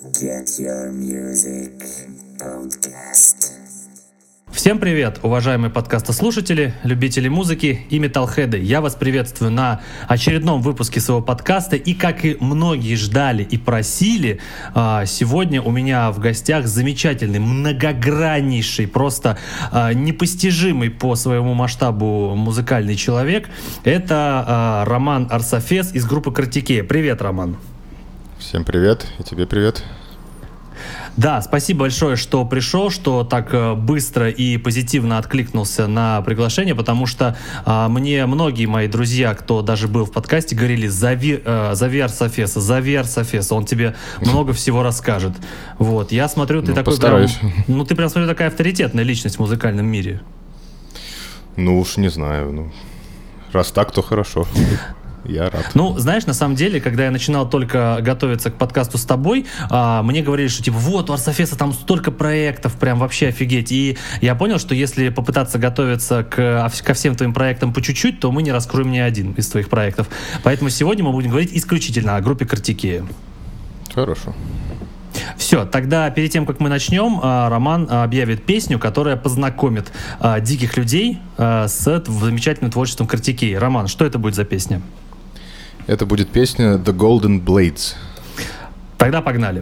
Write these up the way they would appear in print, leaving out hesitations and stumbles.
Get Your Music Podcast. Всем привет, уважаемые подкастослушатели, любители музыки и металлхеды. Я вас приветствую на очередном выпуске своего подкаста. И как и многие ждали и просили, сегодня у меня в гостях замечательный, многограннейший, просто непостижимый по своему масштабу музыкальный человек. Это Роман Арсафес из группы Картикея. Привет, Роман. Всем привет, и тебе привет. Да, спасибо большое, что пришел, что так быстро и позитивно откликнулся на приглашение, потому что мне многие мои друзья, кто даже был в подкасте, говорили: зови Арсафеса, он тебе много всего расскажет. Вот, я смотрю, ты такой постараюсь. ты прям, смотрю, такая авторитетная личность в музыкальном мире. Ну уж не знаю, раз так, то хорошо. Я рад. Знаешь, на самом деле, когда я начинал только готовиться к подкасту с тобой, мне говорили, что типа вот у Арсафеса там столько проектов, прям вообще офигеть. И я понял, что если попытаться готовиться ко всем твоим проектам по чуть-чуть, то мы не раскроем ни один из твоих проектов. Поэтому сегодня мы будем говорить исключительно о группе Картикея. Хорошо. Все, тогда перед тем, как мы начнем, Роман объявит песню, которая познакомит диких людей с замечательным творчеством Картикея. Роман, что это будет за песня? Это будет песня The Golden Blades. Тогда погнали.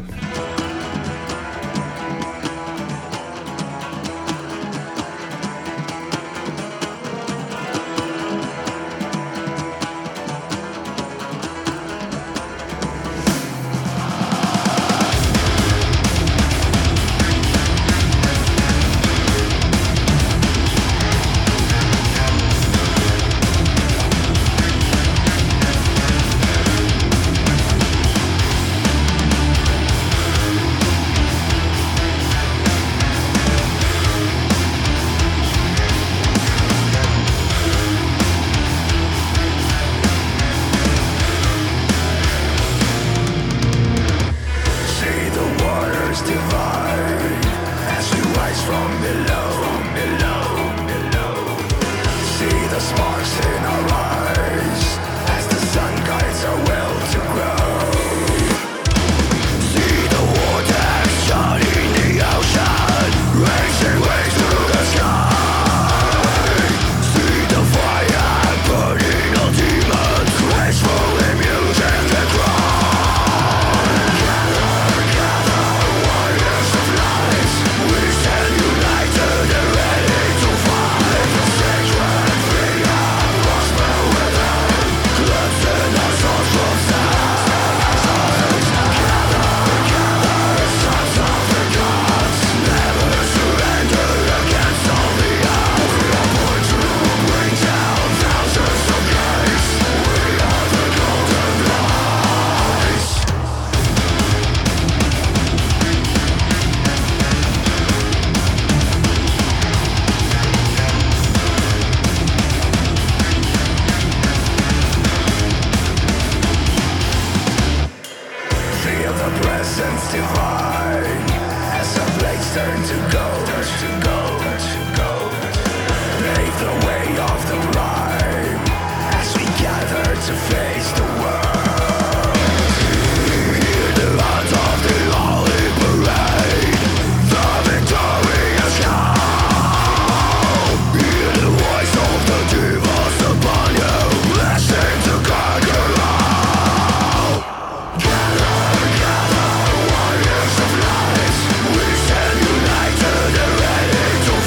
United, ready to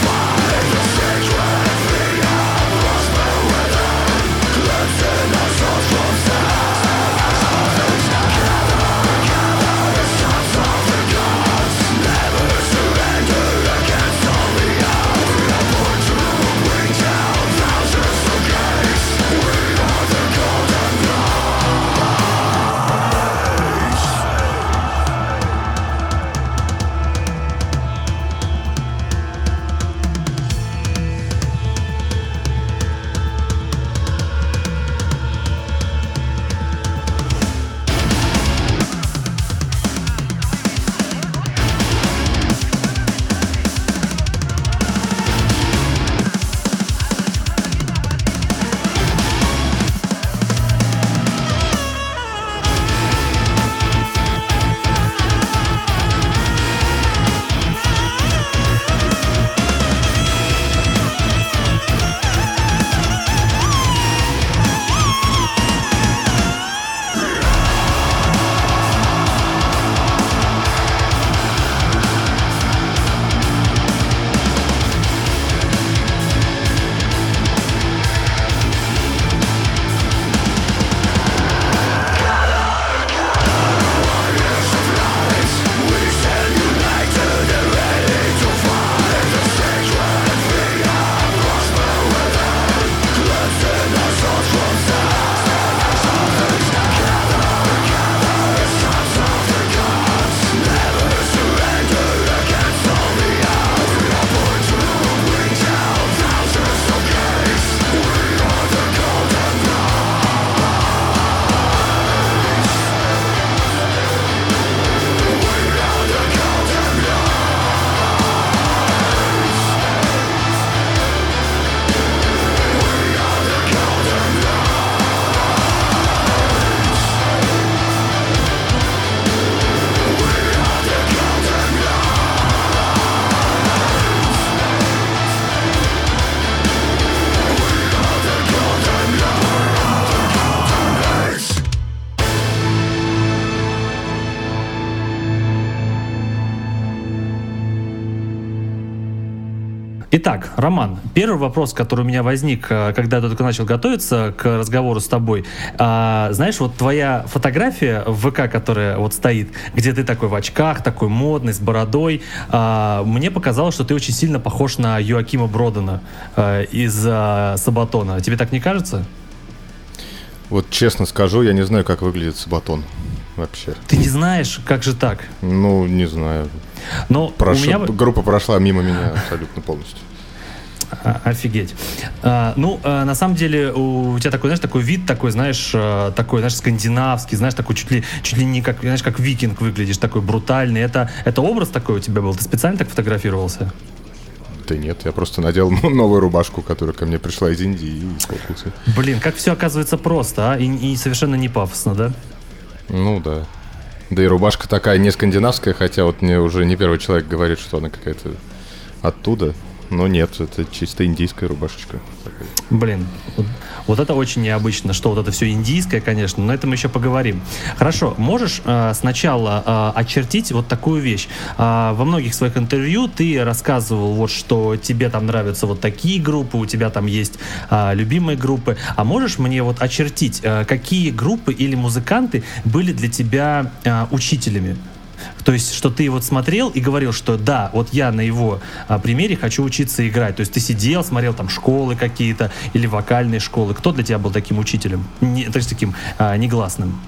Итак, Роман, первый вопрос, который у меня возник, когда я только начал готовиться к разговору с тобой. Знаешь, вот твоя фотография в ВК, которая вот стоит, где ты такой в очках, такой модный, с бородой, мне показалось, что ты очень сильно похож на Йоакима Бродена из Сабатона. Тебе так не кажется? Вот честно скажу, я не знаю, как выглядит Сабатон вообще. Ты не знаешь, как же так? Ну, не знаю. Но у меня... Группа прошла мимо меня абсолютно полностью. Офигеть. На самом деле, у тебя такой, знаешь, такой вид, такой, знаешь, скандинавский, знаешь, такой чуть ли не как, знаешь, как викинг выглядишь, такой брутальный. Это образ такой у тебя был? Ты специально так фотографировался? Да нет, я просто надел новую рубашку, которая ко мне пришла из Индии, и сфоткался. Блин, как все оказывается просто, и совершенно не пафосно, да? Ну да. Да и рубашка такая не скандинавская, хотя вот мне уже не первый человек говорит, что она какая-то оттуда. Но нет, это чисто индийская рубашечка. Блин, вот это очень необычно, что вот это все индийское, конечно, но это мы еще поговорим. Хорошо, можешь сначала очертить вот такую вещь? Во многих своих интервью ты рассказывал, вот, что тебе там нравятся вот такие группы, у тебя там есть любимые группы. А можешь мне вот очертить, какие группы или музыканты были для тебя учителями? То есть, что ты вот смотрел и говорил, что да, вот я на его примере хочу учиться играть. То есть ты сидел, смотрел там школы какие-то или вокальные школы. Кто для тебя был таким учителем? То есть таким негласным?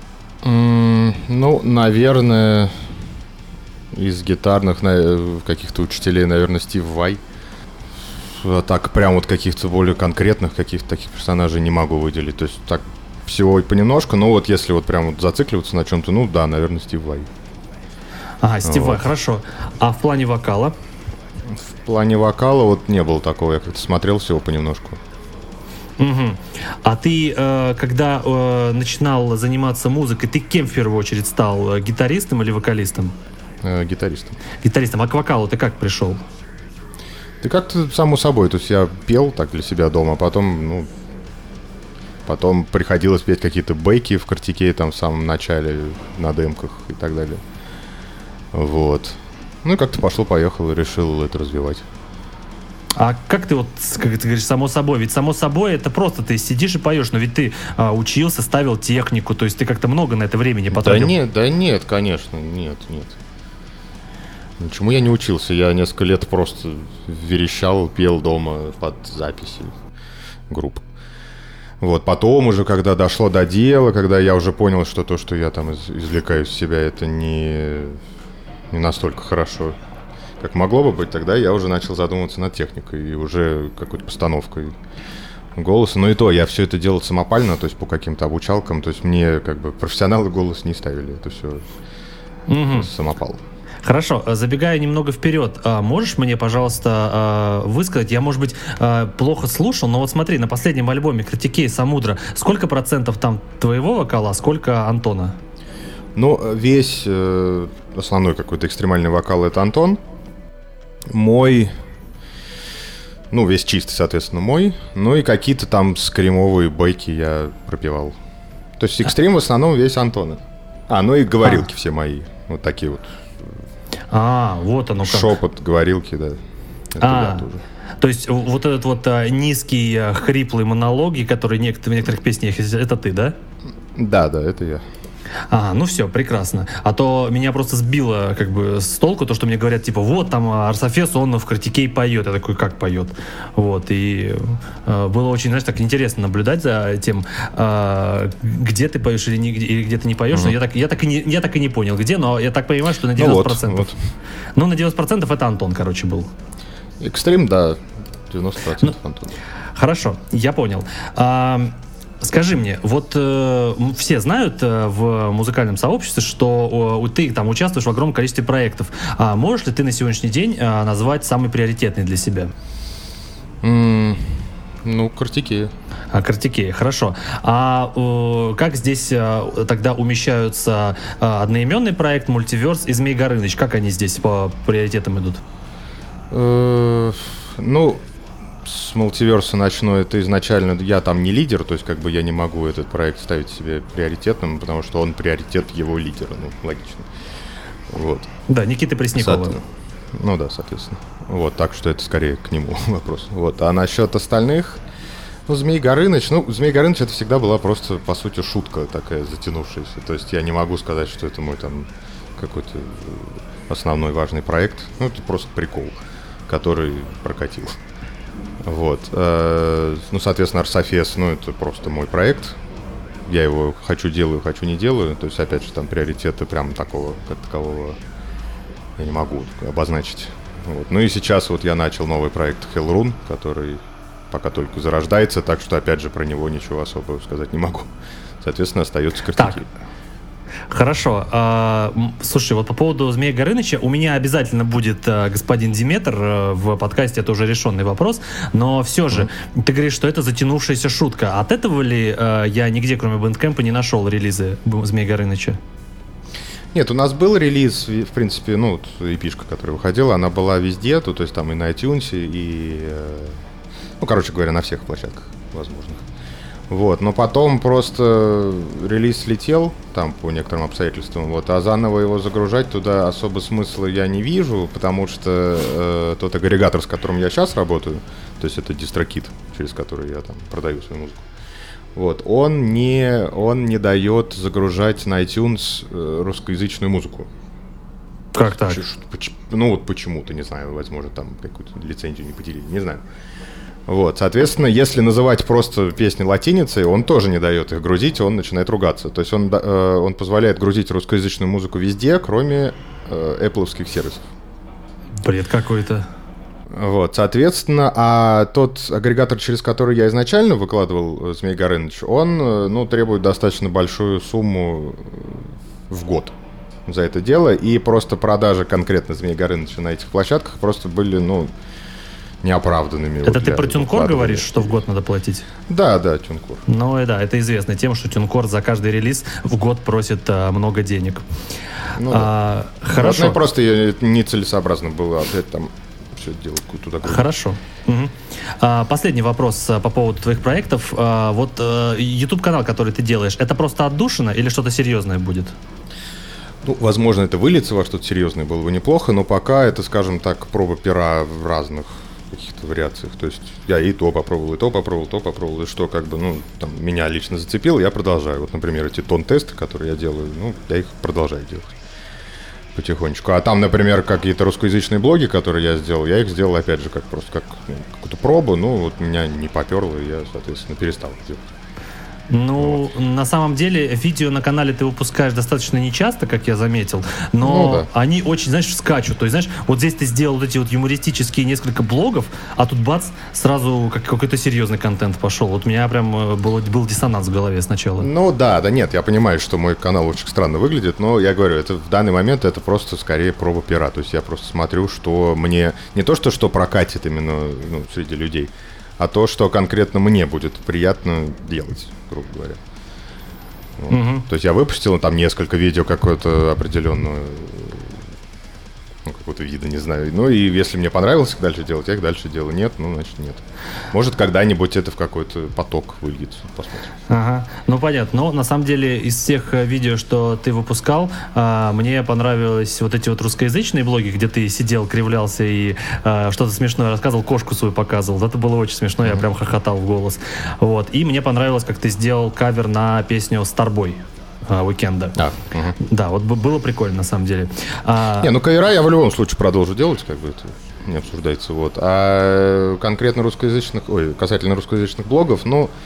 Ну, наверное, из гитарных каких-то учителей, наверное, Стив Vai. Так прям вот каких-то более конкретных каких-то таких персонажей не могу выделить. То есть так всего понемножку, но вот если вот прям вот зацикливаться на чем-то, ну да, наверное, Стив Vai. Ага, Стив Vai, хорошо. А в плане вокала? В плане вокала вот не было такого, я как-то смотрел всего понемножку. Угу. А ты, когда начинал заниматься музыкой, ты кем в первую очередь стал? Гитаристом или вокалистом? Гитаристом. Гитаристом. А к вокалу ты как пришел? Да как-то само собой. То есть я пел так для себя дома, а потом приходилось петь какие-то бейки в Картикее там в самом начале, на демках и так далее. Вот. Ну и как-то пошло-поехало, решил это развивать. А как ты вот, как ты говоришь, само собой? Ведь само собой это просто ты сидишь и поешь, но ведь ты учился, ставил технику, то есть ты как-то много на это времени потратил. Да нет, конечно, нет. Ничему я не учился, я несколько лет просто верещал, пел дома под записи групп. Вот, потом уже, когда дошло до дела, когда я уже понял, что то, что я там извлекаю из себя, это не настолько хорошо, как могло бы быть, тогда я уже начал задумываться над техникой и уже какой-то постановкой голоса. Но и то, я все это делал самопально, то есть по каким-то обучалкам, то есть мне как бы профессионалы голос не ставили, это все самопал. Хорошо, забегая немного вперед, можешь мне, пожалуйста, высказать, я, может быть, плохо слушал, но вот смотри, на последнем альбоме «Картикей Самудра» сколько процентов там твоего вокала, а сколько Антона? Ну, весь основной какой-то экстремальный вокал — это Антон. Мой, весь чистый, соответственно, мой. Ну и какие-то там скримовые бейки я пропевал. То есть экстрим в основном весь Антона. Ну и говорилки все мои, вот такие вот. Вот оно как. Шепот, говорилки, да. Это я тоже. То есть вот этот вот низкий, хриплый монологи, который в некоторых песнях, это ты, да? Да, это я. Ну все, прекрасно. А то меня просто сбило как бы с толку то, что мне говорят, типа, вот там Арсофес, он в Картикей поет. Я такой, как поет? Вот, и было очень, знаешь, так интересно наблюдать за тем, где ты поешь или где ты не поешь. Но я так и не понял, где, но я так понимаю, что на 90%. Вот. Ну, на 90% это Антон, короче, был. Экстрим, да, 90% Антон. Хорошо, я понял. Скажи мне, вот все знают в музыкальном сообществе, что ты там участвуешь в огромном количестве проектов. Можешь ли ты на сегодняшний день назвать самый приоритетный для себя? Картикея. Картикея, хорошо. Как здесь тогда умещаются одноименный проект, Мультиверс и Змей Горыныч? Как они здесь по приоритетам идут? С Мультиверса начну. Это изначально я там не лидер, то есть как бы я не могу этот проект ставить себе приоритетным, потому что он приоритет его лидера, логично. Вот. Да, Никиты Преснякова. Ну да, соответственно. Вот, так что это скорее к нему вопрос. Вот. А насчет остальных, ну, Змей Горыныч, это всегда была просто, по сути, шутка такая затянувшаяся. То есть я не могу сказать, что это мой там какой-то основной важный проект. Ну, это просто прикол, который прокатил. Вот. Ну, соответственно, Арсофес, это просто мой проект. Я его хочу делаю, хочу не делаю. То есть, опять же, там приоритеты прям такого, как такового, я не могу обозначить. Вот. Ну и сейчас вот я начал новый проект Hellrun, который пока только зарождается, так что, опять же, про него ничего особого сказать не могу. Соответственно, остается картинки. Хорошо. Слушай, вот по поводу Змея Горыныча у меня обязательно будет господин Диметр в подкасте, это уже решенный вопрос, но все же, ты говоришь, что это затянувшаяся шутка. От этого ли я нигде, кроме Bandcamp, не нашел релизы Змея Горыныча? Нет, у нас был релиз, в принципе, эпишка, которая выходила, она была везде, то есть там и на iTunes, и, короче говоря, на всех площадках возможных. Вот, но потом просто релиз слетел, там по некоторым обстоятельствам, а заново его загружать туда особо смысла я не вижу, потому что тот агрегатор, с которым я сейчас работаю, то есть это DistroKid, через который я там продаю свою музыку, он не дает загружать на iTunes русскоязычную музыку. Как так? Почему-то, не знаю, возможно, там какую-то лицензию не поделили, не знаю. Соответственно, если называть просто песни латиницей, он тоже не дает их грузить, он начинает ругаться. То есть он позволяет грузить русскоязычную музыку везде, кроме Apple-овских сервисов. Бред какой-то. Соответственно, а тот агрегатор, через который я изначально выкладывал Змей Горыныч, он требует достаточно большую сумму в год за это дело, и просто продажи конкретно Змей Горыныча на этих площадках просто были, неоправданными. Это ты про TuneCore говоришь, что в год надо платить? Да, TuneCore. Это известно тем, что TuneCore за каждый релиз в год просит много денег. Хорошо. Просто нецелесообразно было опять там все делать туда. Хорошо. Угу. Последний вопрос по поводу твоих проектов. YouTube-канал, который ты делаешь, это просто отдушина или что-то серьезное будет? Возможно, это выльется во что-то серьезное, было бы неплохо, но пока это, скажем так, проба пера в разных каких-то вариациях. То есть я и то попробовал, и то попробовал, и что меня лично зацепило, я продолжаю. Например, эти тон-тесты, которые я делаю, я их продолжаю делать потихонечку. А там, например, какие-то русскоязычные блоги, которые я сделал, я их сделал, опять же, как какую-то пробу, меня не поперло, и я, соответственно, перестал их делать. На самом деле, видео на канале ты выпускаешь достаточно нечасто, как я заметил, но они очень, скачут. То есть, здесь ты сделал эти юмористические несколько блогов, а тут бац, сразу какой-то серьезный контент пошел. У меня прям был диссонанс в голове сначала. Нет, я понимаю, что мой канал очень странно выглядит, но я говорю, это в данный момент это просто скорее проба пера. То есть я просто смотрю, что мне, не то что прокатит именно среди людей, а то, что конкретно мне будет приятно делать, грубо говоря. То есть я выпустил там несколько видео какого-то определенного какого-то вида, не знаю. И если мне понравилось их дальше делать, я их дальше делаю. Нет, значит нет. Может, когда-нибудь это в какой-то поток выльется. Посмотрим. Ага, понятно. Но на самом деле из всех видео, что ты выпускал, мне понравились эти русскоязычные блоги, где ты сидел, кривлялся и что-то смешное рассказывал, кошку свою показывал. Это было очень смешно, я прям хохотал в голос. И мне понравилось, как ты сделал кавер на песню «Старбой» Уикенда. Да, было прикольно на самом деле. Кавера я в любом случае продолжу делать, это не обсуждается. А конкретно касательно русскоязычных блогов,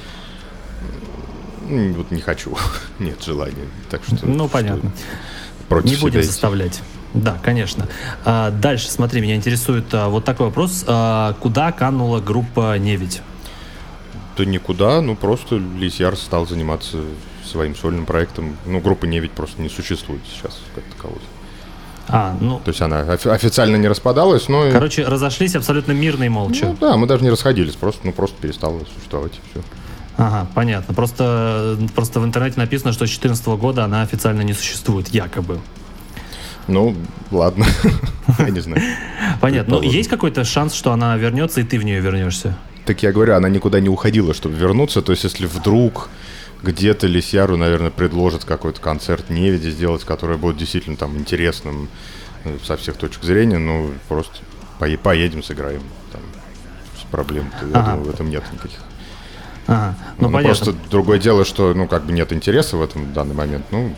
не хочу. Нет желания. Так что. Понятно. Не будем заставлять. Да, конечно. Дальше, смотри, меня интересует такой вопрос. Куда канула группа «Невидь»? Да никуда, просто Лисьяр стал заниматься своим сольным проектом. Группа «Невидь» просто не существует сейчас как таковой. То есть она официально не распадалась, но... Короче, разошлись абсолютно мирно и молча. Мы даже не расходились, просто перестала существовать, и все. Ага, понятно. Просто в интернете написано, что с 2014 года она официально не существует, якобы. Ладно. Я не знаю. Понятно. Есть какой-то шанс, что она вернется, и ты в нее вернешься? Так я говорю, она никуда не уходила, чтобы вернуться. То есть, если вдруг где-то Лисьяру, наверное, предложат какой-то концерт «Невиди» сделать, который будет действительно там интересным, со всех точек зрения, ну, просто поедем, сыграем. Там, проблем-то, я думаю, в этом нет никаких. Ага, ну, понятно. Просто другое дело, что, ну, как бы нет интереса в этом в данный момент, ну...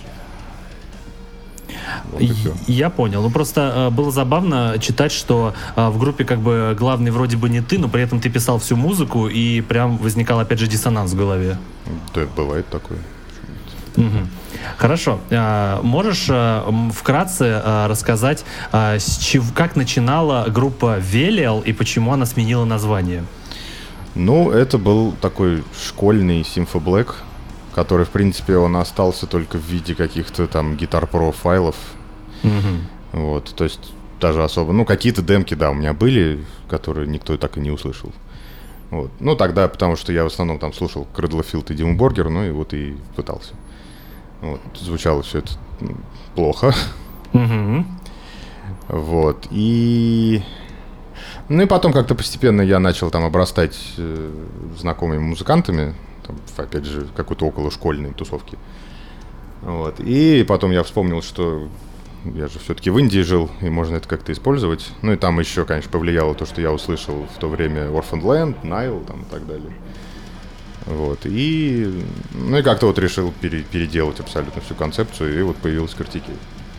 Вот я понял. Ну, просто было забавно читать, что в группе как бы главный вроде бы не ты, но при этом ты писал всю музыку, и прям возникал, опять же, диссонанс в голове. Да, бывает такое. Угу. Хорошо. Можешь вкратце рассказать, как начинала группа Велиал и почему она сменила название? Ну, это был такой школьный Симфа Блэк, который, в принципе, он остался только в виде каких-то там Guitar Pro файлов. Вот, то есть даже особо... Ну, какие-то демки, да, у меня были, которые никто так и не услышал. Вот. Ну, тогда, потому что я в основном там слушал Крэдлфилд и Диму Боргер, ну, и вот и пытался. Вот. Звучало все это плохо. Вот, и... Ну, и потом как-то постепенно я начал там обрастать знакомыми музыкантами, там, опять же, какой-то околошкольной тусовки. Вот. И потом я вспомнил, что я же все-таки в Индии жил, и можно это как-то использовать. Ну и там еще, конечно, повлияло то, что я услышал в то время Orphaned Land, Nile там, и так далее. Вот. И, ну и как-то вот решил переделать абсолютно всю концепцию, и вот появилась Картикей.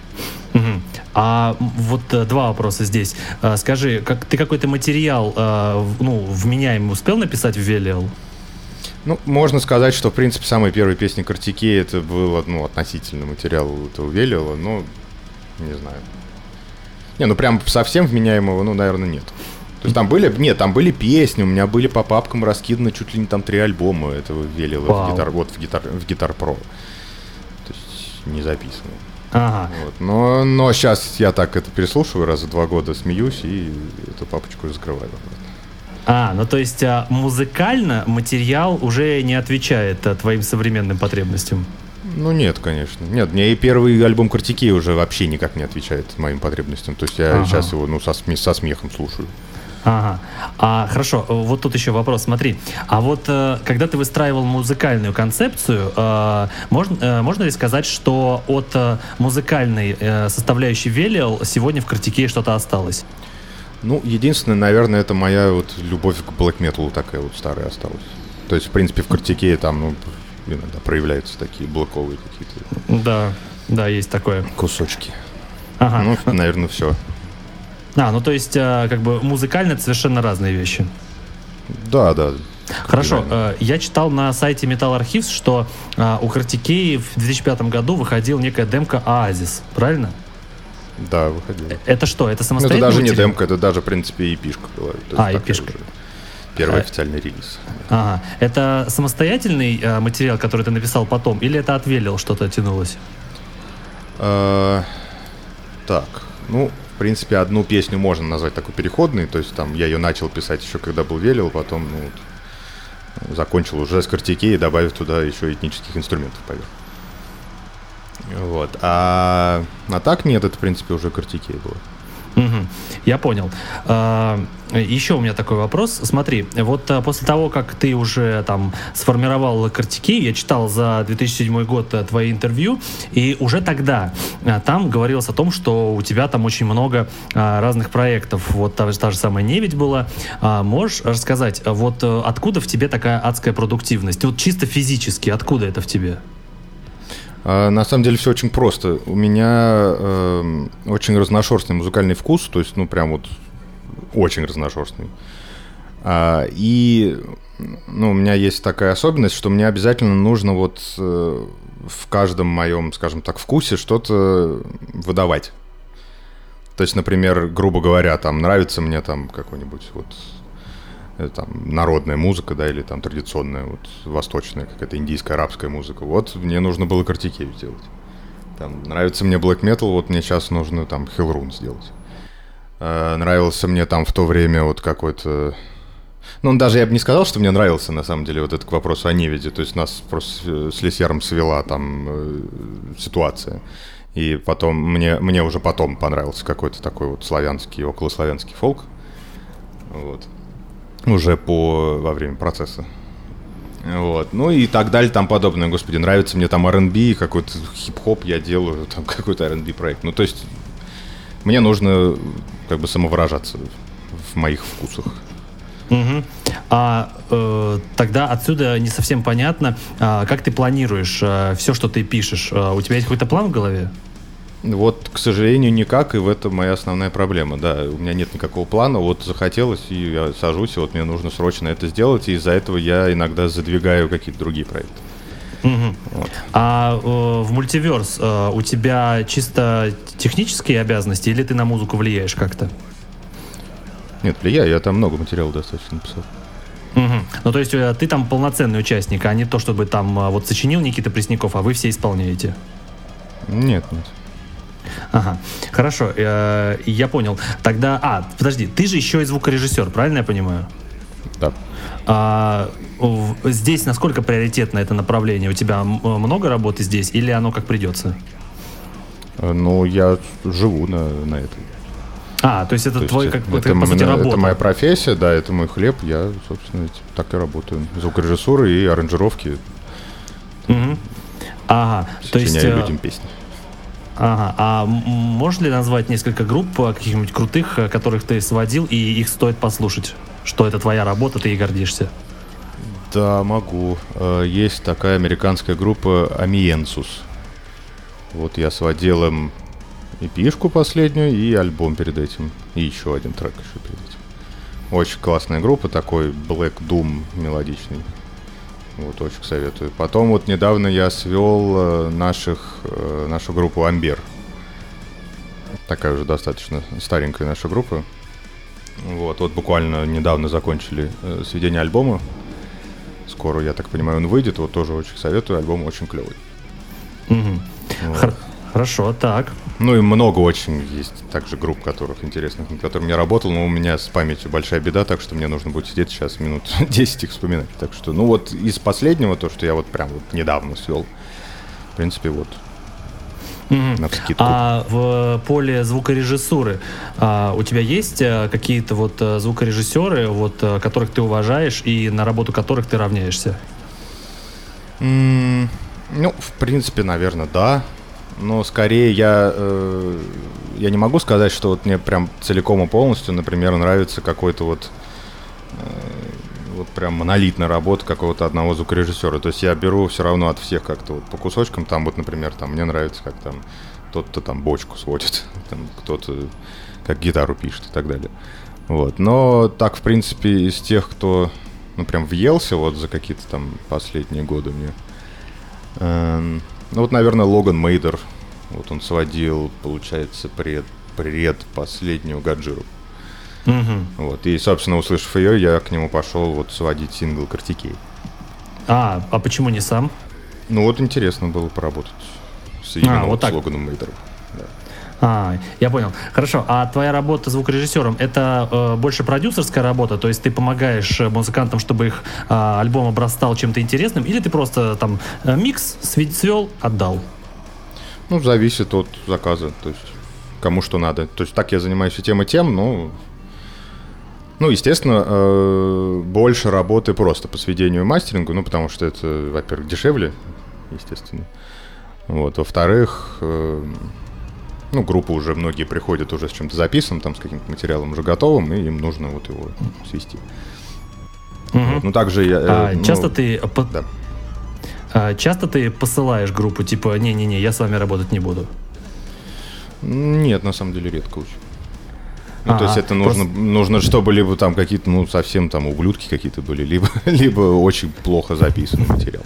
А вот два вопроса здесь. Скажи, ты какой-то материал вменяемый успел написать в Велиал? Ну, можно сказать, что, в принципе, самые первые песни Картикей это был, относительно материал этого Велиала, но не знаю. Не, ну прям совсем вменяемого, наверное, нет. То есть там были песни, у меня были по папкам раскиданы чуть ли не там 3 альбома этого Велиала в Guitar Pro. То есть не записано. Ага. Вот. Но сейчас я так это переслушиваю, раз в 2 года смеюсь и эту папочку закрываю. Ну то есть музыкально материал уже не отвечает твоим современным потребностям? Ну нет, конечно. Нет, мне и первый альбом Картикей уже вообще никак не отвечает моим потребностям. То есть я сейчас его со смехом слушаю. Ага. Хорошо, вот тут еще вопрос, смотри. А вот когда ты выстраивал музыкальную концепцию, можно ли сказать, что от музыкальной составляющей Велиал сегодня в Картикее что-то осталось? Ну, единственное, наверное, это моя вот любовь к блэк-металу такая вот старая осталась. То есть, в принципе, в Картикее там, иногда проявляются такие блэковые какие-то... Да, есть такое. Кусочки. Ага. Ну, наверное, все. Ну то есть, как бы музыкально это совершенно разные вещи. Да. Хорошо, я читал на сайте Metal Archives, что у Картикеи в 2005 году выходила некая демка «Оазис», правильно? Да, выходила. Это что, это самостоятельный это даже материал? не демка, это даже, в принципе, эпишка была. Эпишка. Первый официальный релиз. Ага. Это самостоятельный материал, который ты написал потом, или это от Велиал что-то тянулось? Так, в принципе, одну песню можно назвать такой переходной, то есть там я ее начал писать еще когда был Велиал, потом закончил уже с Картикей, добавив туда еще этнических инструментов поверх. Вот. А так нет, это в принципе уже Картикей было. Я понял. Еще у меня такой вопрос. Смотри, вот после того, как ты уже там сформировал Картикей, я читал за 2007 год твои интервью, и уже тогда там говорилось о том, что у тебя там очень много разных проектов. Вот та же самая «Неведь» была. Можешь рассказать, вот откуда в тебе такая адская продуктивность? Вот чисто физически, откуда это в тебе? На самом деле все очень просто. У меня очень разношерстный музыкальный вкус, то есть, прям вот очень разношерстный. И у меня есть такая особенность, что мне обязательно нужно вот в каждом моем, скажем так, вкусе что-то выдавать. То есть, например, грубо говоря, там нравится мне там какой-нибудь вот там народная музыка, да, или там традиционная, вот восточная, какая-то индийская, арабская музыка. Вот мне нужно было Картикей сделать. Там нравится мне black metal, вот мне сейчас нужно там Hellrun сделать. Нравился мне там в то время вот какой-то... даже я бы не сказал, что мне нравился, на самом деле, вот это к вопросу о Неведе. То есть нас просто с Лесьяром свела там ситуация. И потом, мне уже потом понравился какой-то такой вот славянский, околославянский фолк. Вот. Уже во время процесса. Вот. И так далее, там подобное. Господи, нравится мне там R&B, какой-то хип-хоп я делаю, там какой-то R&B проект. То есть мне нужно как бы самовыражаться в моих вкусах. Угу. Тогда отсюда не совсем понятно, как ты планируешь все, что ты пишешь. У тебя есть какой-то план в голове? Вот, к сожалению, никак, и в этом моя основная проблема. Да, у меня нет никакого плана, вот захотелось, и я сажусь, и вот мне нужно срочно это сделать, и из-за этого я иногда задвигаю какие-то другие проекты. Угу. Вот. В Мультиверс у тебя чисто технические обязанности, или ты на музыку влияешь как-то? Нет, влияю, я там много материала достаточно написал. Угу. Ну, то есть ты там полноценный участник, а не то, чтобы там вот сочинил Никита Пресняков, а вы все исполняете? Нет. Ага, хорошо, я понял. Тогда, подожди, ты же еще и звукорежиссер, правильно я понимаю? Да. Здесь насколько приоритетно это направление? У тебя много работы здесь или оно как придется? Ну, я живу на этом. То есть это твой, это, по сути, работа? Это моя профессия, да, это мой хлеб. Я, собственно, так и работаю. Звукорежиссуры и аранжировки. Угу. Ага, то есть... Сочиняю людям песни. Ага, а можешь ли назвать несколько групп каких-нибудь крутых, которых ты сводил, и их стоит послушать? Что это твоя работа, ты ей гордишься? Да, могу. Есть такая американская группа Amiensus. Вот я сводил им EP-шку последнюю и альбом перед этим. И еще один трек еще перед этим. Очень классная группа, такой Black Doom мелодичный. Вот, очень советую. Потом вот недавно я свел нашу группу Амбер. Такая уже достаточно старенькая наша группа. Вот буквально недавно закончили сведение альбома. Скоро, я так понимаю, он выйдет. Вот тоже очень советую, альбом очень клевый. Угу. Вот. Хорошо, так. Ну и много очень есть также групп, которых интересных, над которыми я работал, но у меня с памятью большая беда, так что мне нужно будет сидеть сейчас минут 10 их вспоминать. Так что, ну вот из последнего, то, что я вот прям вот недавно свел, в принципе, вот навскидку. А в поле звукорежиссуры у тебя есть какие-то вот звукорежиссеры, вот, которых ты уважаешь и на работу которых ты равняешься? Ну, в принципе, наверное, да. Но скорее я не могу сказать, что вот мне прям целиком и полностью, например, нравится какой-то вот прям монолитная работа какого-то одного звукорежиссера. То есть я беру все равно от всех как-то вот по кусочкам. Там вот, например, там мне нравится, как там кто-то там бочку сводит, там кто-то как гитару пишет и так далее. Вот. Но так, в принципе, из тех, кто прям въелся вот за какие-то там последние годы мне... Ну вот, наверное, Логан Мейдер. Вот он сводил, получается, предпоследнюю Гаджиру. Вот. И, собственно, услышав ее, я к нему пошел вот сводить сингл «Картикей». А почему не сам? Ну вот интересно было поработать именно вот с Логаном Мейдером. Да. Я понял. Хорошо. А твоя работа звукорежиссером — это больше продюсерская работа? То есть ты помогаешь музыкантам, чтобы их альбом обрастал чем-то интересным? Или ты просто там микс свел, отдал? Ну, зависит от заказа. То есть кому что надо. То есть так я занимаюсь и тем, но... Ну, естественно, больше работы просто по сведению и мастерингу, ну, потому что это, во-первых, дешевле, естественно. Вот. Во-вторых... Ну, группа уже, многие приходят уже с чем-то записанным, там, с каким-то материалом уже готовым, и им нужно вот его свести. Вот. Ну, также я... часто ты... Да. Часто ты посылаешь группу, типа, не-не-не, я с вами работать не буду? Нет, на самом деле, редко очень. Ну, то есть это нужно, чтобы либо там какие-то, совсем там ублюдки какие-то были, либо очень плохо записанный материал.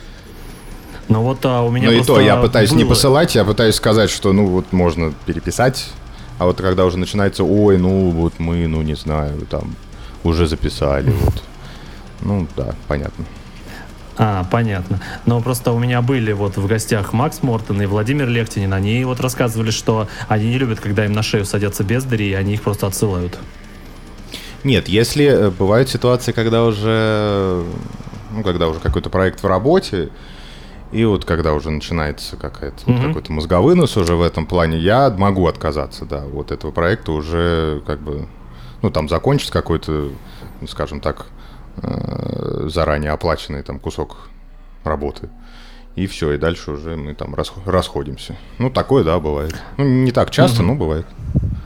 Ну вот у меня и то я пытаюсь не посылать, я пытаюсь сказать, что вот можно переписать, а вот когда уже начинается, вот мы, не знаю, там уже записали, вот. Ну да, понятно. Понятно. Но просто у меня были вот в гостях Макс Мортон и Владимир Лехтинин, они вот рассказывали, что они не любят, когда им на шею садятся бездари, и они их просто отсылают. Нет, если бывают ситуации, когда уже какой-то проект в работе, и вот когда уже начинается какой-то мозговынос уже в этом плане, я могу отказаться, да, вот этого проекта уже там закончить какой-то, скажем так, заранее оплаченный там кусок работы. И все, и дальше уже мы там расходимся. Ну, такое, да, бывает. Ну, не так часто, но бывает.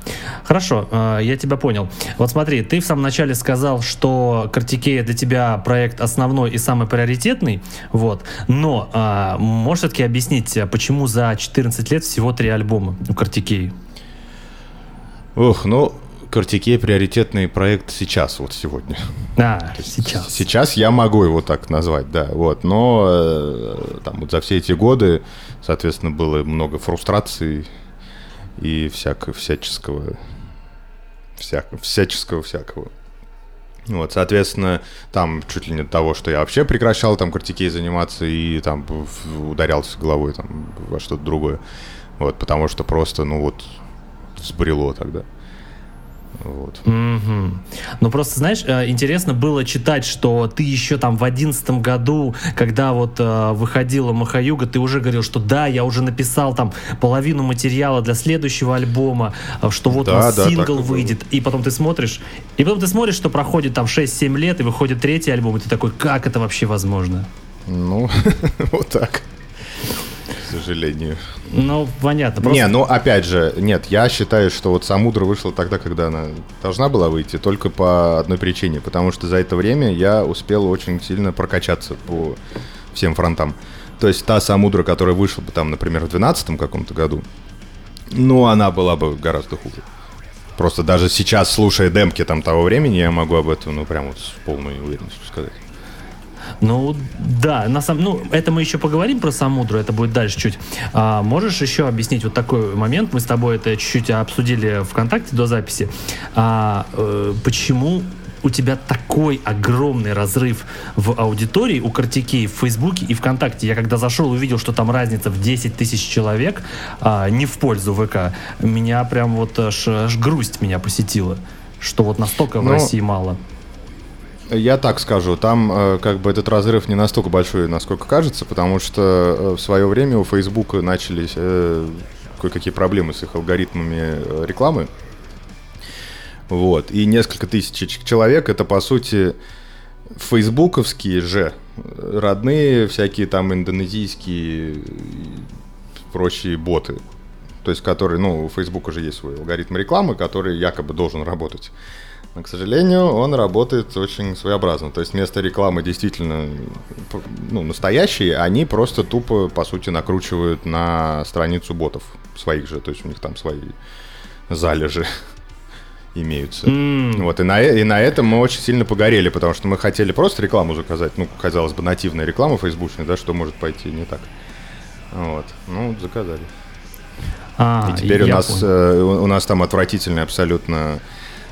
Хорошо, я тебя понял. Вот смотри, ты в самом начале сказал, что Картикея для тебя проект основной и самый приоритетный, вот. Но можешь все-таки объяснить, почему за 14 лет всего 3 альбома у Картикеи? Картикея приоритетный проект сейчас, вот сегодня. Сейчас. Сейчас я могу его так назвать, да, вот. Но там вот за все эти годы, соответственно, было много фрустраций и всяческого. Вот, соответственно, там чуть ли не до того, что я вообще прекращал там Картикеей заниматься и там ударялся головой там во что-то другое. Вот, потому что просто, сбрело тогда. Вот. Mm-hmm. Ну просто, знаешь, интересно было читать, что ты еще там в 2011 году, когда вот выходила Махаюга, ты уже говорил, что да, я уже написал там половину материала для следующего альбома, что вот у нас сингл выйдет, и потом ты смотришь, что проходит там 6-7 лет, и выходит третий альбом, и ты такой, как это вообще возможно? Вот так. К сожалению. Понятно. Просто... опять же, нет, я считаю, что вот Самудра вышла тогда, когда она должна была выйти, только по одной причине, потому что за это время я успел очень сильно прокачаться по всем фронтам. То есть та Самудра, которая вышла бы там, например, в 2012 каком-то году, она была бы гораздо хуже. Просто даже сейчас, слушая демки там того времени, я могу об этом, прям вот с полной уверенностью сказать. Да, это мы еще поговорим про Самудру, это будет дальше чуть. Можешь еще объяснить вот такой момент? Мы с тобой это чуть-чуть обсудили ВКонтакте до записи. Почему у тебя такой огромный разрыв в аудитории у Картикеи в Фейсбуке и ВКонтакте? Я когда зашел, увидел, что там разница в 10 тысяч человек, не в пользу ВК. Меня прям вот аж грусть меня посетила, что вот настолько в России мало. Я так скажу, там этот разрыв не настолько большой, насколько кажется, потому что в свое время у Фейсбука начались кое-какие проблемы с их алгоритмами рекламы. Вот. И несколько тысяч человек — это, по сути, фейсбуковские же родные всякие там индонезийские прочие боты. То есть, которые, у Фейсбука же есть свой алгоритм рекламы, который якобы должен работать. Но, к сожалению, он работает очень своеобразно. То есть вместо рекламы действительно настоящие, они просто тупо, по сути, накручивают на страницу ботов своих же. То есть у них там свои залежи имеются. Вот, и на этом мы очень сильно погорели, потому что мы хотели просто рекламу заказать. Казалось бы, нативная реклама фейсбучная, да, что может пойти не так. Вот, заказали. И теперь у нас там отвратительный абсолютно...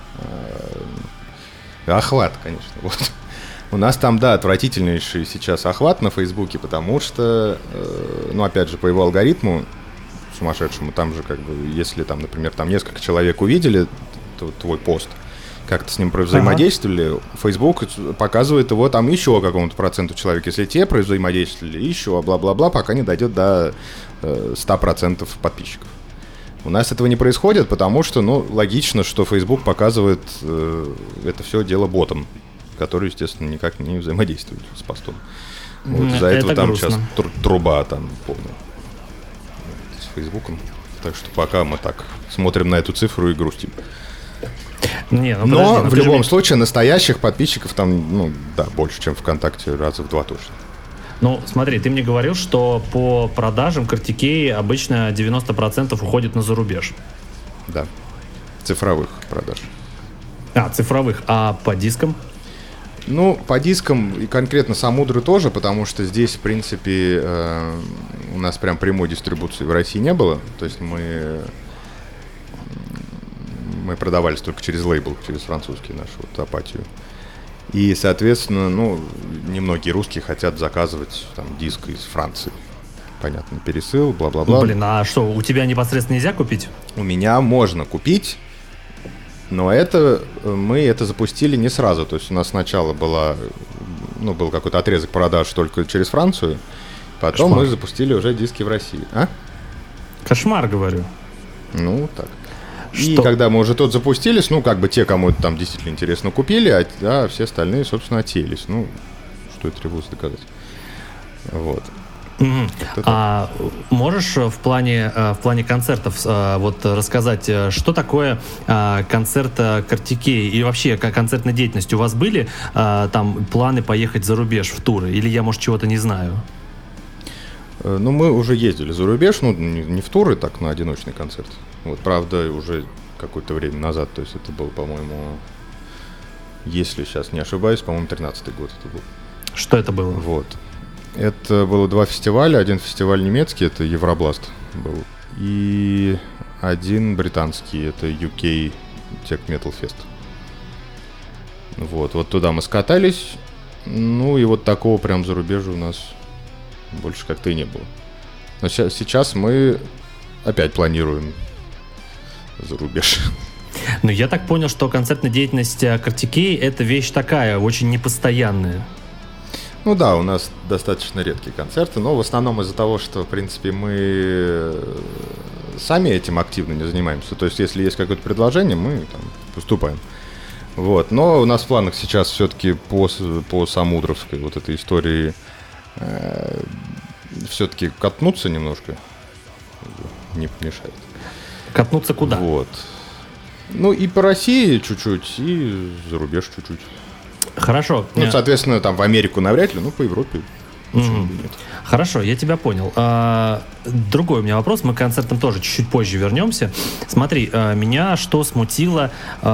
охват, конечно. Вот. У нас там, отвратительнейший сейчас охват на Фейсбуке, потому что, опять же, по его алгоритму сумасшедшему, там же, если там, например, там несколько человек увидели твой пост, как-то с ним взаимодействовали, Facebook показывает его там еще какому-то проценту человек. Если те взаимодействовали, еще бла-бла-бла, пока не дойдет до 100% подписчиков. У нас этого не происходит, потому что, логично, что Facebook показывает это все дело ботам, которые, естественно, никак не взаимодействуют с постом. Вот из-за этого там грустно. Сейчас труба там полная с Фейсбуком. Так что пока мы так смотрим на эту цифру и грустим. Но в любом случае настоящих подписчиков там, больше, чем ВКонтакте, раза в 2 точно. Смотри, ты мне говорил, что по продажам Картикеи обычно 90% уходит на зарубеж. Да, цифровых продаж. Цифровых. А по дискам? По дискам и конкретно Самудры тоже, потому что здесь, в принципе, у нас прям прямой дистрибуции в России не было. То есть мы продавались только через лейбл, через французский нашу апатию. И, соответственно, немногие русские хотят заказывать там диск из Франции. Понятно, пересыл, бла-бла-бла. А что, у тебя непосредственно нельзя купить? У меня можно купить, но мы это запустили не сразу. То есть у нас сначала был какой-то отрезок продаж только через Францию, потом мы запустили уже диски в России. Кошмар, говорю. Так. И когда мы уже запустились, те, кому это там действительно интересно, купили, а все остальные, собственно, отсеялись. Что и требуется доказать. Вот. Мгм. А можешь в плане концертов вот рассказать, что такое концерт Картикей и вообще концертной деятельности? У вас были там планы поехать за рубеж в туры? Или я, может, чего-то не знаю? Ну, мы уже ездили за рубеж, ну, не в туры, так, на одиночный концерт. Вот, правда, уже какое-то время назад, то есть это был, по-моему, если сейчас не ошибаюсь, по-моему, 13-й год это был. Что это было? Вот. Это было 2 фестиваля. Один фестиваль немецкий, это Евробласт был. И один британский, это UK Tech Metal Fest. Вот туда мы скатались. Ну и вот такого прям зарубежья у нас больше как-то и не было. Но сейчас мы опять планируем зарубеж. Ну, я так понял, что концертная деятельность Картикей — это вещь такая, очень непостоянная. Ну да, у нас достаточно редкие концерты, но в основном из-за того, что, в принципе, мы сами этим активно не занимаемся. То есть, если есть какое-то предложение, мы там поступаем. Вот. Но у нас в планах сейчас все-таки по Самудровской вот этой истории все-таки катнуться немножко не помешает. Катнуться куда? Вот. Ну и по России чуть-чуть, и за рубеж чуть-чуть. Хорошо. Ну, соответственно, там в Америку навряд ли, но по Европе почему бы нет. Хорошо, я тебя понял. Другой у меня вопрос, мы к концертам тоже чуть-чуть позже вернемся. Смотри, меня что смутило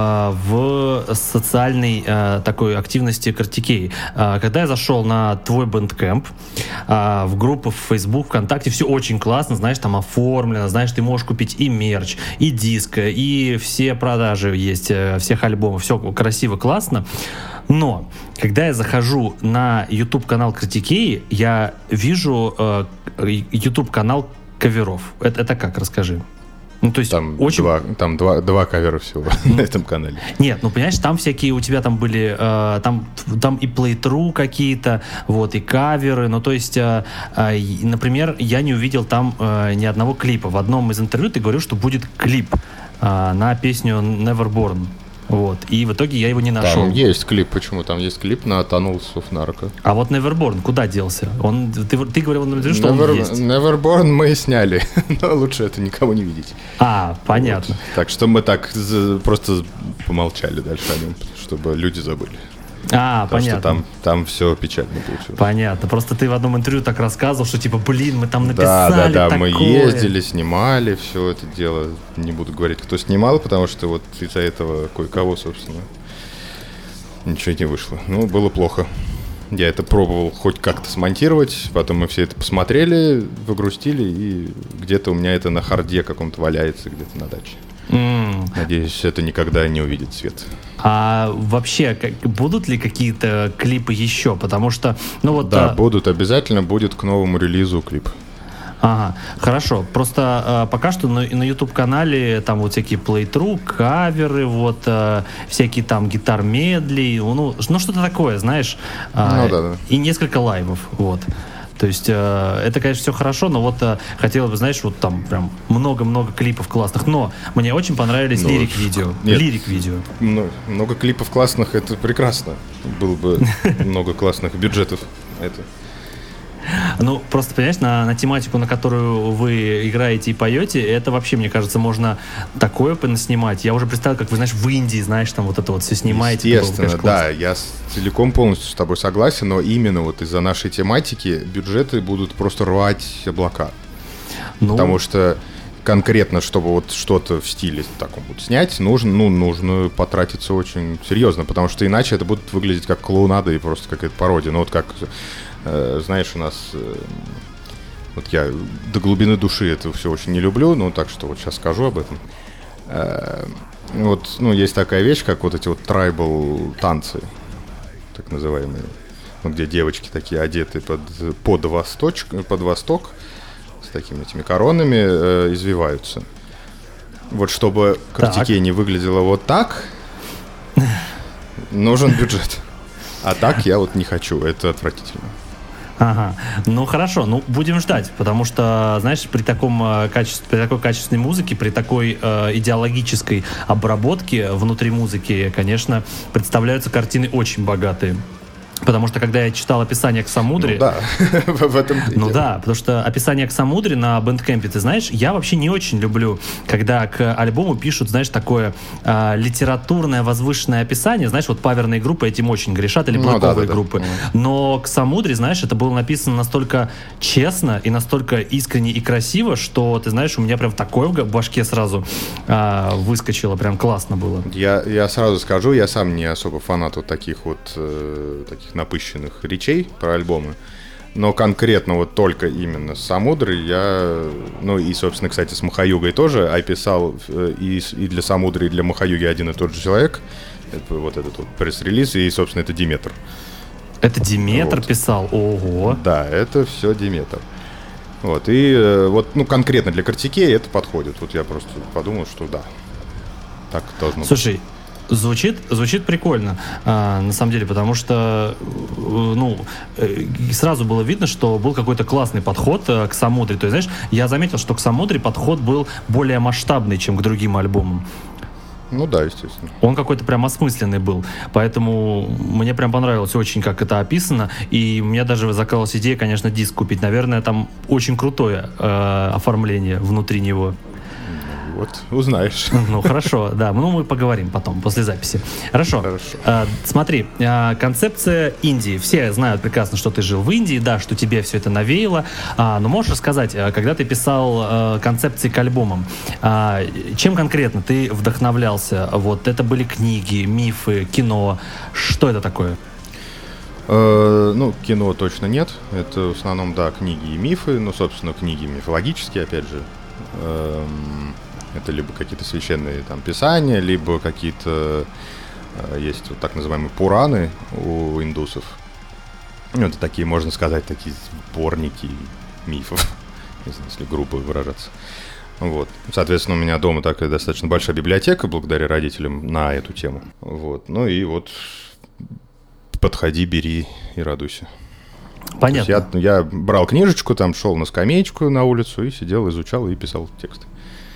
в социальной такой активности Картикей? Когда я зашел на твой Bandcamp, в группу в Facebook, ВКонтакте, все очень классно, знаешь, там оформлено, знаешь, ты можешь купить и мерч, и диск, и все продажи есть, всех альбомов, все красиво, классно. Но, когда я захожу на YouTube-канал Картикей, я вижу YouTube-канал каверов. Это как? Расскажи. Ну, то есть там очень... два кавера всего на этом канале. Нет, ну, понимаешь, там всякие у тебя там были, там и плейтру какие-то, вот, и каверы. Ну, то есть, например, я не увидел там ни одного клипа. В одном из интервью ты говорил, что будет клип на песню Neverborn. Вот. И в итоге я его не нашел. Там есть клип. Почему? Там есть клип на Tunnels of Narco. А вот Neverborn куда делся? Ты говорил, что он есть. Neverborn мы сняли. Но лучше это никого не видеть. Понятно. Вот. Так что мы так просто помолчали дальше о нем, чтобы люди забыли. Потому понятно. Что там все печально получилось. Понятно. Просто ты в одном интервью так рассказывал, что типа, мы там написали Да, такое. мы ездили, снимали все это дело. Не буду говорить, кто снимал, потому что вот из-за этого кое-кого, собственно, ничего не вышло. Ну, было плохо. Я это пробовал хоть как-то смонтировать, потом мы все это посмотрели, выгрустили, и где-то у меня это на харде каком-то валяется, где-то на даче. Надеюсь, это никогда не увидит свет. А вообще, будут ли какие-то клипы еще? Потому что, будут, обязательно будет к новому релизу клип. Ага, хорошо. Просто пока что на YouTube-канале там вот всякие плейтру, каверы, вот всякие там гитар-медли, ну что-то такое, знаешь. Да. И несколько лайвов, вот. То есть это, конечно, все хорошо, но вот хотелось бы, знаешь, вот там прям много-много клипов классных. Но мне очень понравились лирик-видео. Лирик-видео. Много клипов классных, это прекрасно. Было бы много классных бюджетов. Это. Ну, просто, понимаешь, на тематику, на которую вы играете и поете, это вообще, мне кажется, можно такое понаснимать. Я уже представил, как вы, знаешь, в Индии, знаешь, там вот это вот все снимаете. Естественно, да, я целиком полностью с тобой согласен, но именно вот из-за нашей тематики бюджеты будут просто рвать облака. Потому что конкретно, чтобы вот что-то в стиле таком вот снять, нужно потратиться очень серьезно, потому что иначе это будет выглядеть как клоунада и просто какая-то пародия. Ну вот как... Знаешь, у нас, вот я до глубины души это все очень не люблю, так что вот сейчас скажу об этом. Есть такая вещь, как вот эти вот трайбл танцы, так называемые, где девочки такие одеты под восток, с такими этими коронами извиваются. Вот чтобы Картикей не выглядело вот так, нужен бюджет. А так я вот не хочу, это отвратительно. Ага, ну хорошо, будем ждать, потому что, знаешь, при такой качественной музыке, при такой идеологической обработке внутри музыки, конечно, представляются картины очень богатые. Потому что когда я читал описание к Самудре... Ну да, в этом Ну да, потому что описание к Самудре на Bandcamp, ты знаешь, я вообще не очень люблю, когда к альбому пишут, знаешь, такое литературное возвышенное описание. Знаешь, вот паверные группы этим очень грешат, или блоковые группы. Но к Самудре, знаешь, это было написано настолько честно и настолько искренне и красиво, что, ты знаешь, у меня прям такое в башке сразу выскочило, прям классно было. Я сразу скажу, я сам не особо фанат вот таких таких напыщенных речей про альбомы. Но конкретно вот только именно с Самудрой я, ну и, собственно, кстати, с Махаюгой тоже описал и для Самудры, и для Махаюги один и тот же человек. Это вот этот вот пресс-релиз, и, собственно, это Диметр. Это Диметр вот писал? Ого! Да, это все Диметр. Вот, и вот, ну, конкретно для Картикея это подходит. Вот я просто подумал, что да, так должно быть. Слушай, Звучит прикольно, на самом деле, потому что, ну, сразу было видно, что был какой-то классный подход к Самудре. То есть, знаешь, я заметил, что к Самудре подход был более масштабный, чем к другим альбомам. Ну да, естественно. Он какой-то прям осмысленный был. Поэтому мне прям понравилось очень, как это описано. И у меня даже закралась идея, конечно, диск купить. Наверное, там очень крутое оформление внутри него. Вот, узнаешь. Ну, хорошо, да. Ну, мы поговорим потом, после записи. Хорошо. Смотри, концепция Индии. Все знают прекрасно, что ты жил в Индии, да, что тебе все это навеяло. Но можешь рассказать, когда ты писал концепции к альбомам, чем конкретно ты вдохновлялся? Вот это были книги, мифы, кино. Что это такое? Ну, кино точно нет. Это в основном, да, книги и мифы. Ну, собственно, книги мифологические, опять же. Это либо какие-то священные там писания, либо какие-то есть вот так называемые пураны у индусов. Ну, это такие, можно сказать, такие сборники мифов, если грубо выражаться. Вот. Соответственно, у меня дома такая достаточно большая библиотека, благодаря родителям, на эту тему. Вот. Ну и вот подходи, бери и радуйся. Понятно. Я брал книжечку, там шел на скамеечку на улицу и сидел, изучал и писал тексты.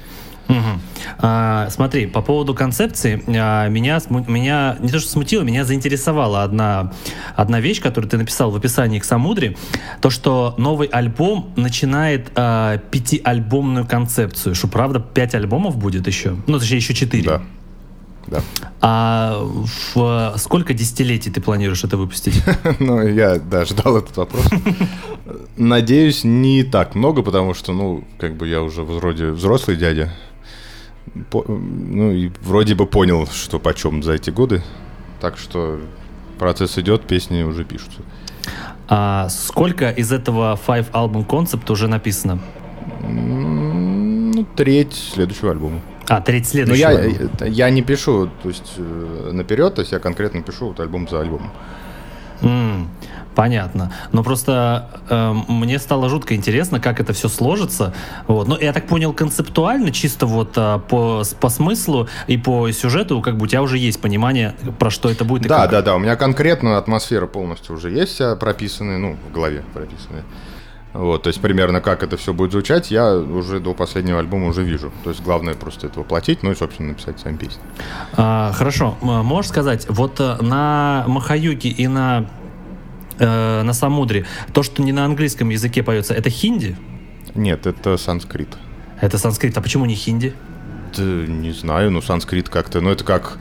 Угу. Смотри, по поводу концепции, меня не то что смутило, меня заинтересовала одна вещь, которую ты написал в описании к Самудре, то, что новый альбом начинает 5-альбомную концепцию, что правда 5 альбомов будет еще, ну точнее еще 4. Да. А в сколько десятилетий ты планируешь это выпустить? Ну, я, да, ждал этот вопрос. Надеюсь, не так много, потому что, ну, как бы я уже вроде взрослый дядя. Ну, и вроде бы понял, что почем за эти годы. Так что процесс идет, песни уже пишутся. А сколько из этого 5-album concept уже написано? Ну, треть следующего альбома. Треть следующего. Но я не пишу, то есть наперед, то есть я конкретно пишу вот альбом за альбомом. Понятно. Но просто мне стало жутко интересно, как это все сложится. Вот. Но я так понял, концептуально, чисто вот по смыслу и по сюжету, как бы у тебя уже есть понимание, про что это будет. Да. У меня конкретно атмосфера полностью уже есть, вся прописанная, ну, в голове прописанная. Вот, то есть примерно как это все будет звучать, я уже до последнего альбома уже вижу. То есть главное просто это воплотить, ну и, собственно, написать сами песни. Хорошо. Можешь сказать, вот на Махаюге и на Самудре, то, что не на английском языке поется, это хинди? Нет, это санскрит. Это санскрит. А почему не хинди? Да, не знаю, ну санскрит как-то, ну это как...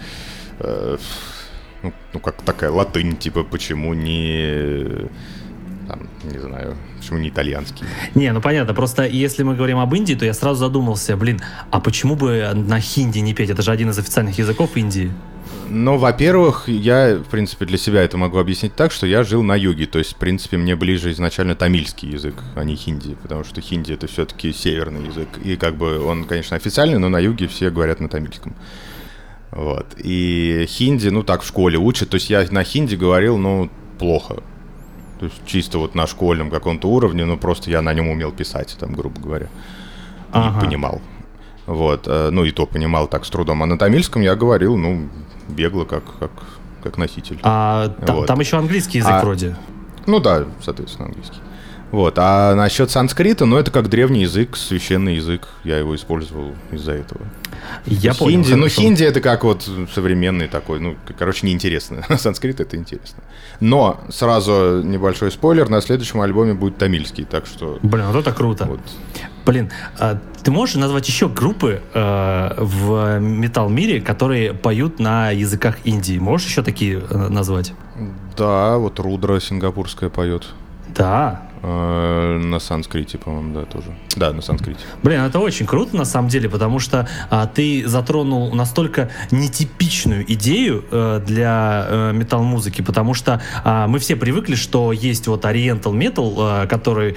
ну как такая латынь, типа, почему не... Там, не знаю, почему не итальянский? Не, ну понятно, просто если мы говорим об Индии, то я сразу задумался, а почему бы на хинди не петь? Это же один из официальных языков Индии. Ну, во-первых, я, в принципе, для себя это могу объяснить так, что я жил на юге, то есть, в принципе, мне ближе изначально тамильский язык, а не хинди, потому что хинди — это все-таки северный язык, и как бы он, конечно, официальный, но на юге все говорят на тамильском. Вот, и хинди, ну, так в школе учат, то есть я на хинди говорил, ну, плохо. То есть чисто вот на школьном каком-то уровне, ну просто я на нем умел писать, там, грубо говоря, и понимал. Вот, ну и то понимал так с трудом. А на тамильском я говорил, ну, бегло, как носитель. Вот. Там еще английский язык вроде. Ну да, соответственно, английский. Вот. А насчет санскрита, ну, это как древний язык, священный язык. Я его использовал из-за этого. Я понял. Хинди, ну, хорошо. хинди это как вот современный такой, ну, короче, неинтересно. А санскрит это интересно. Но сразу небольшой спойлер, на следующем альбоме будет тамильский, так что... Блин, вот это круто. Вот. Блин, ты можешь назвать еще группы в метал-мире, которые поют на языках Индии? Можешь еще такие назвать? Да, вот Рудра сингапурская поет. Да. На санскрите, по-моему, да, тоже. Да, на санскрите. Блин, это очень круто на самом деле, потому что ты затронул настолько нетипичную идею для метал-музыки, потому что мы все привыкли, что есть вот Oriental Metal, который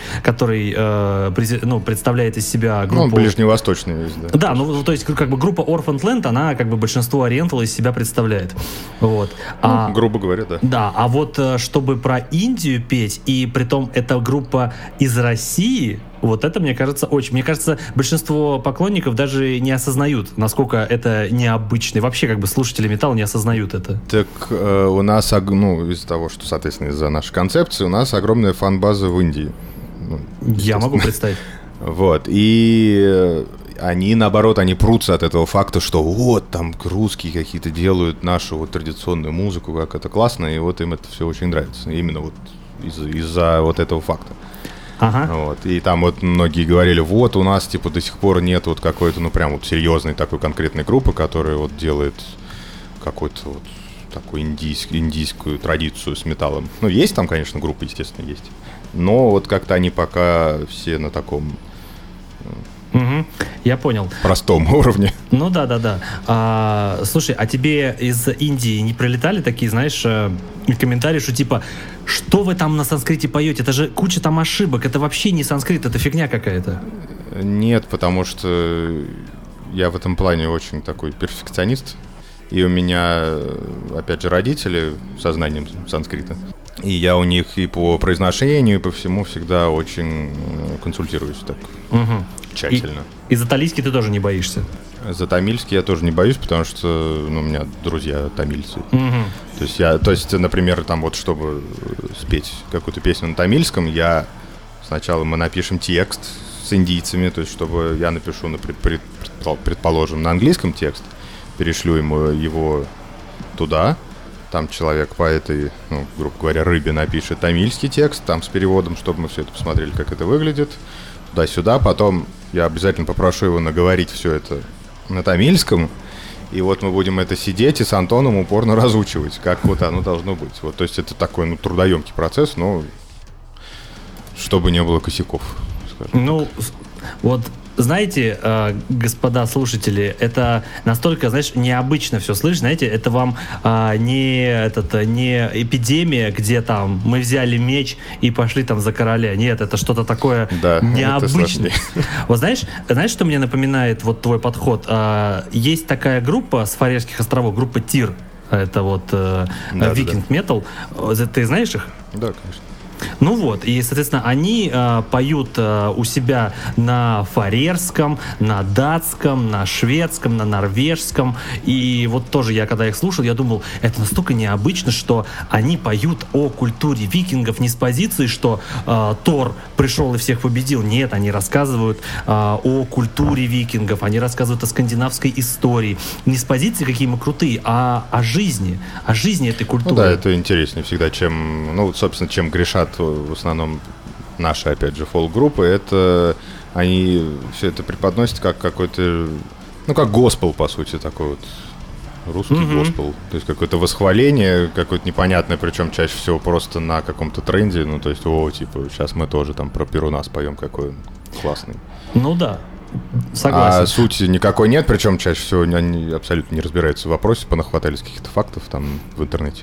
представляет из себя группу... Ну, он ближневосточный весь, да. Да, ну то есть как бы группа Orphaned Land, она как бы большинство Oriental из себя представляет. Вот. Ну, грубо говоря, да. Да, а вот чтобы про Индию петь, и притом это группа из России, вот это, мне кажется, очень... Мне кажется, большинство поклонников даже не осознают, насколько это необычно. И вообще, как бы, слушатели металла не осознают это. Так у нас, ну, из-за того, что, соответственно, из-за нашей концепции, у нас огромная фан-база в Индии. Ну, я могу представить. Вот, и они, наоборот, они прутся от этого факта, что вот, там русские какие-то делают нашу вот традиционную музыку, как это классно, и вот им это все очень нравится. Именно вот из-за вот этого факта. Ага. Вот. И там вот многие говорили, вот у нас типа до сих пор нет вот какой-то, ну прям вот серьезной такой конкретной группы, которая вот делает какую-то вот такую индийскую традицию с металлом. Ну есть там, конечно, группы, естественно, есть. Но вот как-то они пока все на таком... Угу, я понял. Простом уровне. Ну да. Слушай, а тебе из Индии не прилетали такие, знаешь, комментарии, что типа, что вы там на санскрите поете? Это же куча там ошибок, это вообще не санскрит, это фигня какая-то. Нет, потому что я в этом плане очень такой перфекционист. И у меня, опять же, родители со знанием санскрита. И я у них и по произношению, и по всему всегда очень консультируюсь так тщательно. И за талийский ты тоже не боишься? За тамильский я тоже не боюсь, потому что у меня друзья тамильцы. То есть, например, там вот, чтобы спеть какую-то песню на тамильском, мы напишем текст с индийцами, то есть, чтобы я напишу, предположим, на английском текст, перешлю ему его туда, там человек по этой, ну, грубо говоря, рыбе напишет тамильский текст, там с переводом, чтобы мы все это посмотрели, как это выглядит, туда-сюда, потом я обязательно попрошу его наговорить все это на тамильском, и вот мы будем это сидеть и с Антоном упорно разучивать, как вот оно должно быть. Вот, то есть это такой, ну, трудоемкий процесс, но чтобы не было косяков, скажем. Ну, вот, знаете, господа слушатели, это настолько, знаешь, необычно все слышать, знаете, это вам не эпидемия, где там мы взяли меч и пошли там за короля. Нет, это что-то такое необычное. Вот знаешь, что мне напоминает вот твой подход? Есть такая группа с Фарерских островов, группа Тир. Это вот Viking Metal. Ты знаешь их? Да, конечно. Ну вот, и, соответственно, они поют у себя на фарерском, на датском, на шведском, на норвежском. И вот тоже я, когда их слушал, я думал, это настолько необычно, что они поют о культуре викингов не с позиции, что Тор пришел и всех победил. Нет, они рассказывают о культуре викингов, они рассказывают о скандинавской истории. Не с позиции, какие мы крутые, а о жизни этой культуры. Ну да, это интереснее всегда, чем грешат в основном наши, опять же, фолк-группы, это они все это преподносят как какой-то, ну, как госпел, по сути, такой вот русский госпел. То есть какое-то восхваление, какое-то непонятное, причем чаще всего просто на каком-то тренде, ну, то есть, сейчас мы тоже там про Перуна споем, какой он классный. Ну да, согласен. А сути никакой нет, причем чаще всего они абсолютно не разбираются в вопросе, понахватались каких-то фактов там в интернете.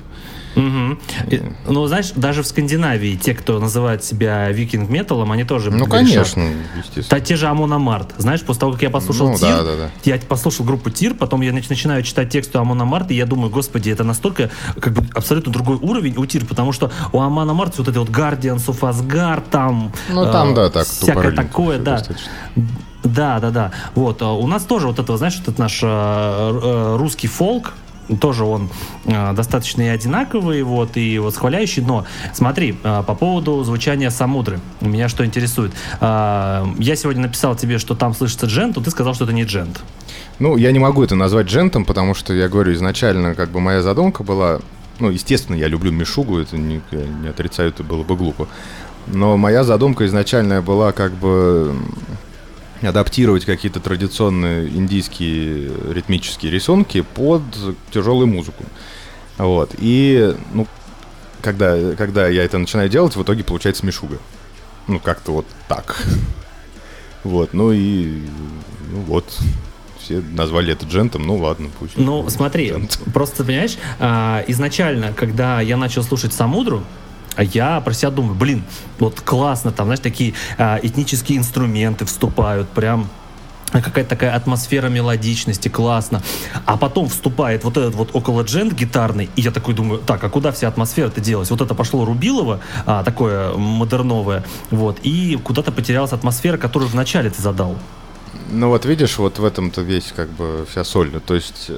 Ну, знаешь, даже в Скандинавии те, кто называет себя викинг-металлом, они тоже грешат. Конечно, естественно. Те же Амон Амарт. Знаешь, после того, как я послушал Тир, я послушал группу Тир, потом я начинаю читать тексты Амон Амарт, и я думаю, господи, это настолько как бы абсолютно другой уровень у Тир, потому что у Амон Амарт вот это вот Guardians of Asgard, там... Ну, там, так, всякое такое, да. Да. Вот, у нас тоже вот это, знаешь, вот этот наш русский фолк, тоже он достаточно и одинаковый, вот, и восхваляющий, но смотри, по поводу звучания Самудры, меня что интересует. Я сегодня написал тебе, что там слышится джент, то ты сказал, что это не джент. Ну, я не могу это назвать джентом, потому что, я говорю, изначально как бы моя задумка была... Ну, естественно, я люблю мишугу, это не отрицаю, это было бы глупо. Но моя задумка изначальная была как бы адаптировать какие-то традиционные индийские ритмические рисунки под тяжелую музыку. Вот. И, ну, когда я это начинаю делать, в итоге получается мишуга. Ну, как-то вот так. Вот, ну и... Ну вот... Все назвали это джентом, ну ладно, пусть. Ну, смотри, просто, понимаешь, изначально, когда я начал слушать Самудру, я про себя думаю, блин, вот классно, там, знаешь, такие этнические инструменты вступают, прям какая-то такая атмосфера мелодичности, классно. А потом вступает вот этот вот около джент гитарный, и я такой думаю, так, а куда вся атмосфера-то делась? Вот это пошло Рубилово, такое модерновое, вот, и куда-то потерялась атмосфера, которую вначале ты задал. Ну вот видишь, вот в этом-то весь как бы вся соль. То есть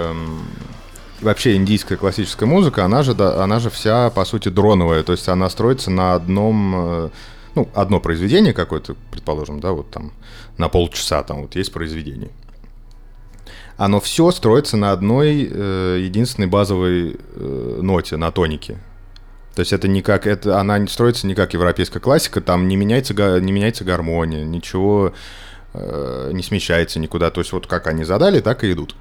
вообще индийская классическая музыка, она же вся по сути дроновая. То есть она строится на одном, ну, одно произведение какое-то, предположим, да, вот там на полчаса там вот есть произведение. Оно все строится на одной единственной базовой ноте, на тонике. То есть она не строится не как европейская классика, там не меняется гармония, ничего не смещается никуда. То есть вот как они задали, так и идут.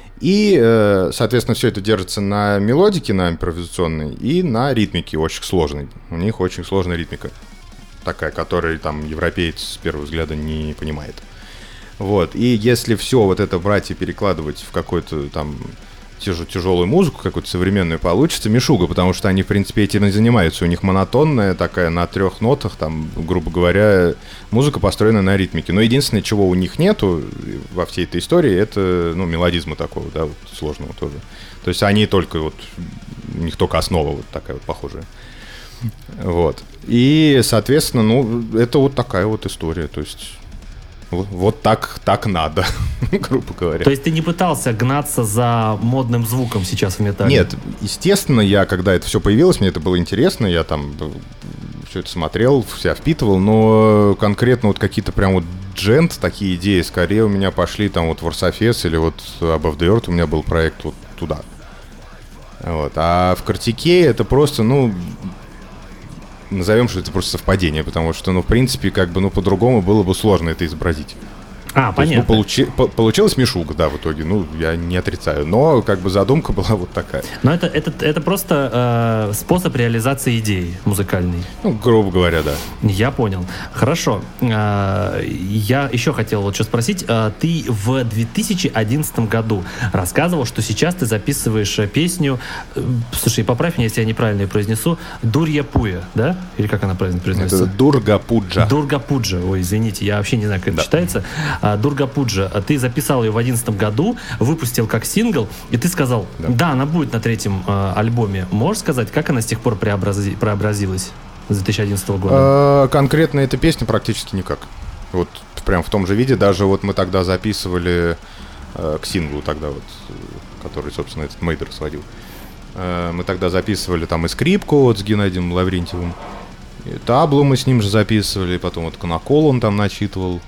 И, соответственно, все это держится на мелодике, на импровизационной, и на ритмике очень сложной. У них очень сложная ритмика. Такая, которую там европеец с первого взгляда не понимает. Вот. И если все вот это брать и перекладывать в какую-то там тяжелую музыку, какую-то современную, получится мишуга, потому что они, в принципе, этим и занимаются. У них монотонная такая, на 3 нотах, там, грубо говоря, музыка построена на ритмике. Но единственное, чего у них нету во всей этой истории, это, ну, мелодизма такого, да, вот, сложного тоже. То есть они только вот, у них только основа вот такая вот похожая. Вот. И, соответственно, ну, это вот такая вот история, то есть... Вот так надо, грубо говоря. То есть ты не пытался гнаться за модным звуком сейчас в металле? Нет, естественно, когда это все появилось, мне это было интересно, я там все это смотрел, себя впитывал, но конкретно вот какие-то прям вот джент, такие идеи, скорее у меня пошли там вот Варсофес или вот Above the Earth, у меня был проект вот туда. Вот. А в Картике это просто, ну... Назовем, что это просто совпадение, потому что, ну, в принципе, как бы, ну, по-другому было бы сложно это изобразить. Понятно. Есть, ну, получилась мишуга, да, в итоге, ну, я не отрицаю, но, как бы, задумка была вот такая. Но это просто способ реализации идеи музыкальной. Ну, грубо говоря, да. Я понял. Хорошо. Я еще хотел вот что спросить. Ты в 2011 году рассказывал, что сейчас ты записываешь песню, слушай, поправь меня, если я неправильно ее произнесу, Дурья-Пуя, да? Или как она правильно произносится? Это Дурга-Пуджа. Дурга-Пуджа. Ой, извините, я вообще не знаю, как это читается. Дурга-Пуджа. Ты записал ее в 2011 году, выпустил как сингл, и ты сказал, да, она будет на 3-м альбоме. Можешь сказать, как она с тех пор преобразилась с 2011 года? Конкретно эта песня практически никак. Вот прям в том же виде. Даже вот мы тогда записывали к синглу тогда вот, который, собственно, этот Мейдер сводил. Мы тогда записывали там и скрипку вот с Геннадием Лаврентьевым, и таблу мы с ним же записывали, потом вот Конокол он там начитывал.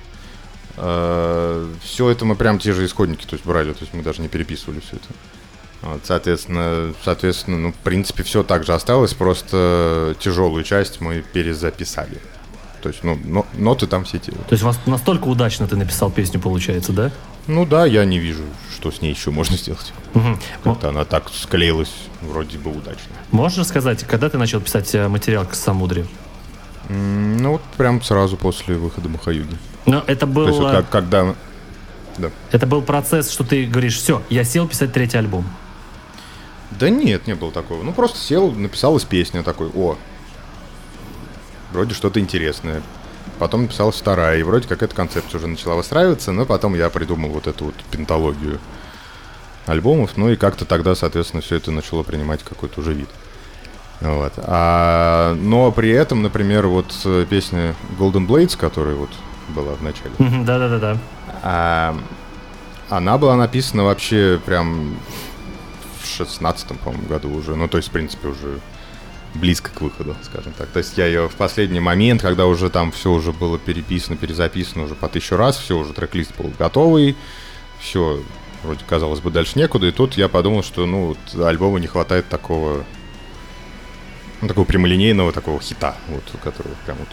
Все это мы прям те же исходники, то есть брали, то есть мы даже не переписывали все это. Вот, соответственно, ну, в принципе, все так же осталось, просто тяжелую часть мы перезаписали. То есть, ну, ноты там все те. То есть настолько удачно ты написал песню, получается, да? Ну да, я не вижу, что с ней еще можно сделать. Угу. Как-то она так склеилась вроде бы удачно. Можешь рассказать, когда ты начал писать материал к Самудре? Ну вот прям сразу после выхода Махаюги. Но это был... То есть вот когда... Да. Это был процесс, что ты говоришь, все, я сел писать 3-й альбом. Да нет, не было такого. Ну просто сел, написалась песня такой, вроде что-то интересное. Потом написалась 2-я, и вроде как эта концепция уже начала выстраиваться, но потом я придумал вот эту вот пенталогию альбомов, ну и как-то тогда, соответственно, все это начало принимать какой-то уже вид. Вот. Но при этом, например, вот песня Golden Blades, которая вот была в начале. Да. Она была написана вообще прям 16-м, по-моему, году уже. Ну, то есть, в принципе, уже близко к выходу, скажем так. То есть я ее в последний момент, когда уже там все уже было переписано, перезаписано уже по 1000 раз, все, уже трек-лист был готовый, все, вроде, казалось бы, дальше некуда. И тут я подумал, что, ну, вот, альбому не хватает такого, ну, такого прямолинейного такого хита, вот, который прям вот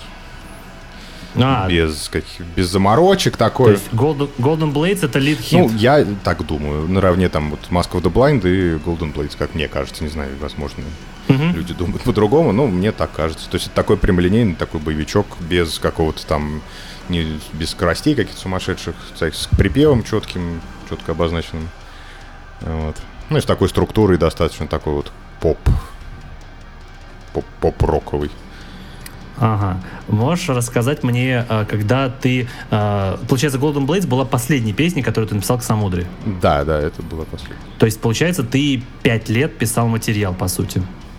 без заморочек такой. То есть Golden Blades — это лид-хит? Ну, я так думаю. Наравне там вот Mask of the Blind и Golden Blades, как мне кажется. Не знаю, возможно, люди думают по-другому, но мне так кажется. То есть это такой прямолинейный, такой боевичок, без какого-то там, без скоростей каких-то сумасшедших, с припевом четким, четко обозначенным. Вот. Ну и с такой структурой достаточно такой вот поп-роковый. Ага. Можешь рассказать мне, когда ты... Получается, Golden Blades была последней песней, которую ты написал к Самудре? Да, это была последняя. То есть, получается, ты 5 лет писал материал, по сути?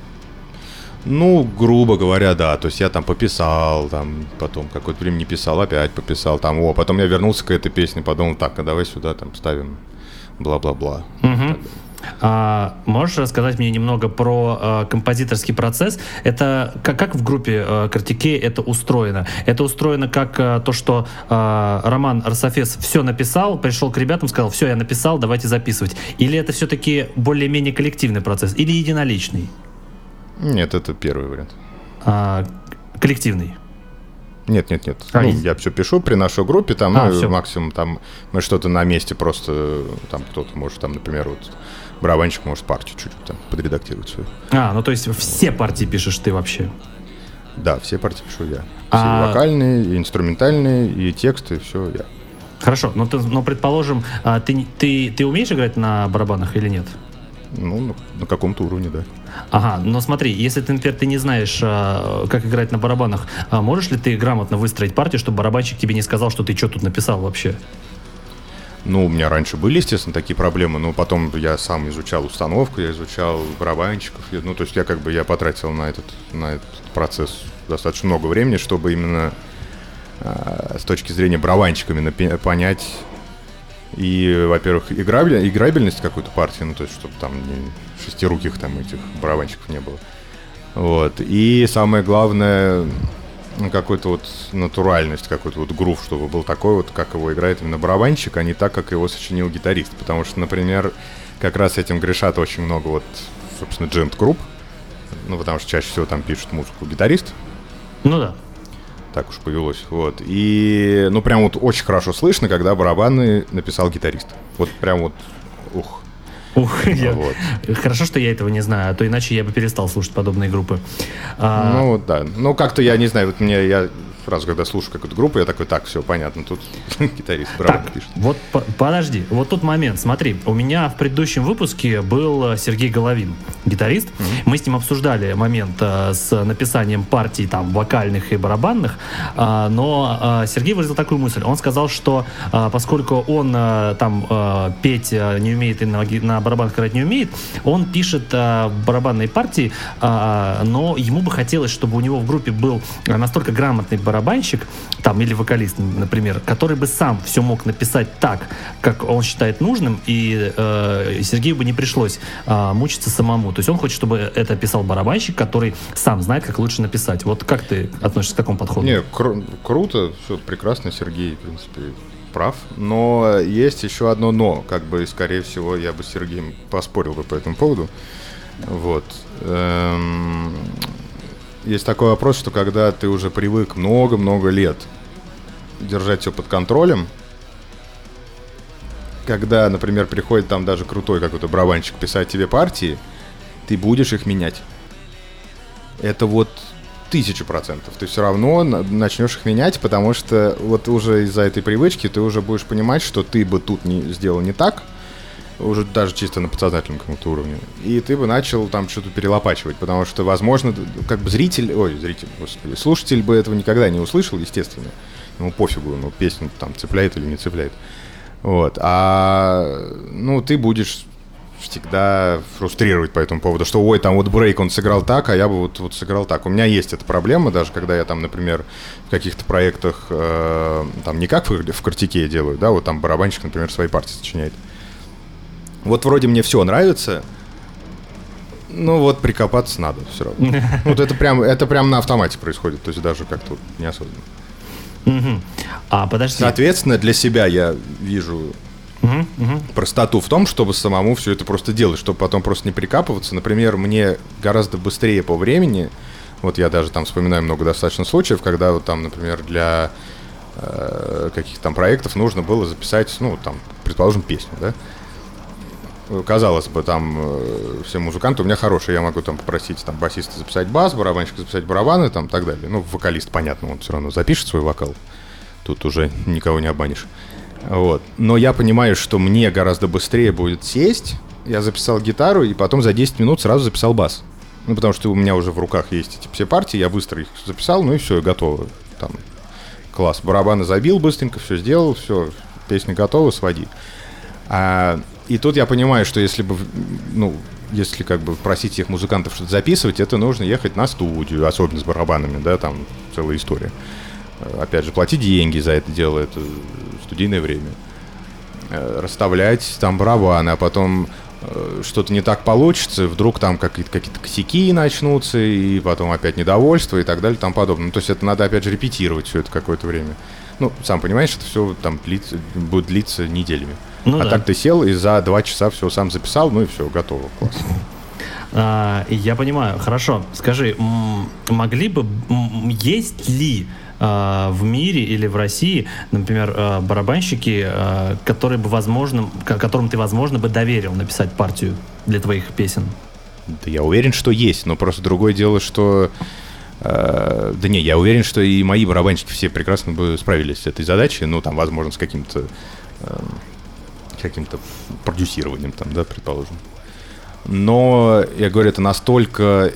Ну, грубо говоря, да. То есть я там пописал, там потом какое-то время не писал, опять пописал. Там, потом я вернулся к этой песне, подумал, так, а давай сюда там ставим бла-бла-бла. Угу. Можешь рассказать мне немного про композиторский процесс? Это как в группе Картикей это устроено? Это устроено как то, что Роман Арсафес все написал, пришел к ребятам, сказал, все, я написал, давайте записывать. Или это все-таки более-менее коллективный процесс? Или единоличный? Нет, это первый вариант. Коллективный? Нет. Я все пишу, приношу группе, там, максимум там мы что-то на месте просто, там кто-то может, там, например, вот барабанщик может партию чуть-чуть там подредактировать свою. Ну то есть все партии пишешь ты вообще? Да, все партии пишу я. Все вокальные, и инструментальные, и тексты, все я. Хорошо, но предположим, ты умеешь играть на барабанах или нет? Ну, на каком-то уровне, да. Ага, но смотри, если ты, например, ты не знаешь, как играть на барабанах, можешь ли ты грамотно выстроить партию, чтобы барабанщик тебе не сказал, что ты что тут написал вообще? Ну, у меня раньше были, естественно, такие проблемы, но потом я сам изучал установку, я изучал барабанщиков, ну, то есть я потратил на этот процесс достаточно много времени, чтобы именно с точки зрения барабанщиками понять и, во-первых, играбельность какой-то партии, ну, то есть, чтобы там шестируких там этих барабанщиков не было. Вот. И самое главное, какую-то вот натуральность, какой-то вот грув, чтобы был такой вот, как его играет именно барабанщик, а не так, как его сочинил гитарист. Потому что, например, как раз этим грешат очень много вот, собственно, джент-групп, ну, потому что чаще всего там пишет музыку гитарист. Ну да. Так уж повелось, вот. И, ну, прям вот очень хорошо слышно, когда барабаны написал гитарист. Вот прям вот, вот. Хорошо, что я этого не знаю, а то иначе я бы перестал слушать подобные группы. Ну, да. Ну, как-то я не знаю, вот я сразу, когда слушаю какую-то группу, я такой, так, все, понятно, тут гитарист барабаны пишет. Вот, подожди, вот тут момент, смотри, у меня в предыдущем выпуске был Сергей Головин, гитарист, мы с ним обсуждали момент с написанием партий там вокальных и барабанных, но Сергей выразил такую мысль, он сказал, что поскольку он там петь не умеет и на барабанах играть не умеет, он пишет барабанные партии, но ему бы хотелось, чтобы у него в группе был настолько грамотный барабанщик, там, или вокалист, например, который бы сам все мог написать так, как он считает нужным, и Сергею бы не пришлось мучиться самому. То есть он хочет, чтобы это писал барабанщик, который сам знает, как лучше написать. Вот как ты относишься к такому подходу? Не, круто, все прекрасно, Сергей, в принципе, прав. Но есть еще одно но, как бы, скорее всего, я бы с Сергеем поспорил бы по этому поводу. Вот. Есть такой вопрос, что когда ты уже привык много-много лет держать все под контролем, когда, например, приходит там даже крутой какой-то барабанщик писать тебе партии, ты будешь их менять. Это вот 1000%. Ты все равно начнешь их менять, потому что вот уже из-за этой привычки ты уже будешь понимать, что ты бы тут сделал не так, уже даже чисто на подсознательном каком-то уровне. И ты бы начал там что-то перелопачивать, потому что, возможно, как бы слушатель бы этого никогда не услышал, естественно. Ему пофигу, песню там цепляет или не цепляет. Вот. Ты будешь всегда фрустрировать по этому поводу, что, ой, там вот брейк он сыграл так, а я бы вот сыграл так. У меня есть эта проблема, даже когда я там, например, в каких-то проектах, там не как в Картикее делаю, да, вот там барабанщик, например, свои партии сочиняет. Вот вроде мне все нравится, Ну вот прикопаться надо все равно. Вот это прям на автомате происходит, то есть даже как-то вот неосознанно. А подожди. Соответственно, для себя я вижу простоту в том, чтобы самому все это просто делать, чтобы потом просто не прикапываться. Например, мне гораздо быстрее по времени, вот я даже там вспоминаю много достаточно случаев, когда вот там, например, для каких-то там проектов нужно было записать, ну, там, предположим, песню, да? Казалось бы, там все музыканты у меня хорошие, я могу там попросить там басиста записать бас, барабанщика записать барабаны, там, и так далее. Ну, вокалист, понятно, он все равно запишет свой вокал, тут уже никого не обманешь. Вот. Но я понимаю, что мне гораздо быстрее будет сесть, я записал гитару и потом за 10 минут сразу записал бас. Ну, потому что у меня уже в руках есть эти все партии, я быстро их записал, ну и все, готово. Там, класс, барабаны забил быстренько, все сделал, все, песня готова, своди. И тут я понимаю, что если бы, ну, если как бы просить всех музыкантов что-то записывать, это нужно ехать на студию, особенно с барабанами, да, там целая история. Опять же, платить деньги за это дело, это студийное время. Расставлять там барабаны, а потом что-то не так получится, вдруг там какие-то косяки начнутся, и потом опять недовольство и так далее и тому подобное. Ну, то есть это надо опять же репетировать все это какое-то время. Ну, сам понимаешь, это все там будет длиться неделями. Ну, так ты сел и за 2 часа все сам записал, ну и все, готово, классно. Я понимаю, хорошо. Скажи, есть ли в мире или в России, например, барабанщики, которым ты, возможно, бы доверил написать партию для твоих песен? Да я уверен, что есть, но просто другое дело, что... Да не, я уверен, что и мои барабанщики все прекрасно бы справились с этой задачей, ну, там, возможно, с каким-то продюсированием, там, да, предположим. Но, я говорю, это настолько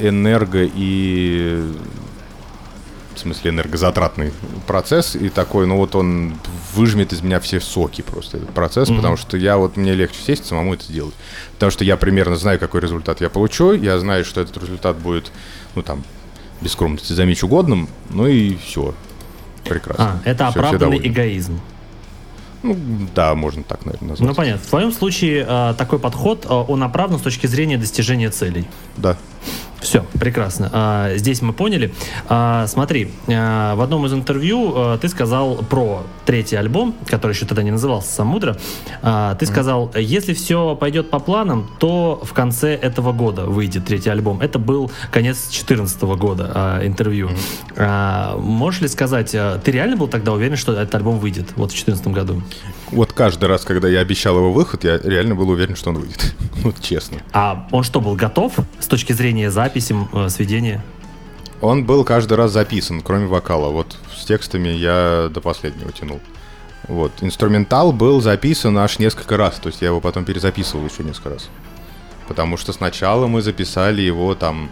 в смысле, энергозатратный процесс, и такой, ну, вот он выжмет из меня все соки просто, этот процесс, потому что мне легче сесть самому это сделать. Потому что я примерно знаю, какой результат я получу, я знаю, что этот результат будет, ну, там, без скромности замечу годным, ну и все. Прекрасно. Это все, оправданный эгоизм. Ну, да, можно так, наверное, назвать. Ну, понятно. В твоем случае такой подход, он оправдан с точки зрения достижения целей. Да. Все, прекрасно. Здесь мы поняли. Смотри, в одном из интервью ты сказал про 3-й альбом, который еще тогда не назывался «Самудра». Ты сказал, если все пойдет по планам, то в конце этого года выйдет 3-й альбом. Это был конец 2014 года интервью. Можешь ли сказать, ты реально был тогда уверен, что этот альбом выйдет вот в 2014 году? Вот каждый раз, когда я обещал его выход, я реально был уверен, что он выйдет. Вот честно. А он что, был готов с точки зрения записи, сведения? Он был каждый раз записан, кроме вокала. Вот с текстами я до последнего тянул. Вот. Инструментал был записан аж несколько раз. То есть я его потом перезаписывал еще несколько раз. Потому что сначала мы записали его там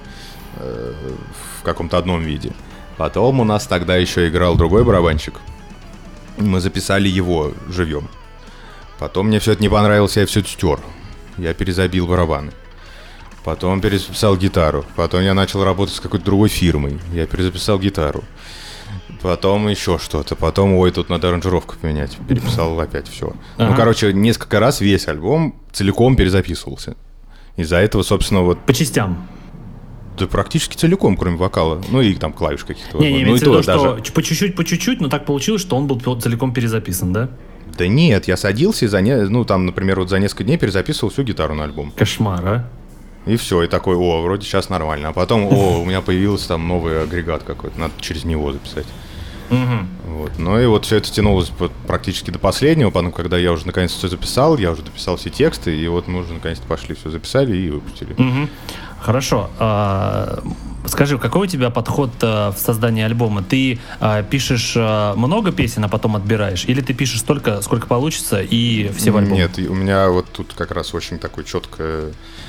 в каком-то одном виде. Потом у нас тогда еще играл другой барабанщик. Мы записали его живьем. Потом мне все это не понравилось, я все это стер. Я перезабил барабаны. Потом перезаписал гитару. Потом я начал работать с какой-то другой фирмой. Я перезаписал гитару. Потом еще что-то. Потом, тут надо аранжировку поменять. Переписал опять все. Ага. Ну, короче, несколько раз весь альбом целиком перезаписывался. Из-за этого, собственно, вот... По частям? Да практически целиком, кроме вокала. Ну и там клавиш каких-то. Не, имеется в виду, что по чуть-чуть, но так получилось, что он был целиком перезаписан, да? Да нет, я садился и например, вот за несколько дней перезаписывал всю гитару на альбом. Кошмар, а? И все, и такой, вроде сейчас нормально. А потом, у меня появился там новый агрегат какой-то, надо через него записать. Вот. Ну и вот все это тянулось практически до последнего. Потом, когда я уже наконец все записал, я уже дописал все тексты, и вот мы уже наконец-то пошли, все записали и выпустили. Хорошо. Скажи, какой у тебя подход в создании альбома? Ты пишешь много песен, а потом отбираешь? Или ты пишешь столько, сколько получится, и все в альбом? Нет, у меня вот тут как раз очень такой четкая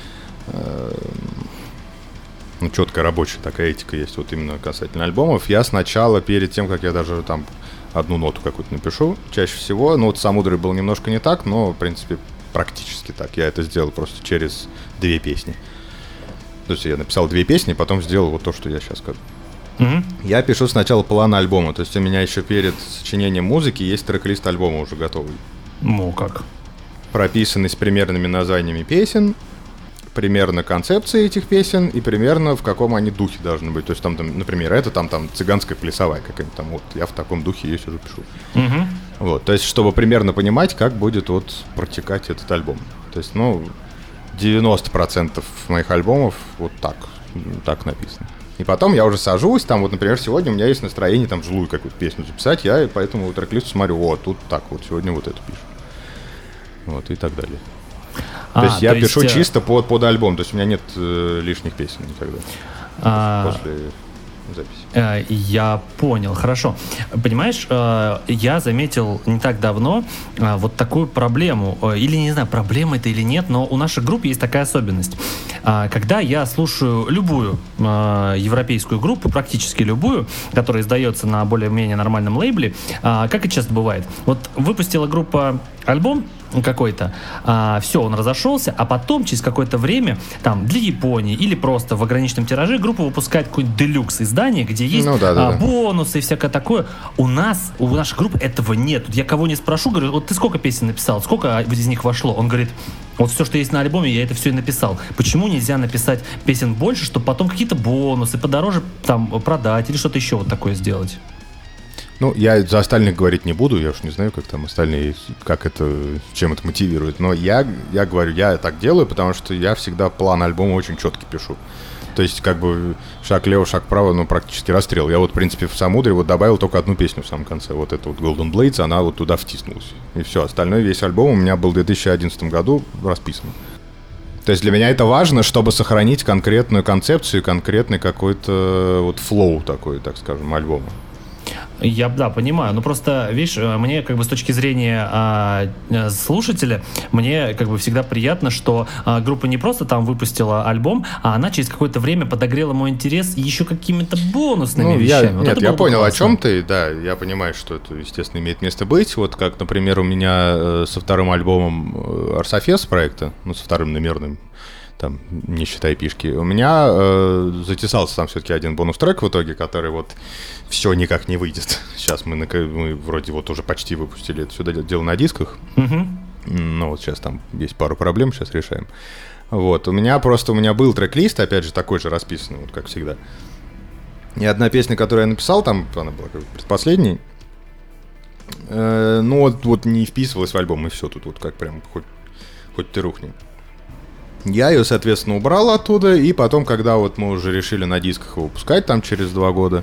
рабочая такая этика есть вот именно касательно альбомов. Я сначала, перед тем, как я даже там одну ноту какую-то напишу, чаще всего, вот с «Самудрой» было немножко не так, но, в принципе, практически так. Я это сделал просто через 2 песни. То есть я написал 2 песни, потом сделал вот то, что я сейчас скажу. Я пишу сначала план альбома, то есть у меня еще перед сочинением музыки есть трек-лист альбома уже готовый. Ну как? Прописанный с примерными названиями песен, примерно концепции этих песен и примерно в каком они духе должны быть. То есть там например, это там цыганская плясовая какая-нибудь там, вот я в таком духе ее сижу, пишу. Вот, то есть, чтобы примерно понимать, как будет вот протекать этот альбом. То есть, 90% моих альбомов вот так написано. И потом я уже сажусь, там вот, например, сегодня у меня есть настроение там злую какую-то песню записать, я поэтому трек-лист смотрю, вот, тут так вот, сегодня вот это пишу. Вот, и так далее. То есть я пишу чисто под альбом, то есть у меня нет лишних песен никогда после записи. Я понял, хорошо. Понимаешь, я заметил не так давно вот такую проблему, или не знаю, проблема это или нет, но у нашей группы есть такая особенность. Когда я слушаю любую европейскую группу, практически любую, которая издается на более-менее нормальном лейбле, как и часто бывает, вот выпустила группа альбом какой-то, все, он разошелся, а потом через какое-то время там для Японии или просто в ограниченном тираже группа выпускает какое-нибудь делюкс издание, где есть бонусы и всякое такое. У нашей группы этого нет. Я кого не спрошу, говорю, вот ты сколько песен написал, сколько из них вошло? Он говорит, вот все, что есть на альбоме, я это все и написал. Почему нельзя написать песен больше, чтобы потом какие-то бонусы подороже там продать или что-то еще вот такое сделать? Я за остальных говорить не буду, я уж не знаю, как там остальные, чем это мотивирует, но я говорю, я так делаю, потому что я всегда план альбома очень четкий пишу. То есть, как бы, шаг лево, шаг вправо, практически расстрел. Я вот, в принципе, в «Самудре» вот добавил только одну песню в самом конце, вот эту вот «Golden Blades», она вот туда втиснулась. И все, остальное, весь альбом у меня был в 2011 году расписан. То есть для меня это важно, чтобы сохранить конкретную концепцию, конкретный какой-то вот флоу такой, так скажем, альбома. Я, понимаю, но просто, видишь, мне как бы с точки зрения слушателя, мне как бы всегда приятно, что группа не просто там выпустила альбом, а она через какое-то время подогрела мой интерес еще какими-то бонусными вещами. Я понял, о чем ты, да, я понимаю, что это, естественно, имеет место быть. Вот как, например, у меня со вторым альбомом Арсофес проекта, со вторым номерным, там, не считая пишки, у меня затесался там все-таки один бонус-трек в итоге, который вот все никак не выйдет. Сейчас мы вроде вот уже почти выпустили это сюда дело на дисках. Но вот сейчас там есть пару проблем, сейчас решаем. Вот, у меня был трек-лист, опять же, такой же расписанный, вот как всегда. И одна песня, которую я написал, там, она была как бы предпоследней, вот не вписывалась в альбом, и все, тут вот как прям хоть ты рухни. Я ее, соответственно, убрал оттуда, и потом, когда вот мы уже решили на дисках его выпускать там через 2 года,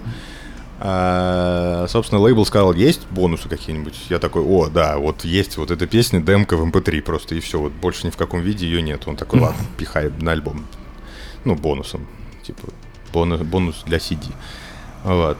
собственно, лейбл сказал, есть бонусы какие-нибудь? Я такой, вот есть вот эта песня, демка в MP3 просто, и все, вот больше ни в каком виде ее нет. Он такой, ладно, пихай на альбом, бонусом, типа бонус для CD. Вот.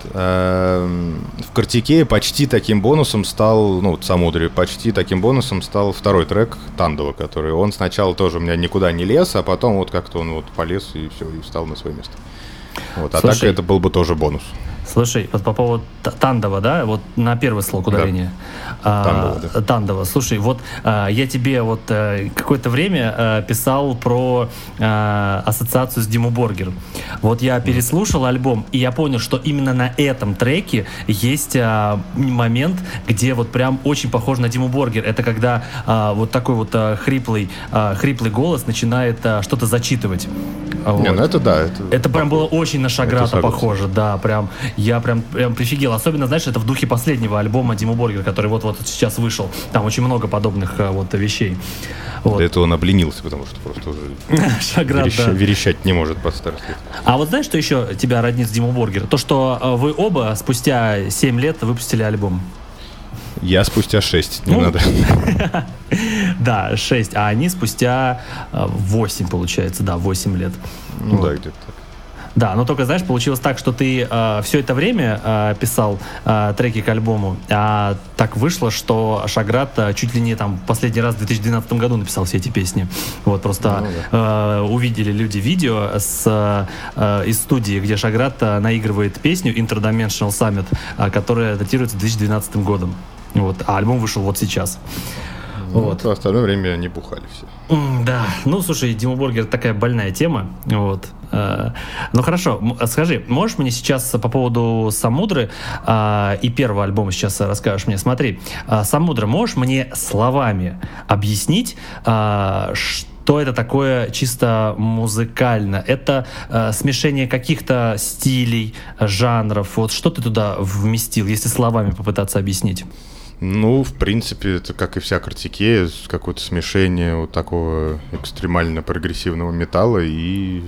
В Картикее почти таким бонусом стал, в «Самудре» почти таким бонусом стал второй трек Тандова, который он сначала тоже у меня никуда не лез, а потом вот как-то он вот полез и все, и встал на свое место. Вот. А так это был бы тоже бонус. Слушай, вот по поводу Тандова, да, вот на первый слог ударения. Да. Тандова. Слушай, вот я тебе вот какое-то время писал про ассоциацию с Диму Боргер. Вот я переслушал альбом, и я понял, что именно на этом треке есть момент, где вот прям очень похож на Диму Боргер. Это когда вот такой вот хриплый голос начинает что-то зачитывать. Вот. Это да. Это прям было очень на Шаграта похоже, да, прям. Я прям прифигел. Особенно, знаешь, это в духе последнего альбома Диму Боргера, который вот сейчас вышел. Там очень много подобных вот вещей. Вот. До этого он обленился, потому что просто уже Шаграт, верещать не может под старость лет. А вот знаешь, что еще тебя роднит с Диму Боргера? То, что вы оба спустя 7 лет выпустили альбом. Я спустя 6, не надо. Да, 6, а они спустя 8, получается, 8 лет. Да, где-то так. Да, но только, знаешь, получилось так, что ты все это время писал треки к альбому, а так вышло, что Шаграт чуть ли не там последний раз в 2012 году написал все эти песни. Вот, просто увидели люди видео из студии, где Шаграт наигрывает песню Interdimensional Summit, которая датируется 2012 годом. Вот, а альбом вышел вот сейчас. Вот. В остальное время они бухали все. Да, слушай, Дима Боргер такая больная тема, вот. Хорошо, скажи, можешь мне сейчас по поводу «Самудры» и первого альбома сейчас расскажешь мне? Смотри, «Самудра», можешь мне словами объяснить, что это такое чисто музыкально? Это смешение каких-то стилей, жанров. Вот что ты туда вместил, если словами попытаться объяснить? Ну, в принципе, это, как и вся Картикея, какое-то смешение вот такого экстремально-прогрессивного металла и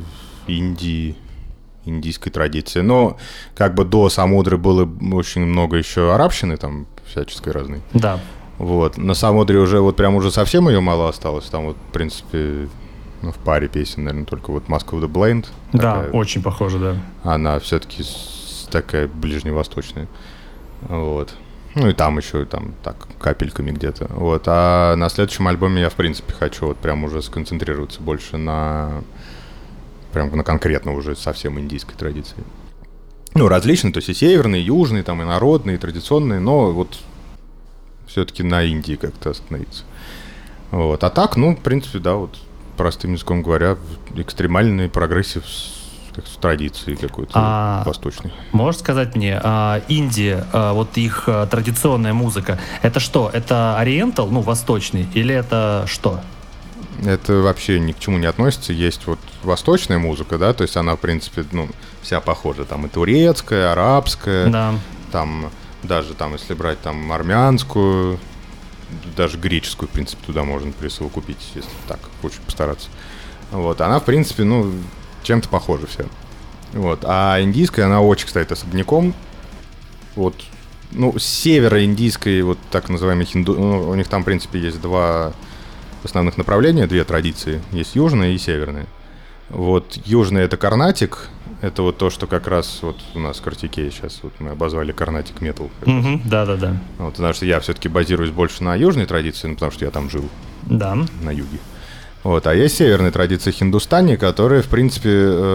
индийской традиции. Но как бы до Самудры было очень много еще арабщины, там всяческой разной. Да. Вот. На Самудре уже вот прям уже совсем ее мало осталось. Там вот, в принципе, в паре песен, наверное, только вот Mask of the Blind. Да, такая, очень похоже, да. она все-таки такая ближневосточная. Вот. Ну и там еще там так капельками где-то. Вот. А на следующем альбоме я, в принципе, хочу вот прям уже сконцентрироваться больше на конкретно уже совсем индийской традиции. Ну, различные, то есть и северные, и южные, там, и народные, и традиционные, но вот все-таки на Индии как-то остановиться. Вот. А так, ну, в принципе, да, вот простым языком говоря, экстремальный прогрессив с традицией какой-то восточной. Можешь сказать мне, Индия, вот их традиционная музыка, это что? Это ориентал, ну, восточный, или это что? Это вообще ни к чему не относится. Есть вот восточная музыка, да, то есть она, в принципе, ну, вся похожа. Там и турецкая, арабская, да. Там даже, там, если брать там армянскую, даже греческую, в принципе, туда можно присовокупить, если так очень постараться. Вот, она, в принципе, ну, чем-то похожа вся. Вот, а индийская, она очень стоит особняком. Вот, ну, с северо-индийской, вот так называемой ну, у них там, в принципе, есть два основных направления, две традиции. Есть южная и северная. Вот южная — это карнатик. Это вот то, что как раз вот у нас в Картикее сейчас вот мы обозвали карнатик метал. Да. Вот, потому что я все-таки базируюсь больше на южной традиции, ну, потому что я там жил. Да. На юге. Вот, а есть северная традиция Хиндустани, которая, в принципе,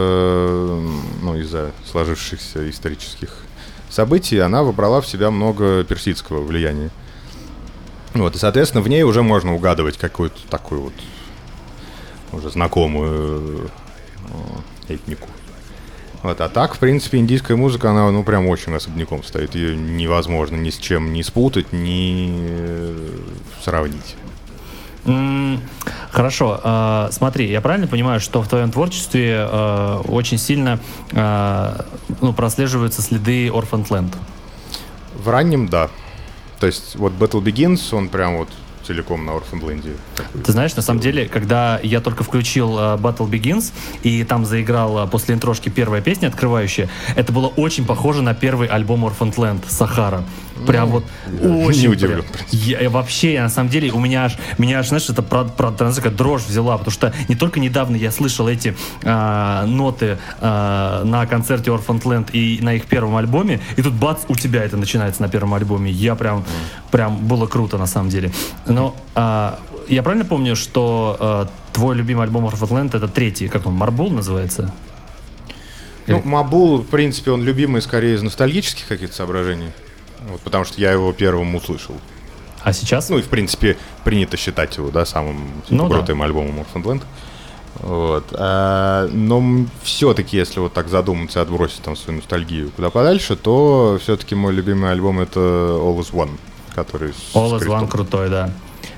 ну, из-за сложившихся исторических событий, она вобрала в себя много персидского влияния. Вот, и, соответственно, в ней уже можно угадывать какую-то такую вот уже знакомую этнику. Вот, а так, в принципе, индийская музыка, она, ну, прям очень особняком стоит. Ее невозможно ни с чем не спутать, ни сравнить. Хорошо. Смотри, я правильно понимаю, что в твоем творчестве очень сильно прослеживаются следы Orphaned Land? В раннем, да. То есть вот Battle Begins, он прям вот целиком на Orphaned Land. Ты знаешь, на самом деле, когда я только включил Battle Begins, и там заиграла после интрошки первая песня, открывающая, это было очень похоже на первый альбом Orphaned Land «Сахара». Прям вот очень... Не удивлен. Я на самом деле, меня аж, знаешь, это такая дрожь взяла, потому что не только недавно я слышал эти ноты на концерте Orphaned Land и на их первом альбоме, и тут бац, у тебя это начинается на первом альбоме. Я прям было круто на самом деле. Но я правильно помню, что твой любимый альбом Orphaned Land — это третий, как он, Марбул называется? Ну, Мабул, в принципе, он любимый скорее из ностальгических каких-то соображений. Вот, потому что я его первым услышал. А сейчас? Ну и, в принципе, принято считать его, да, самым крутым альбомом Orphaned Land. Вот. Но все-таки, если вот так задуматься и отбросить там свою ностальгию куда подальше, то все-таки мой любимый альбом — это All Is One, который All Is One крутой, да.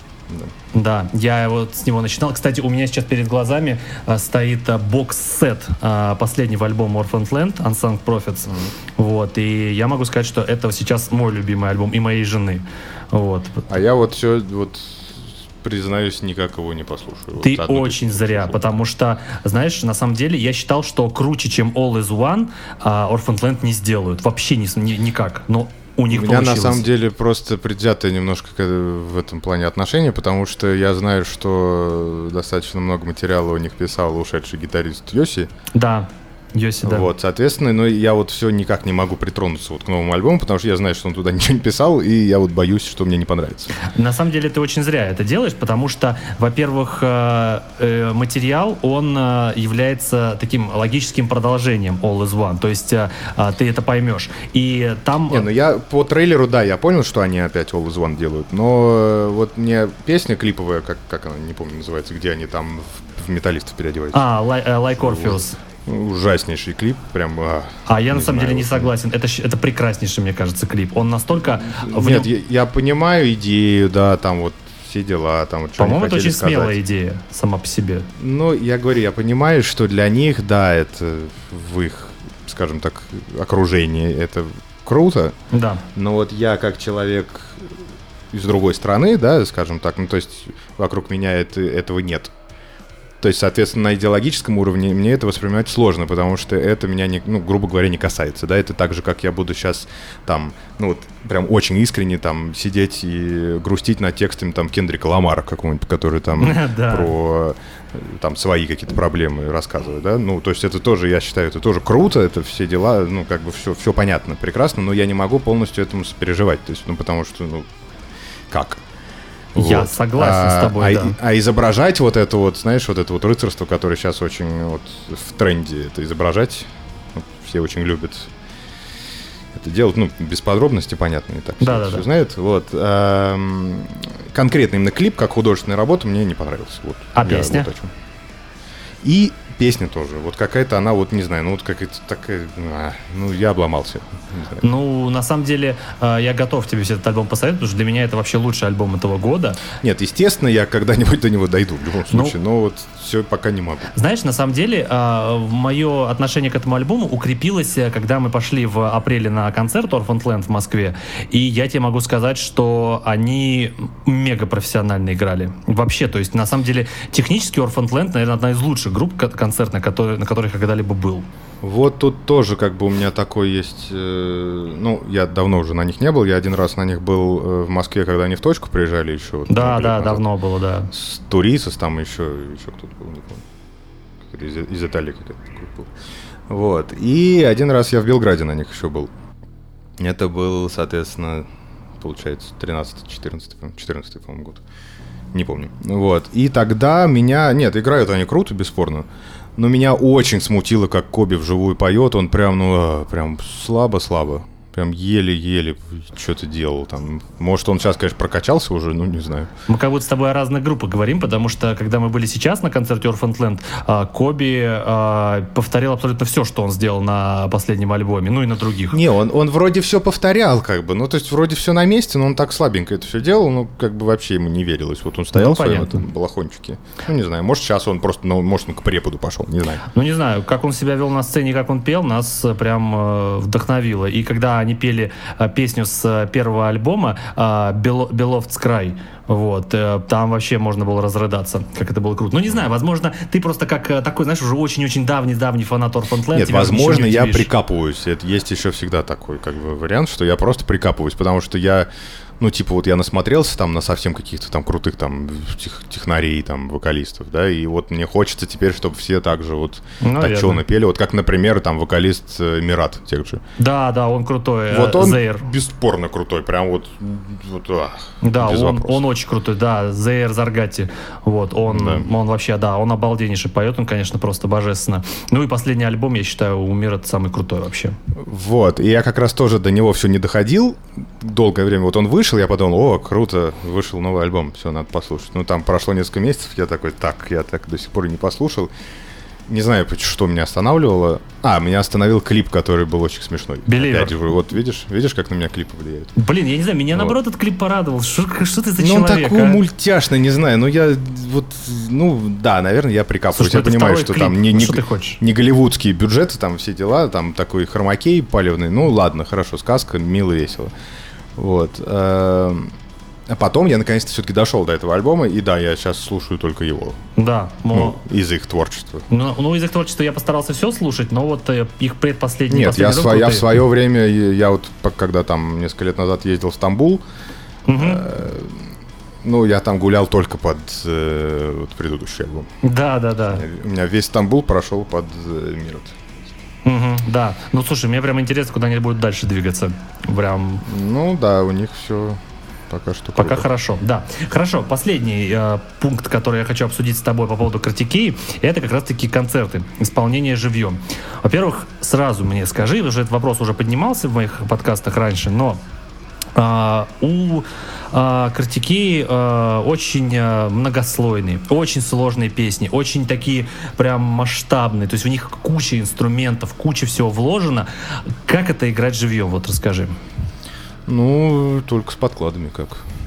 Да, я вот с него начинал. Кстати, у меня сейчас перед глазами стоит бокс-сет последнего альбома Orphaned Land, Unsung Prophets. Вот, и я могу сказать, что это сейчас мой любимый альбом и моей жены. Вот. А я вот все, вот, признаюсь, никак его не послушаю. Ты вот очень зря, потому что, знаешь, на самом деле я считал, что круче, чем All Is One, Orphaned Land не сделают. Вообще никак. Но у них меня получилось. На самом деле просто предвзятое немножко в этом плане отношение, потому что я знаю, что достаточно много материала у них писал ушедший гитарист Йоси. Да, Йоси, да. Вот, соответственно, но я вот все никак не могу притронуться вот к новому альбому, потому что я знаю, что он туда ничего не писал, и я вот боюсь, что мне не понравится. На самом деле ты очень зря это делаешь, потому что, во-первых, материал, он является таким логическим продолжением All Is One, то есть ты это поймешь. И там... Не, ну я по трейлеру, да, я понял, что они опять All Is One делают, но вот мне песня клиповая, как она, не помню, называется, где они там в металлистов переодеваются. Like Orpheus. Ужаснейший клип, прям... я на самом деле не согласен. Это прекраснейший, мне кажется, клип. Он настолько... Нет, я понимаю идею, да, там вот все дела, там, вот, что По-моему, они это хотели очень сказать. смелая идея сама по себе. Ну, я говорю, я понимаю, что для них, да, это в их, скажем так, окружении это круто, Да. но вот я как человек из другой страны, да, скажем так, ну, то есть вокруг меня этого нет. То есть, соответственно, на идеологическом уровне мне это воспринимать сложно, потому что это меня, грубо говоря, не касается, да, это так же, как я буду сейчас там, ну, вот, прям очень искренне там сидеть и грустить над текстами там Кендрика Ламара какого-нибудь, который там про там свои какие-то проблемы рассказывает, да, ну, то есть это тоже, я считаю, это тоже круто, это все дела, ну, как бы все понятно, прекрасно, но я не могу полностью этому сопереживать, то есть, ну, потому что, ну, как? Я Вот. согласен с тобой, да. А изображать вот это вот, знаешь, вот это вот рыцарство, которое сейчас очень вот в тренде, это изображать, ну, все очень любят это делать, ну, без подробностей, понятно, не так все знают. Вот. Конкретно именно клип, как художественная работа, мне не понравился. Вот. А песня? Вот о чем. И песня тоже. Вот какая-то она, вот не знаю, ну вот какая-то такая, ну я обломался. Ну, на самом деле, я готов тебе все этот альбом посоветовать, потому что для меня это вообще лучший альбом этого года. Нет, естественно, я когда-нибудь до него дойду в любом случае, но вот все пока не могу. Знаешь, на самом деле, мое отношение к этому альбому укрепилось, когда мы пошли в апреле на концерт Orphaned Land в Москве, и я тебе могу сказать, что они мега профессионально играли. Вообще, то есть, на самом деле, технически Orphaned Land, наверное, одна из лучших групп концертных, на которых я когда-либо был. Вот тут тоже как бы у меня такой есть, ну, я давно уже на них не был, я один раз на них был в Москве, когда они в точку приезжали еще. Вот, да, давно было, да. С Турисос, там еще кто-то был, не помню. Из Италии какая-то группа. Вот. И один раз я в Белграде на них еще был. Это был, соответственно, получается, 13-14, по-моему, год. Не помню. Вот. И тогда меня... Нет, играют они круто, бесспорно. Но меня очень смутило, как Коби вживую поет. Он прям, прям слабо-слабо. Прям еле-еле что-то делал там. Может, он сейчас, конечно, прокачался уже, ну, не знаю. Мы как будто с тобой о разных группах говорим, потому что, когда мы были сейчас на концерте Orphaned Land, Коби повторил абсолютно все, что он сделал на последнем альбоме, ну и на других. Не, он вроде все повторял, как бы. Ну, то есть, вроде все на месте, но он так слабенько это все делал, ну, как бы вообще ему не верилось. Вот он стоял в своем этом балахончике. Ну, не знаю, может, сейчас он просто, ну, может, он к преподу пошел, не знаю. Ну, не знаю, как он себя вел на сцене, как он пел, нас прям вдохновило. И когда они пели песню с первого альбома «Beloved's Cry», вот, там вообще можно было разрыдаться, как это было круто. Ну, не знаю, возможно, ты просто как такой, знаешь, уже очень-очень давний фанат Orphaned Land. Нет, возможно, я прикапываюсь. Это есть еще всегда такой, как бы, вариант, что я просто прикапываюсь, потому что я... Ну, типа, вот я насмотрелся там на совсем каких-то там крутых там технарей, там, вокалистов, да, и вот мне хочется теперь, чтобы все так же вот точёно пели, вот как, например, там, вокалист Мират тех же. Да, он крутой, вот он Зейр. Бесспорно крутой, прям вот да, он очень крутой, да, Зейр Заргати, вот, он вообще, да, он обалденнейший поет, он, конечно, просто божественно. Ну и последний альбом, я считаю, у Мират самый крутой вообще. Вот, и я как раз тоже до него все не доходил долгое время, вот он вышел, я подумал, о, круто, вышел новый альбом, все, надо послушать. Ну, там прошло несколько месяцев, я такой, я так до сих пор и не послушал. Не знаю, что меня останавливало. Меня остановил клип, который был очень смешной. Believer. Опять же, вот видишь, как на меня клипы влияют? Блин, я не знаю, меня наоборот этот клип порадовал. Что ты за человек? Он такой мультяшный, не знаю. Но я вот, да, наверное, я прикапываюсь. Я понимаю, что клип, там не голливудские бюджеты, там все дела, там такой хромакей палевный. Ну, ладно, хорошо, сказка, мило, весело. Вот. А потом я наконец-то все-таки дошел до этого альбома, и да, я сейчас слушаю только его. Да. Из их творчества. Ну, из их творчества я постарался все слушать, но вот их предпоследний... Нет, я в свое время, я вот, когда там несколько лет назад ездил в Стамбул, ну, я там гулял только под предыдущий альбом. Да. У меня весь Стамбул прошел под Мират. Да. Ну, слушай, мне прям интересно, куда они будут дальше двигаться. Прям... Ну, да, у них все... Пока хорошо, да. Хорошо, последний пункт, который я хочу обсудить с тобой по поводу Критикеи, это как раз-таки концерты, исполнение живьем. Во-первых, сразу мне скажи, потому что этот вопрос уже поднимался в моих подкастах раньше, но у Критикеи очень многослойные, очень сложные песни, очень такие прям масштабные, то есть в них куча инструментов, куча всего вложено. Как это играть живьем? Вот расскажи. Ну, только с подкладами как.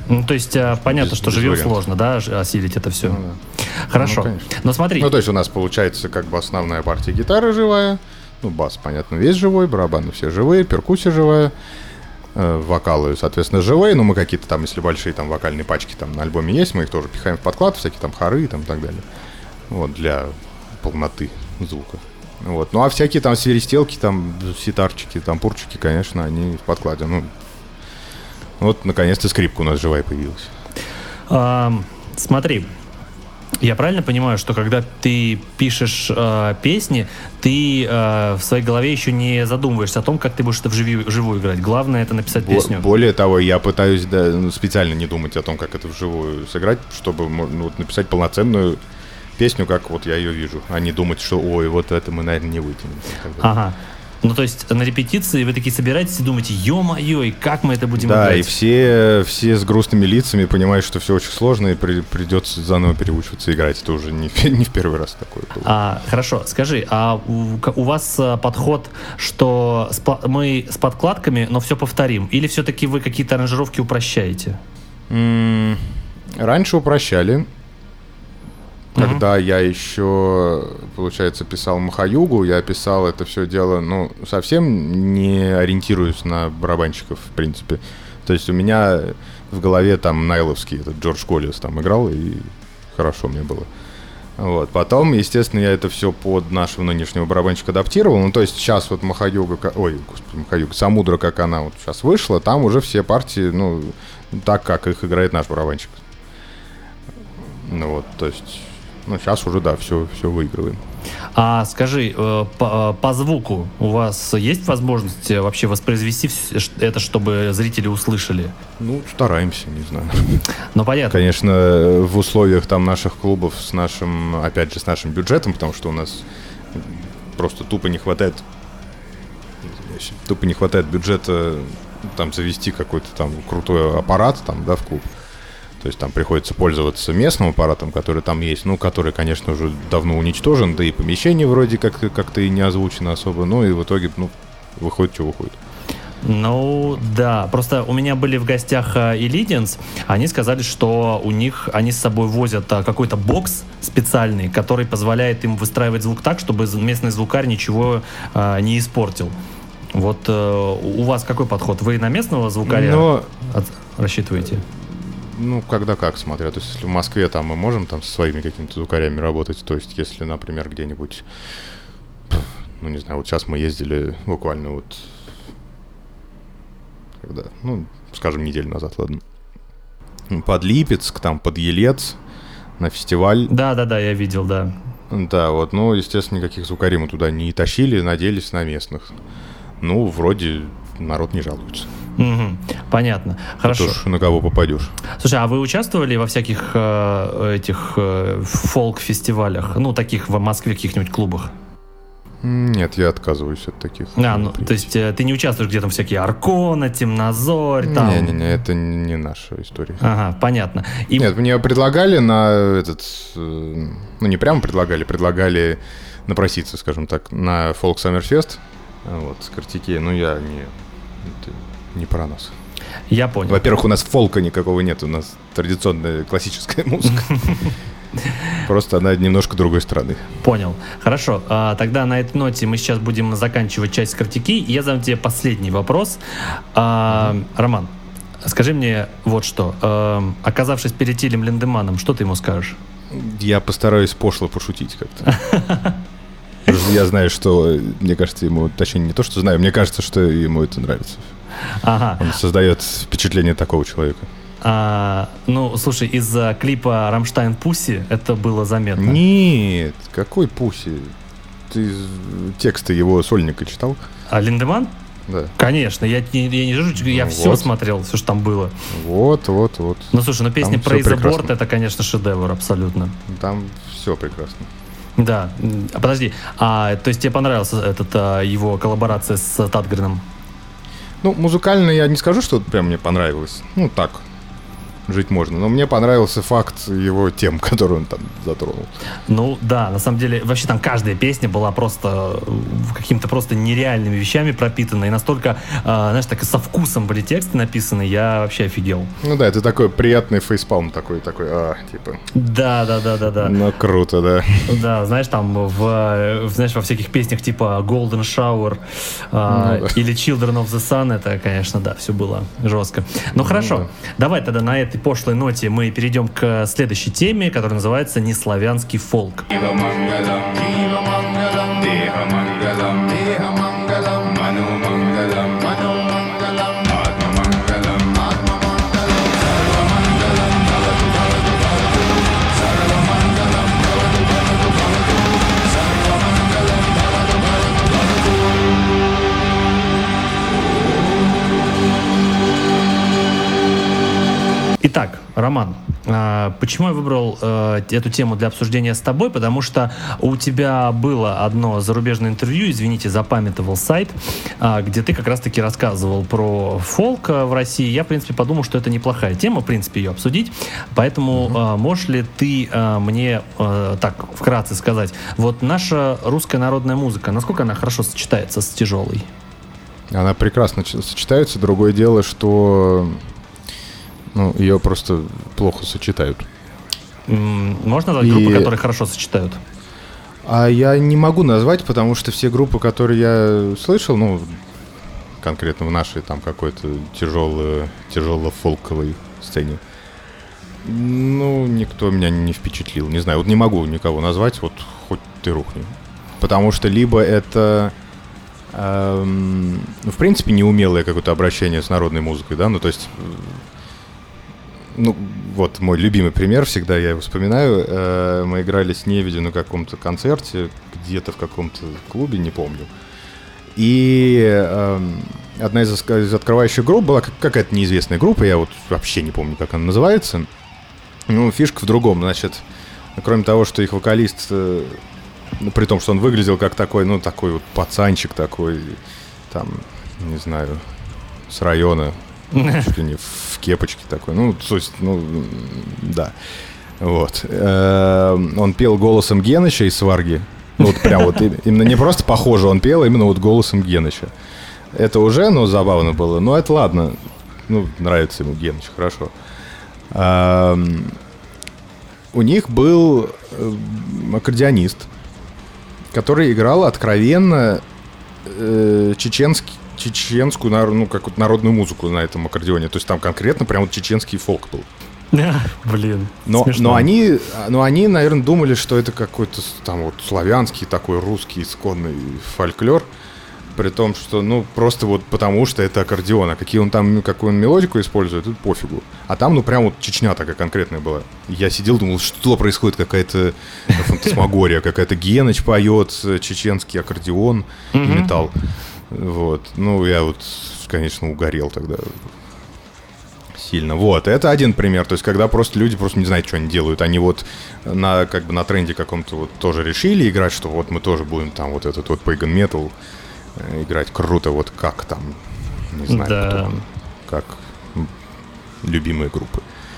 Ну, то есть понятно, что без живем вариантов. сложно, да, осилить это все. Ну, да. Хорошо. Ну, конечно. Но смотри, Ну, то есть у нас получается как бы основная партия гитары живая, ну, бас, понятно, весь живой, барабаны все живые, перкуссия живая, вокалы, соответственно, живые, но мы какие-то там, если большие там вокальные пачки там на альбоме есть, мы их тоже пихаем в подклад, всякие там хоры там и так далее. Вот, для полноты звука. Вот. Ну, а всякие там свиристелки, там, ситарчики, там, пурчики, конечно, они в подкладе. Ну, вот, наконец-то скрипка у нас живая появилась. смотри, я правильно понимаю, что когда ты пишешь песни, ты в своей голове еще не задумываешься о том, как ты будешь это вживую играть? Главное — это написать песню. Более того, я пытаюсь специально не думать о том, как это вживую сыграть, чтобы вот, написать полноценную песню, как вот я ее вижу, а не думать, что ой, вот это мы, наверное, не вытянем. Ага. Ну, то есть на репетиции вы такие собираетесь и думаете, ё-моё, и как мы это будем да, играть? и все с грустными лицами понимают, что все очень сложно, и придется заново переучиваться играть. Это уже не в первый раз такое было. Хорошо, скажи, а у вас подход, что мы с подкладками, но все повторим? Или все-таки вы какие-то аранжировки упрощаете? Раньше упрощали. Когда я еще, получается, писал Махаюгу, я писал это все дело, ну, совсем не ориентируясь на барабанщиков, в принципе. То есть у меня в голове там Найловский, этот Джордж Коллинз там играл, и хорошо мне было. Вот. Потом, естественно, я это все под нашего нынешнего барабанщика адаптировал. Ну, то есть сейчас вот Махаюга, Самудра, как она вот сейчас вышла, там уже все партии, ну, так, как их играет наш барабанщик. Ну вот, то есть... Ну, сейчас уже, да, все выигрываем. А скажи, по звуку у вас есть возможность вообще воспроизвести это, чтобы зрители услышали? Ну, стараемся, не знаю. Ну, понятно. Конечно, в условиях там наших клубов с нашим, опять же, с нашим бюджетом, потому что у нас просто тупо не хватает бюджета там завести какой-то там крутой аппарат там, да, в клуб. То есть там приходится пользоваться местным аппаратом, который там есть, ну, который, конечно, уже давно уничтожен, да и помещение вроде как-то и не озвучено особо, ну, и в итоге, ну, выходит, что выходит. Ну, да. Просто у меня были в гостях Illidians, они сказали, что у них, они с собой возят какой-то бокс специальный, который позволяет им выстраивать звук так, чтобы местный звукарь ничего не испортил. Вот у вас какой подход? Вы на местного звукаря рассчитываете? Ну, когда как, смотря. То есть, если в Москве там мы можем там со своими какими-то звукарями работать, то есть, если, например, где-нибудь, ну, не знаю, вот сейчас мы ездили буквально вот, когда, ну, скажем, неделю назад, ладно, под Липецк, там, под Елец, на фестиваль. Да, я видел, да. Да, вот, ну, естественно, никаких звукарей мы туда не тащили, надеялись на местных. Ну, вроде народ не жалуется. Угу, понятно. Хорошо. Тут уж на кого попадешь. Слушай, а вы участвовали во всяких этих фолк-фестивалях? Ну, таких в Москве каких-нибудь клубах? Нет, я отказываюсь от таких. Ну, то есть ты не участвуешь где-то всякие Аркона, Темнозорь, там? Не, это не наша история. Ага, понятно. Нет, мне предлагали на этот... Ну, не прямо предлагали напроситься, скажем так, на Folk Summerfest, вот, с Картике, но я не про нас. Я понял. Во-первых, у нас фолка никакого нет, у нас традиционная классическая музыка. Просто она немножко другой стороны. Понял. Хорошо. Тогда на этой ноте мы сейчас будем заканчивать часть с Картики. И я задам тебе последний вопрос. Роман, скажи мне вот что. Оказавшись перед Тилем Линдеманном, что ты ему скажешь? Я постараюсь пошло пошутить как-то. Я знаю, что, мне кажется, ему, точнее, не то, что знаю, мне кажется, что ему это нравится. Ага. Он создает впечатление такого человека. Ну, слушай, из клипа «Рамштайн Пусси» это было заметно. Нет, какой Пусси? Ты тексты его сольника читал? А Линдеманн? Да. Конечно, я не жужу, я все смотрел, все, что там было. Вот. Ну, слушай, песня там про Изаборт, это, конечно, шедевр абсолютно. Там все прекрасно. Да. Подожди, то есть тебе понравилась его коллаборация с Татгреном? Ну, музыкально я не скажу, что прям мне понравилось. Ну, так. жить можно. Но мне понравился факт его тем, который он там затронул. Ну да, на самом деле, вообще там каждая песня была просто какими-то просто нереальными вещами пропитана. И настолько, знаешь, так и со вкусом были тексты написаны, я вообще офигел. Ну да, это такой приятный фейспалм такой, типа... Да. Ну круто, да. Да, знаешь, там во всяких песнях типа Golden Shower или Children of the Sun, это, конечно, да, все было жестко. Ну хорошо, давай тогда на этой пошлой ноте мы перейдем к следующей теме, которая называется «Неславянский фолк». Итак, Роман, почему я выбрал эту тему для обсуждения с тобой? Потому что у тебя было одно зарубежное интервью, извините, запамятовал сайт, где ты как раз-таки рассказывал про фолк в России. Я, в принципе, подумал, что это неплохая тема, в принципе, ее обсудить. Поэтому можешь ли ты мне так вкратце сказать, вот наша русская народная музыка, насколько она хорошо сочетается с тяжелой? Она прекрасно сочетается. Другое дело, что... ее просто плохо сочетают. Можно назвать группы, которые хорошо сочетают? А я не могу назвать, потому что все группы, которые я слышал, конкретно в нашей там какой-то тяжело-фолковой сцене, никто меня не впечатлил. Не знаю, не могу никого назвать, хоть ты рухни. Потому что либо это... в принципе, неумелое какое-то обращение с народной музыкой, да, то есть... вот мой любимый пример, всегда я его вспоминаю. Мы играли с Невиди на каком-то концерте, где-то в каком-то клубе, не помню. И одна из открывающих групп была какая-то неизвестная группа, я вообще не помню, как она называется. Фишка в другом, значит, кроме того, что их вокалист, при том, что он выглядел как такой, такой вот пацанчик такой, там, не знаю, с района, чуть ли не в кепочке такой. Да. Вот. Он пел голосом Геныча из «Сварги». Прям именно не просто похоже он пел, а именно голосом Геныча. Это уже, забавно было. Но это ладно. Нравится ему Геныч, хорошо. У них был аккордеонист, который играл откровенно чеченскую народную музыку на этом аккордеоне. То есть там конкретно прям чеченский фолк был. Блин, но они, наверное, думали, что это какой-то там славянский такой русский исконный фольклор. При том, что, просто потому что это аккордеон. А какую он мелодику использует, тут пофигу. А там, прям Чечня такая конкретная была. Я сидел, думал, что происходит, какая-то фантасмагория, какая-то Геныч поет, чеченский аккордеон и металл. Я конечно, угорел тогда сильно. Это один пример. То есть, когда люди просто не знают, что они делают. Они на тренде каком-то тоже решили играть, что мы тоже будем там этот Pagan Metal играть круто, как там, не знаю, да. Как любимые группы.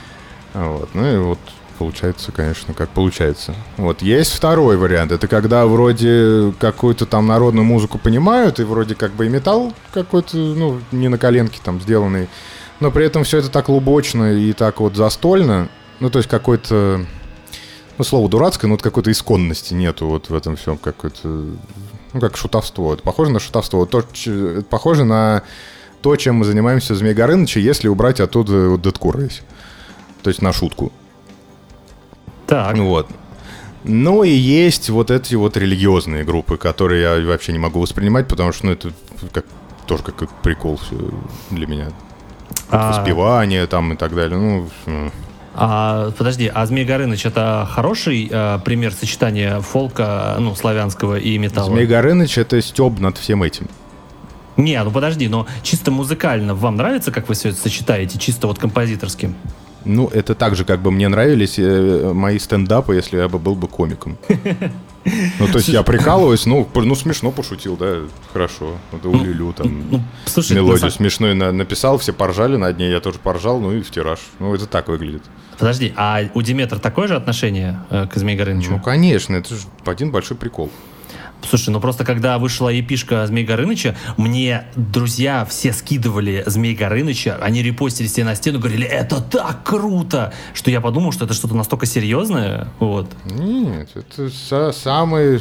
Получается, конечно, как получается. Есть второй вариант. Это когда вроде какую-то там народную музыку понимают, и вроде и металл какой-то, не на коленке там сделанный, но при этом все это так лубочно и так застольно. То есть какой-то, слово дурацкое, но какой-то исконности нету в этом всем, какой-то, как шутовство. Это похоже на шутовство. Это похоже на то, чем мы занимаемся в Змей Горыныче, если убрать оттуда дэткор весь. То есть на шутку. Так. И есть эти религиозные группы, которые я вообще не могу воспринимать, потому что, это тоже как прикол все для меня. Воспевание там и так далее. Подожди, а Змей Горыныч — это хороший пример сочетания фолка, славянского и металла? Змей Горыныч — это стёб над всем этим. Не, подожди, но чисто музыкально вам нравится, как вы все это сочетаете, чисто композиторски? Ну, это так же, как бы мне нравились мои стендапы, если я бы был бы комиком. Ну, то есть я прикалываюсь, ну, смешно пошутил, да, хорошо. Это улюлю, там, мелодию смешную написал, все поржали над ней, я тоже поржал, ну и в тираж. Ну, это так выглядит. Подожди, а у Диметра такое же отношение к Змей Горынычу? Ну, конечно, это же один большой прикол. Слушай, ну просто когда вышла эпишка Змей Горыныча, мне друзья все скидывали Змей Горыныча, они репостили себе на стену, говорили, это так круто, что я подумал, что это что-то настолько серьезное, вот. Нет, это самая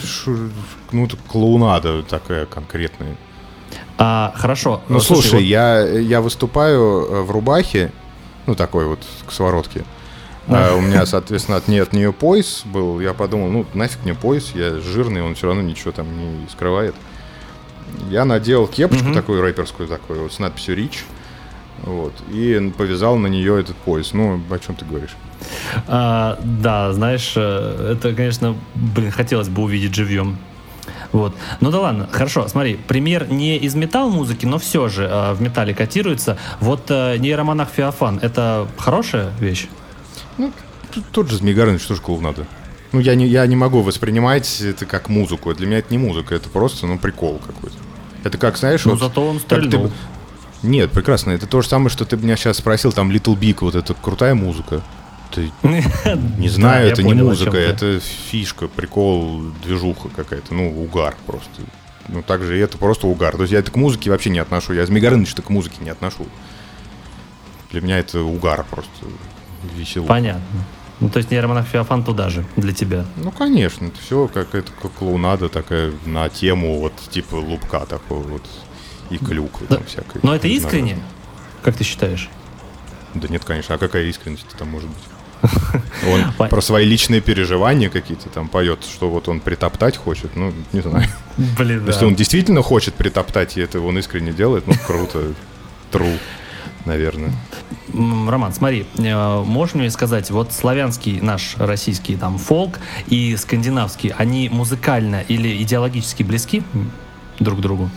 клоунада такая конкретная. Хорошо. Ну, слушай, я выступаю в рубахе, ну, такой вот, к сковородке. У меня, соответственно, от нее пояс был. Я подумал, ну, нафиг мне пояс, я жирный, он все равно ничего там не скрывает. Я надел кепочку такую рэперскую, такую, вот, с надписью «Рич», вот, и повязал на нее этот пояс. Ну, о чем ты говоришь? Да, знаешь, это, конечно, хотелось бы увидеть живьем. Вот. Ну да ладно, хорошо, смотри, пример не из метал-музыки, но все же в металле котируется. Вот нейромонах Феофан, это хорошая вещь? Ну, тот же Змей Горыныч, что же клоунада? Ну, я не могу воспринимать это как музыку. Для меня это не музыка, это просто, ну, прикол какой-то. Это как, знаешь, ну, вот... зато он стрельнул. Нет, прекрасно. Это то же самое, что ты меня сейчас спросил, там, Little Big, вот это крутая музыка. Не знаю, это не музыка, это фишка, прикол, движуха какая-то, ну, угар просто. Ну, также и это просто угар. То есть я это к музыке вообще не отношу. Я Змей Горыныч-то к музыке не отношу. Для меня это угар просто. Весело. Понятно. Ну, то есть нейромонах Феофан туда же, для тебя. Ну, конечно, это все какая-то клоунада такая на тему вот типа лубка такого вот и клюквы там всякой. Но это искренне? Как ты считаешь? Да нет, конечно. А какая искренность там может быть? Он про свои личные переживания какие-то там поет, что вот он притоптать хочет, ну, не знаю. Блин, да. Если он действительно хочет притоптать, и это он искренне делает, ну, круто. True. Наверное. Роман, смотри, можешь мне сказать, вот славянский наш российский там фолк и скандинавский, они музыкально или идеологически близки друг к другу?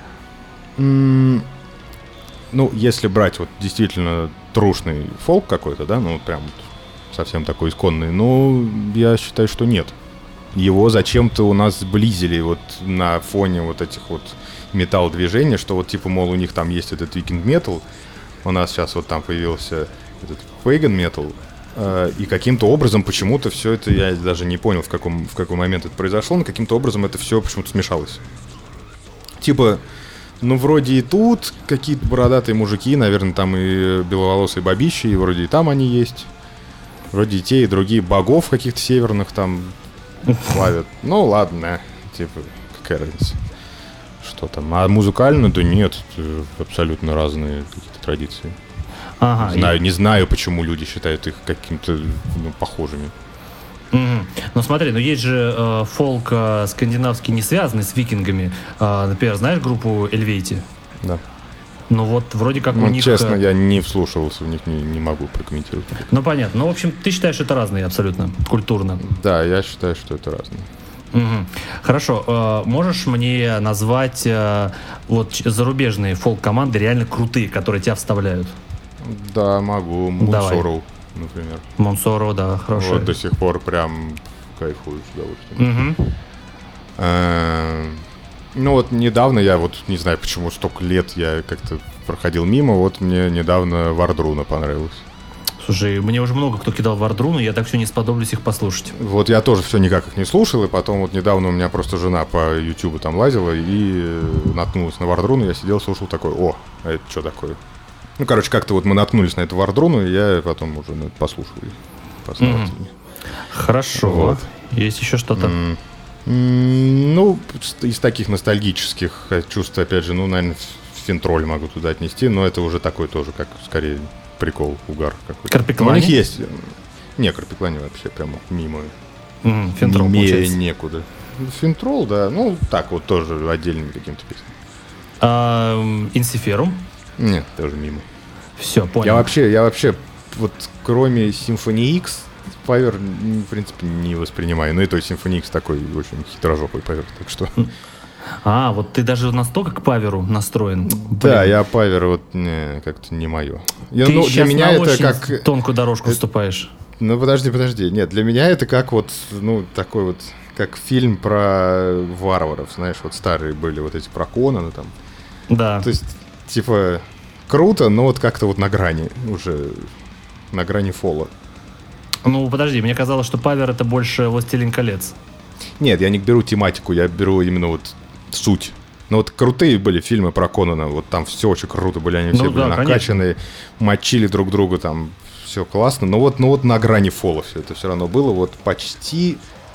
Ну, если брать вот действительно трушный фолк какой-то, да, ну прям совсем такой исконный, ну, я считаю, что нет. Его зачем-то у нас сблизили вот на фоне вот этих вот металл-движений, что вот типа, мол, у них там есть этот викинг-метал, у нас сейчас вот там появился этот Pagan Metal, и каким-то образом почему-то все это, я даже не понял, в какой момент это произошло, но каким-то образом это все почему-то смешалось. Типа, ну, вроде и тут какие-то бородатые мужики, наверное, там и беловолосые бабищи, и вроде и там они есть. Вроде и те, и другие богов каких-то северных там славят. Ну, ладно, типа, какая разница. Что там? А музыкально, да нет, абсолютно разные какие-то традиции. Ага, Не знаю, почему люди считают их какими-то похожими. Ну смотри, ну есть же фолк скандинавский, не связанный с викингами. Например, знаешь группу Эльвейти? Да. Ну вот вроде как у них... Честно, я не вслушивался в них, не могу прокомментировать. Ну понятно. Ну, в общем, ты считаешь, это разные абсолютно, культурно? Да, я считаю, что это разные. Хорошо. Можешь мне назвать вот зарубежные фолк-команды реально крутые, которые тебя вставляют? Да, могу. Moonsorrow, например. Moonsorrow, да, хорошо. Вот до сих пор прям кайфую с удовольствием. Ну вот недавно я вот, не знаю почему, столько лет я как-то проходил мимо, вот мне недавно Вардруна понравилось. Слушай, мне уже много кто кидал Вардруну, я так все не сподоблюсь их послушать. Вот я тоже все никак их не слушал, и потом вот недавно у меня просто жена по Ютубу там лазила и наткнулась на Вардруну, я сидел, слушал такой, о, а это что такое? Ну, короче, как-то вот мы наткнулись на эту Вардруну, и я потом уже послушал ее поосновательнее. Хорошо. Вот. Есть еще что-то? Ну, из таких ностальгических чувств, опять же, ну, наверное, Финтроль могу туда отнести, но это уже такой тоже, как скорее прикол, угар какой-то. Карпиклани? У них есть... Не, Карпиклани вообще прямо мимо. Финтрол, получается. Некуда. Финтрол, да, ну, так вот тоже отдельными какими-то песнями. Инсиферум? Нет, тоже мимо. Все, понял. Я вообще, вот кроме Symphony X, Павер, в принципе, не воспринимаю. Ну и то Symphony X такой очень хитрожопый Павер, так что... Вот ты даже настолько к паверу настроен. Да, я павер вот как-то не мое. Ты Для сейчас меня на это очень как... тонкую дорожку вступаешь. Ну, подожди. Нет, для меня это как вот, ну, такой вот, как фильм про варваров, знаешь, вот старые были вот эти про Конана там. Да. То есть, типа, круто, но вот как-то вот на грани, уже на грани фола. Ну, подожди, мне казалось, что павер — это больше «Властелин колец». Нет, я не беру тематику, я беру именно вот суть. Ну вот крутые были фильмы про Конана, вот там все очень круто были, они все были накачанные, мочили друг друга, там все классно, но вот на грани фола все это все равно было, вот почти,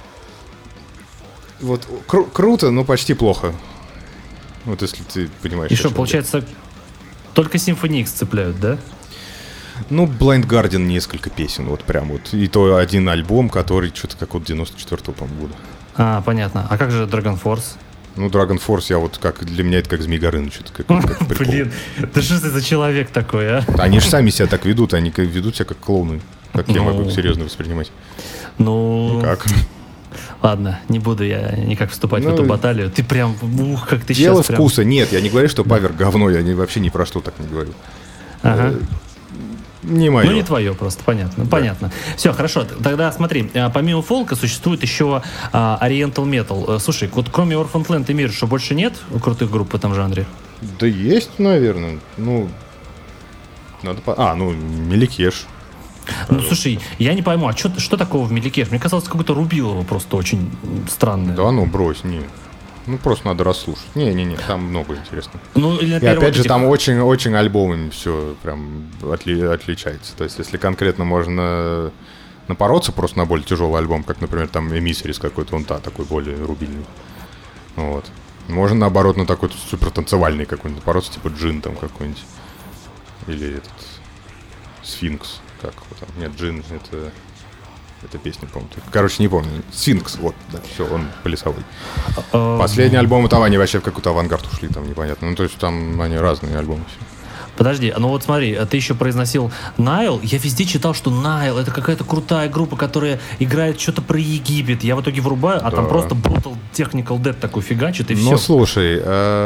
вот круто, но почти плохо. Вот если ты понимаешь. И что, получается, только Symphony X цепляют, да? Ну, Blind Guardian несколько песен, вот прям вот. И то один альбом, который что-то как от 94-го, по-моему, года. Понятно. А как же Dragon Force? Ну, Dragon Force, я вот как для меня это как Змей Горыныч, что-то как прикол. Блин, да что ты за человек такой, а? Они же сами себя так ведут, они ведут себя как клоуны. Как я могу их серьезно воспринимать? Ну... Как? Ладно, не буду я никак вступать в эту баталию. Ты прям, как ты сейчас. Дело вкуса. Нет, я не говорю, что павер говно, я вообще ни про что так не говорю. Ага. Не мое. Ну, не твое просто, понятно. Да. Понятно. Все, хорошо. Тогда смотри, помимо фолка существует еще Oriental Metal. Слушай, вот кроме Orphaned Land и Мир, что больше нет крутых групп в этом жанре? Да есть, наверное. Ну, надо Меликеш. Ну, слушай, я не пойму, а что такого в Меликеш? Мне казалось, какое-то Рубилово просто очень странное. Да ну, брось, не. Ну, просто надо расслушать. Не, там много интересного. Ну, и опять же, там очень альбомами все прям отличается. То есть, если конкретно можно напороться просто на более тяжелый альбом, как, например, там Эмиссарис какой-то, он такой более рубильный. Вот. Можно, наоборот, на такой супер танцевальный какой-нибудь напороться, типа Джин там какой-нибудь. Или этот Сфинкс. Как его там? Нет, Джин, это песня, по-моему. Короче, не помню. Сфинкс, вот, да, все, он плясовый. Последний альбом, там они вообще в какой-то авангард ушли, там непонятно. Ну, то есть там они разные альбомы все. Подожди, ну вот смотри, ты еще произносил Найл. Я везде читал, что Найл — это какая-то крутая группа, которая играет что-то про Египет. Я в итоге врубаю, а там просто Brutal Technical Death такой фигачит, и все. Ну, слушай,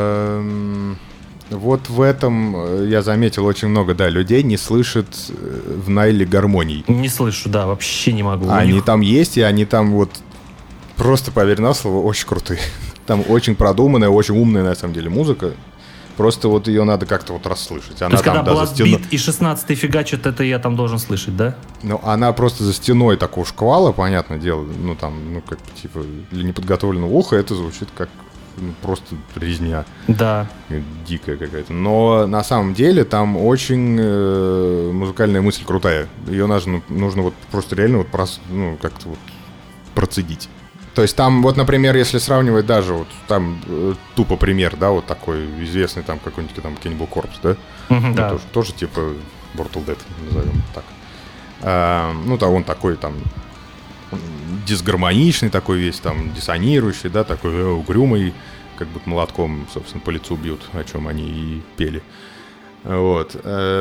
вот в этом я заметил очень много, людей не слышат в Найле гармоний. Не слышу, да, вообще не могу. Они там есть, и они там вот просто, поверь на слово, очень крутые. Там очень продуманная, очень умная, на самом деле, музыка. Просто вот ее надо как-то вот расслышать. Она то есть, там, когда Blast и 16-й фигачит, это я там должен слышать, да? Ну, она просто за стеной такого шквала, понятное дело, ну, там, ну, как типа, для неподготовленного уха это звучит как просто резня. Да. Дикая какая-то. Но на самом деле там очень музыкальная мысль крутая. Ее нужно вот просто реально вот как-то вот процедить. То есть там, вот, например, если сравнивать даже вот там тупо пример, да, вот такой известный там какой-нибудь там Cannibal Corpse, да? Да. Тоже типа Mortal Dead, назовем так. Там он такой там дисгармоничный такой весь, там, диссонирующий, да, такой угрюмый, как будто молотком, собственно, по лицу бьют, о чем они и пели. Вот.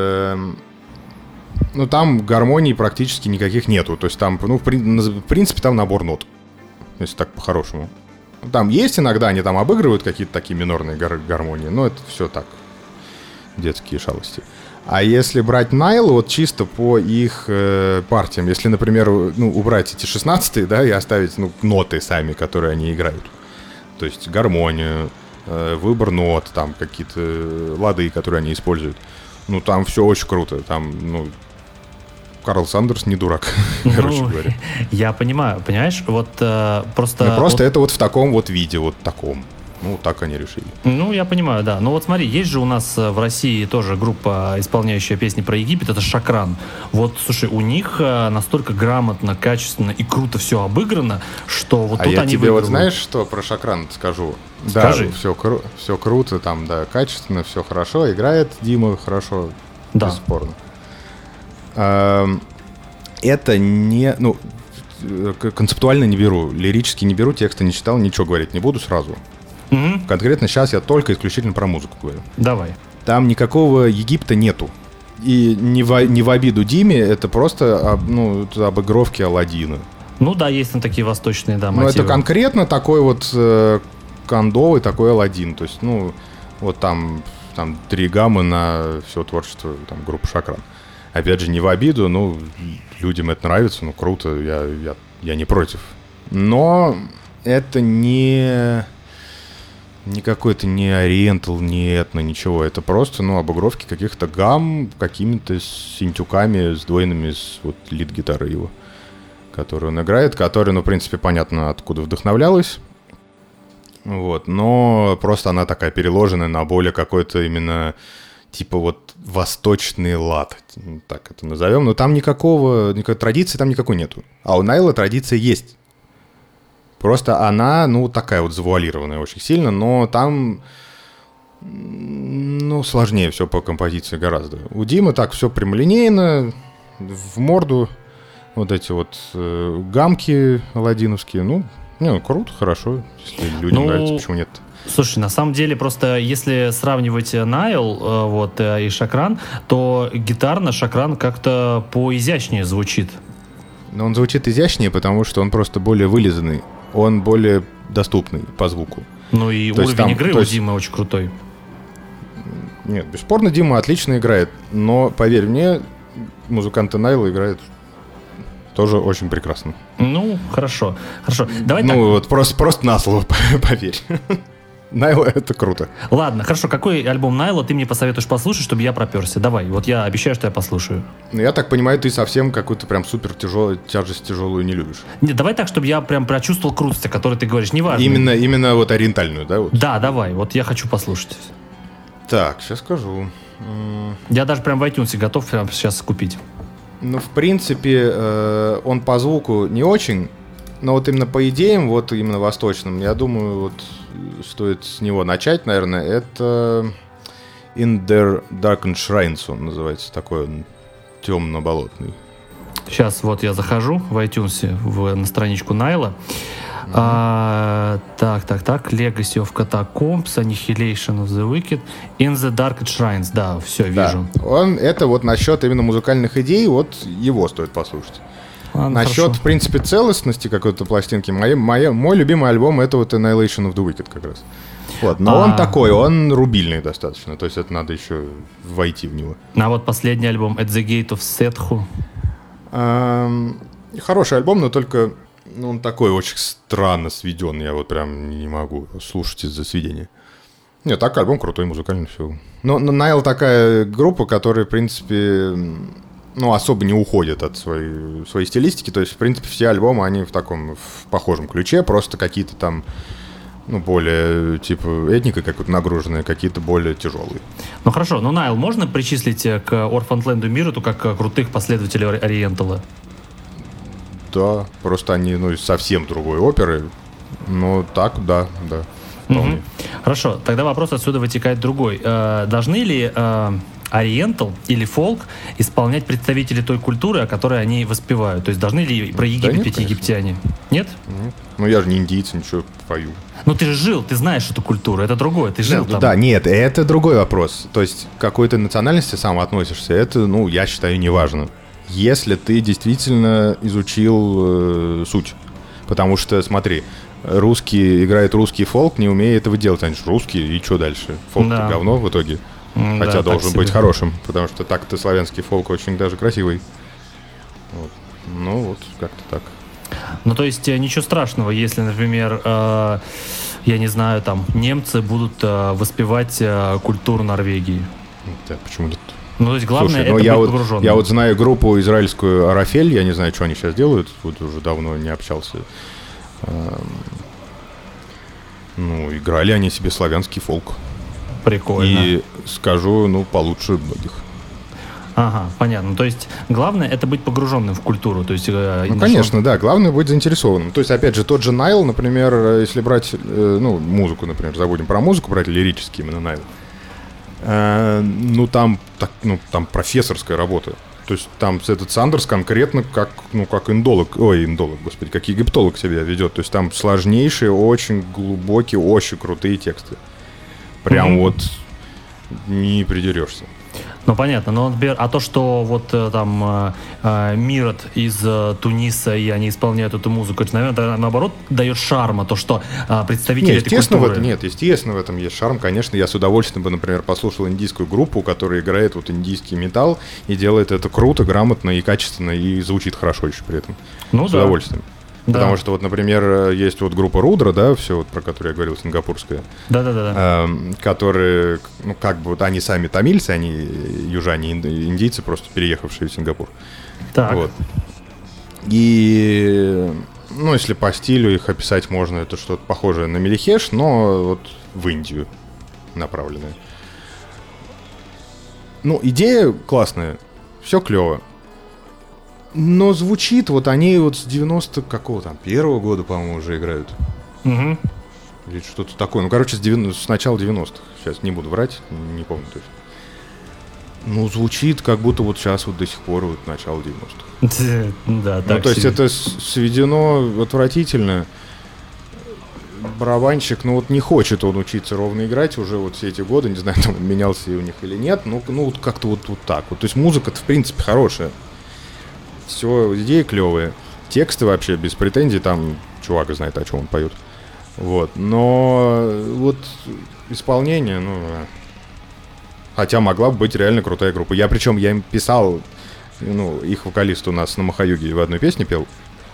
Ну, там гармоний практически никаких нету. То есть там, в принципе, там набор нот. Если так по-хорошему. Там есть иногда, они там обыгрывают какие-то такие минорные гармонии, но это все так, детские шалости. А если брать Найл, вот чисто по их партиям, если, например, убрать эти 16-е, да, и оставить, ноты сами, которые они играют, то есть гармонию, выбор нот, там какие-то лады, которые они используют, там все очень круто, там, Карл Сандерс не дурак, короче говоря. Я понимаю, понимаешь, вот просто... просто это вот в таком вот виде, вот таком. Так они решили. Я понимаю, да. Но вот смотри, есть же у нас в России тоже группа, исполняющая песни про Египет, это Шакран. Вот, слушай, у них настолько грамотно, качественно и круто все обыграно, что вот тут они я тебе выигрывают. вот знаешь, что про Шакран скажу? Скажи. Да, все круто, там, да, качественно, все хорошо, играет Дима хорошо, да. Бесспорно. Это не, концептуально не беру, лирически не беру, текста не читал, ничего говорить не буду сразу. Угу. Конкретно сейчас я только исключительно про музыку говорю. Давай. Там никакого Египта нету. И не в обиду Диме, это просто обыгровки Аладдина. Да, есть там такие восточные, да, мотивы. Это конкретно такой вот кондовый такой Аладдин. То есть, ну, вот там 3 гаммы на все творчество там, группы Шакран. Опять же, не в обиду, ну, людям это нравится, ну, круто, я не против. Но это не какой-то не ориентал, не этно, ничего. Это просто, ну, обыгровки каких-то гамм, какими-то синтюками сдвоенными с вот лид-гитары его, которую он играет, которая, ну, в принципе, понятно, откуда вдохновлялась. Вот, но просто она такая переложенная на более какой-то именно типа вот восточный лад, так это назовем. Но там никакой традиции там никакой нету. А у Найла традиция есть. Просто она, ну, такая вот завуалированная очень сильно, но там, ну, сложнее все по композиции гораздо. У Димы так все прямолинейно, в морду, вот эти вот гамки аладдиновские, ну, круто, хорошо, если людям нравится, почему нет? Слушай, на самом деле, просто если сравнивать Найл вот, и Шакран, то гитарно Шакран как-то поизящнее звучит. Но он звучит изящнее, потому что он просто более вылизанный, он более доступный по звуку. Ну и то уровень там, игры у Димы очень крутой. Нет, бесспорно, Дима отлично играет, но, поверь мне, музыканты Найла играют тоже очень прекрасно. Ну, хорошо. Давай ну, так. Вот просто на слово, поверь. Найла — это круто. Ладно, хорошо. Какой альбом Найла ты мне посоветуешь послушать, чтобы я проперся? Давай, вот я обещаю, что я послушаю. Ну, я так понимаю, ты совсем какую-то прям супер тяжесть тяжелую не любишь. Нет, давай так, чтобы я прям прочувствовал крутость, о которой ты говоришь. Неважно. Именно вот ориентальную, да? Вот? Да, давай. Вот я хочу послушать. Так, сейчас скажу. Я даже прям в iTunes готов прям сейчас купить. Ну, в принципе, он по звуку не очень, но вот именно по идеям, вот именно восточным, я думаю, вот стоит с него начать, наверное. Это In Their Darkened Shrines он называется, такой он темно-болотный. Сейчас вот я захожу в iTunes на страничку Найла. Так. Legacy of Catacombs, Annihilation of the Wicked, In the Dark Shrines. Да, все, вижу. Это вот насчет именно музыкальных идей, вот его стоит послушать. Насчет, хорошо. в принципе, целостности какой-то пластинки, мой любимый альбом — это вот Annihilation of the Wicked как раз. Вот, но он такой, он рубильный достаточно, то есть это надо еще войти в него. А вот последний альбом At the Gate of Sethu. Хороший альбом, но только он такой очень странно сведен, я вот прям не могу слушать из-за сведения. Нет, так альбом крутой, музыкальный, все. Но Найл такая группа, которая, в принципе, ну, особо не уходит от своей стилистики, то есть, в принципе, все альбомы, они в похожем ключе, просто какие-то там, ну, более, типа, этникой какой-то нагруженные, какие-то более тяжелые. Ну, хорошо, но Найл можно причислить к Orphaned Миру как крутых последователей Ориентала? Да, просто они, ну, совсем другой оперы, но так, да. Угу. Хорошо, тогда вопрос отсюда вытекает другой. Должны ли Ориентал или фолк исполнять представители той культуры, о которой они воспевают? То есть должны ли про Египет нет, петь конечно. египтяне? Нет? Ну, я же не индийец, ничего, пою. Ну, ты же жил, ты знаешь эту культуру, это другое, ты жил там. Да, нет, это другой вопрос. То есть, к какой-то национальности сам относишься, это, ну, я считаю, неважно. Если ты действительно изучил суть. Потому что, смотри, русский играет русский фолк, не умея этого делать. Они же русские, и что дальше? Фолк-то говно в итоге. Хотя да, должен быть хорошим, потому что так-то славянский фолк очень даже красивый. Вот. Ну вот, как-то так. Ну, то есть ничего страшного, если, например, я не знаю, там, немцы будут воспевать культуру Норвегии. Да, почему нет? Ну, то есть главное, слушай, это быть погруженным. Я вот знаю группу израильскую Арафель, я не знаю, что они сейчас делают, вот уже давно не общался. Ну, играли они себе славянский фолк. Прикольно. И скажу, ну, получше многих. Ага, понятно. То есть главное это быть погруженным в культуру. То есть, ну, конечно, да. Главное быть заинтересованным. То есть, опять же, тот же Найл, например, если брать, ну, музыку, например, забудем про музыку, брать лирический именно Найл. Ну, там профессорская работа. То есть там этот Сандерс конкретно как индолог, как египтолог себя ведет. То есть там сложнейшие, очень глубокие, очень крутые тексты. Прям вот не придерешься. Ну, понятно, но, например, а то, что вот там Мирот из Туниса, и они исполняют эту музыку, это, наверное, наоборот, дает шарма, то, что представители этой культуры... Естественно, в этом есть шарм, конечно. Я с удовольствием бы, например, послушал индийскую группу, которая играет вот индийский металл и делает это круто, грамотно и качественно, и звучит хорошо еще при этом. Ну, с да. удовольствием. Да. Потому что вот, например, есть вот группа Рудра, да, все вот про которую я говорил, сингапурская. Да. Которые, ну, как бы вот они сами тамильцы, они южане, индийцы, просто переехавшие в Сингапур. Так. Вот. И, ну, если по стилю их описать можно, это что-то похожее на Мелихеш, но вот в Индию направленное. Ну, идея классная, все клево. Но звучит, вот они вот с 90 какого там, первого года, по-моему, уже играют. Угу. Или что-то такое. Ну, короче, с начала 90-х. Сейчас не буду врать, не помню точно. Ну, звучит, как будто вот сейчас вот до сих пор вот начало 90-х. Да, так. Ну, то есть это сведено отвратительно. Барабанщик, ну вот не хочет он учиться ровно играть уже вот все эти годы. Не знаю, там менялся и у них или нет. Ну вот как-то вот так вот. То есть музыка-то в принципе хорошая. Все, идеи клевые. Тексты вообще без претензий. Там чувак знает, о чем он поет. Вот. Но вот исполнение, ну... Хотя могла бы быть реально крутая группа. Я им писал, ну, их вокалист у нас на Махаюге в одной песне пел.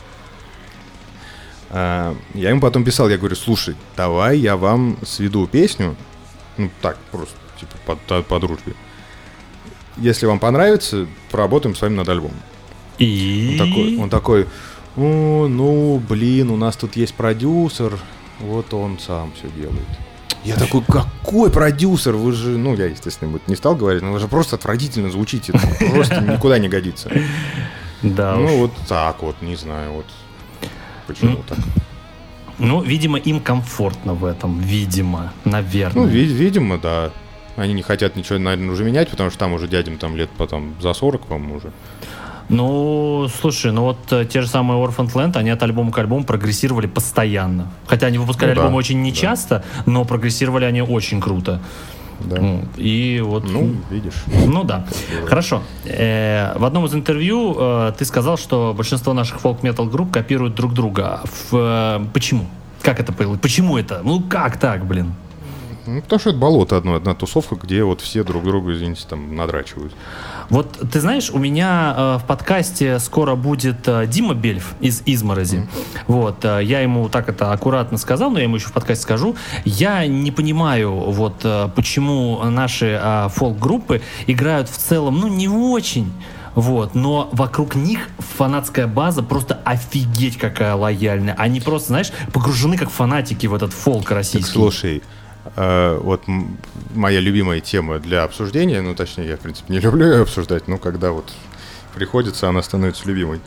Я ему потом писал, я говорю, слушай, давай я вам сведу песню. Ну, так, просто, типа, по дружбе. Если вам понравится, поработаем с вами над альбомом. И... Он такой, ну, блин, у нас тут есть продюсер, вот он сам все делает. Я такой, какой продюсер? Вы же, ну, я, естественно, ему не стал говорить, но вы же просто отвратительно звучите, просто никуда не годится. Да. Ну, вот так вот, не знаю, вот почему так. Ну, видимо, им комфортно в этом, видимо, наверное. Ну, видимо, да. Они не хотят ничего, наверное, уже менять, потому что там уже дядям там лет потом за 40, по-моему, уже. Ну, слушай, ну вот те же самые Orphaned Land, они от альбома к альбому прогрессировали постоянно. Хотя они выпускали альбомы очень нечасто, но прогрессировали они очень круто. Да. И вот... Ну, видишь. Ну да. Хорошо. В одном из интервью ты сказал, что большинство наших фолк-метал групп копируют друг друга. Почему? Как это появилось? Почему это? Ну как так, блин? Ну, потому что это болото одна тусовка, где вот все друг друга, извините, там надрачивают. Вот, ты знаешь, у меня в подкасте скоро будет Дима Бельф из «Изморози». Вот, я ему так это аккуратно сказал, но я ему еще в подкасте скажу. Я не понимаю, вот, почему наши фолк-группы играют в целом, ну, не очень. Вот, но вокруг них фанатская база просто офигеть какая лояльная. Они просто, знаешь, погружены как фанатики в этот фолк российский. Так, слушай, вот моя любимая тема для обсуждения, ну, точнее, я, в принципе, не люблю ее обсуждать, но когда вот приходится, она становится любимой.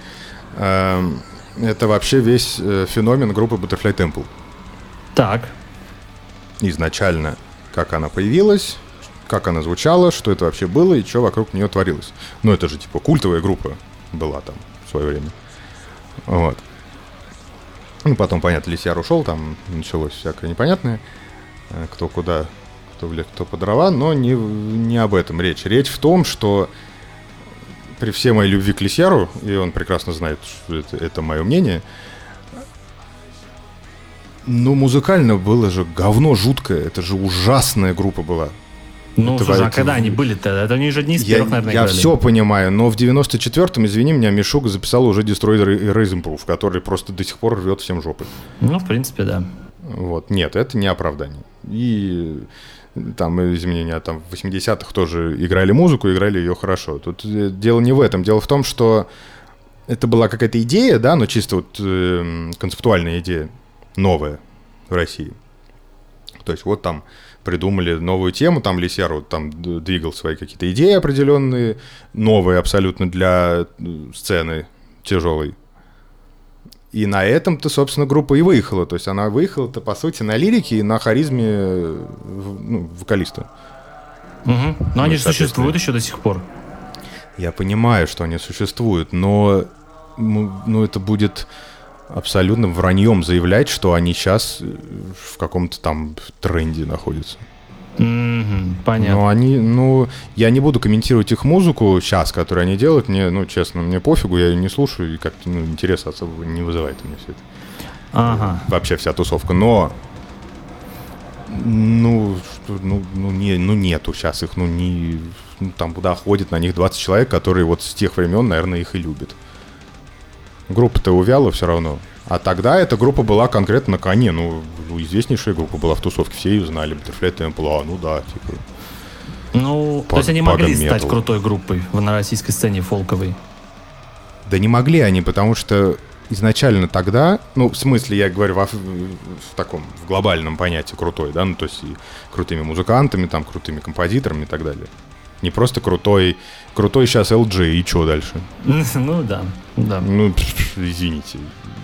Это вообще весь феномен группы Butterfly Temple. Так. Изначально, как она появилась, как она звучала, что это вообще было и что вокруг нее творилось. Ну, это же, типа, культовая группа была там в свое время. Вот. Ну, потом, понятно, Лисьяр ушел, там началось всякое непонятное. Кто куда, кто в лес, кто по дрова, но не об этом речь. Речь в том, что при всей моей любви к Лисьяру, и он прекрасно знает, что это мое мнение, ну, музыкально было же говно жуткое, это же ужасная группа была. Ну, слушай, а когда они были-то? Это они же не из первых, наверное, я играли. все понимаю, но в 94-м, извини меня, Мишуга записал уже Destroy Erase Improve, который просто до сих пор рвет всем жопы. Ну, в принципе, да. Вот. Нет, это не оправдание. И там изменения там в 80-х тоже играли музыку, играли ее хорошо. Тут дело не в этом. Дело в том, что это была какая-то идея, да, но чисто вот концептуальная идея, новая в России. То есть вот там придумали новую тему, там Лисьяр вот там двигал свои какие-то идеи определенные, новые абсолютно для сцены тяжелой. И на этом-то, собственно, группа и выехала. То есть она выехала-то, по сути, на лирике и на харизме вокалиста. Угу. Но они же существуют еще до сих пор. Я понимаю, что они существуют, но это будет абсолютным враньем заявлять, что они сейчас в каком-то там тренде находятся. Понятно. Но я не буду комментировать их музыку сейчас, которую они делают. Мне, честно, мне пофигу, я ее не слушаю, и как-то, интереса особо не вызывает у меня все это. Ага. Вообще вся тусовка. Но, нету сейчас их, там куда ходит на них 20 человек, которые вот с тех времен, наверное, их и любят. Группа-то увяла все равно. А тогда эта группа была конкретно на коне. Известнейшая группа была в тусовке, все ее знали. Butterfly Temple, то есть они могли стать крутой группой на российской сцене фолковой? Да не могли они, потому что изначально тогда, в смысле, я говорю в глобальном понятии крутой, да, то есть и крутыми музыкантами, там, крутыми композиторами и так далее. Не просто крутой сейчас LG, и что дальше? Да. Извините.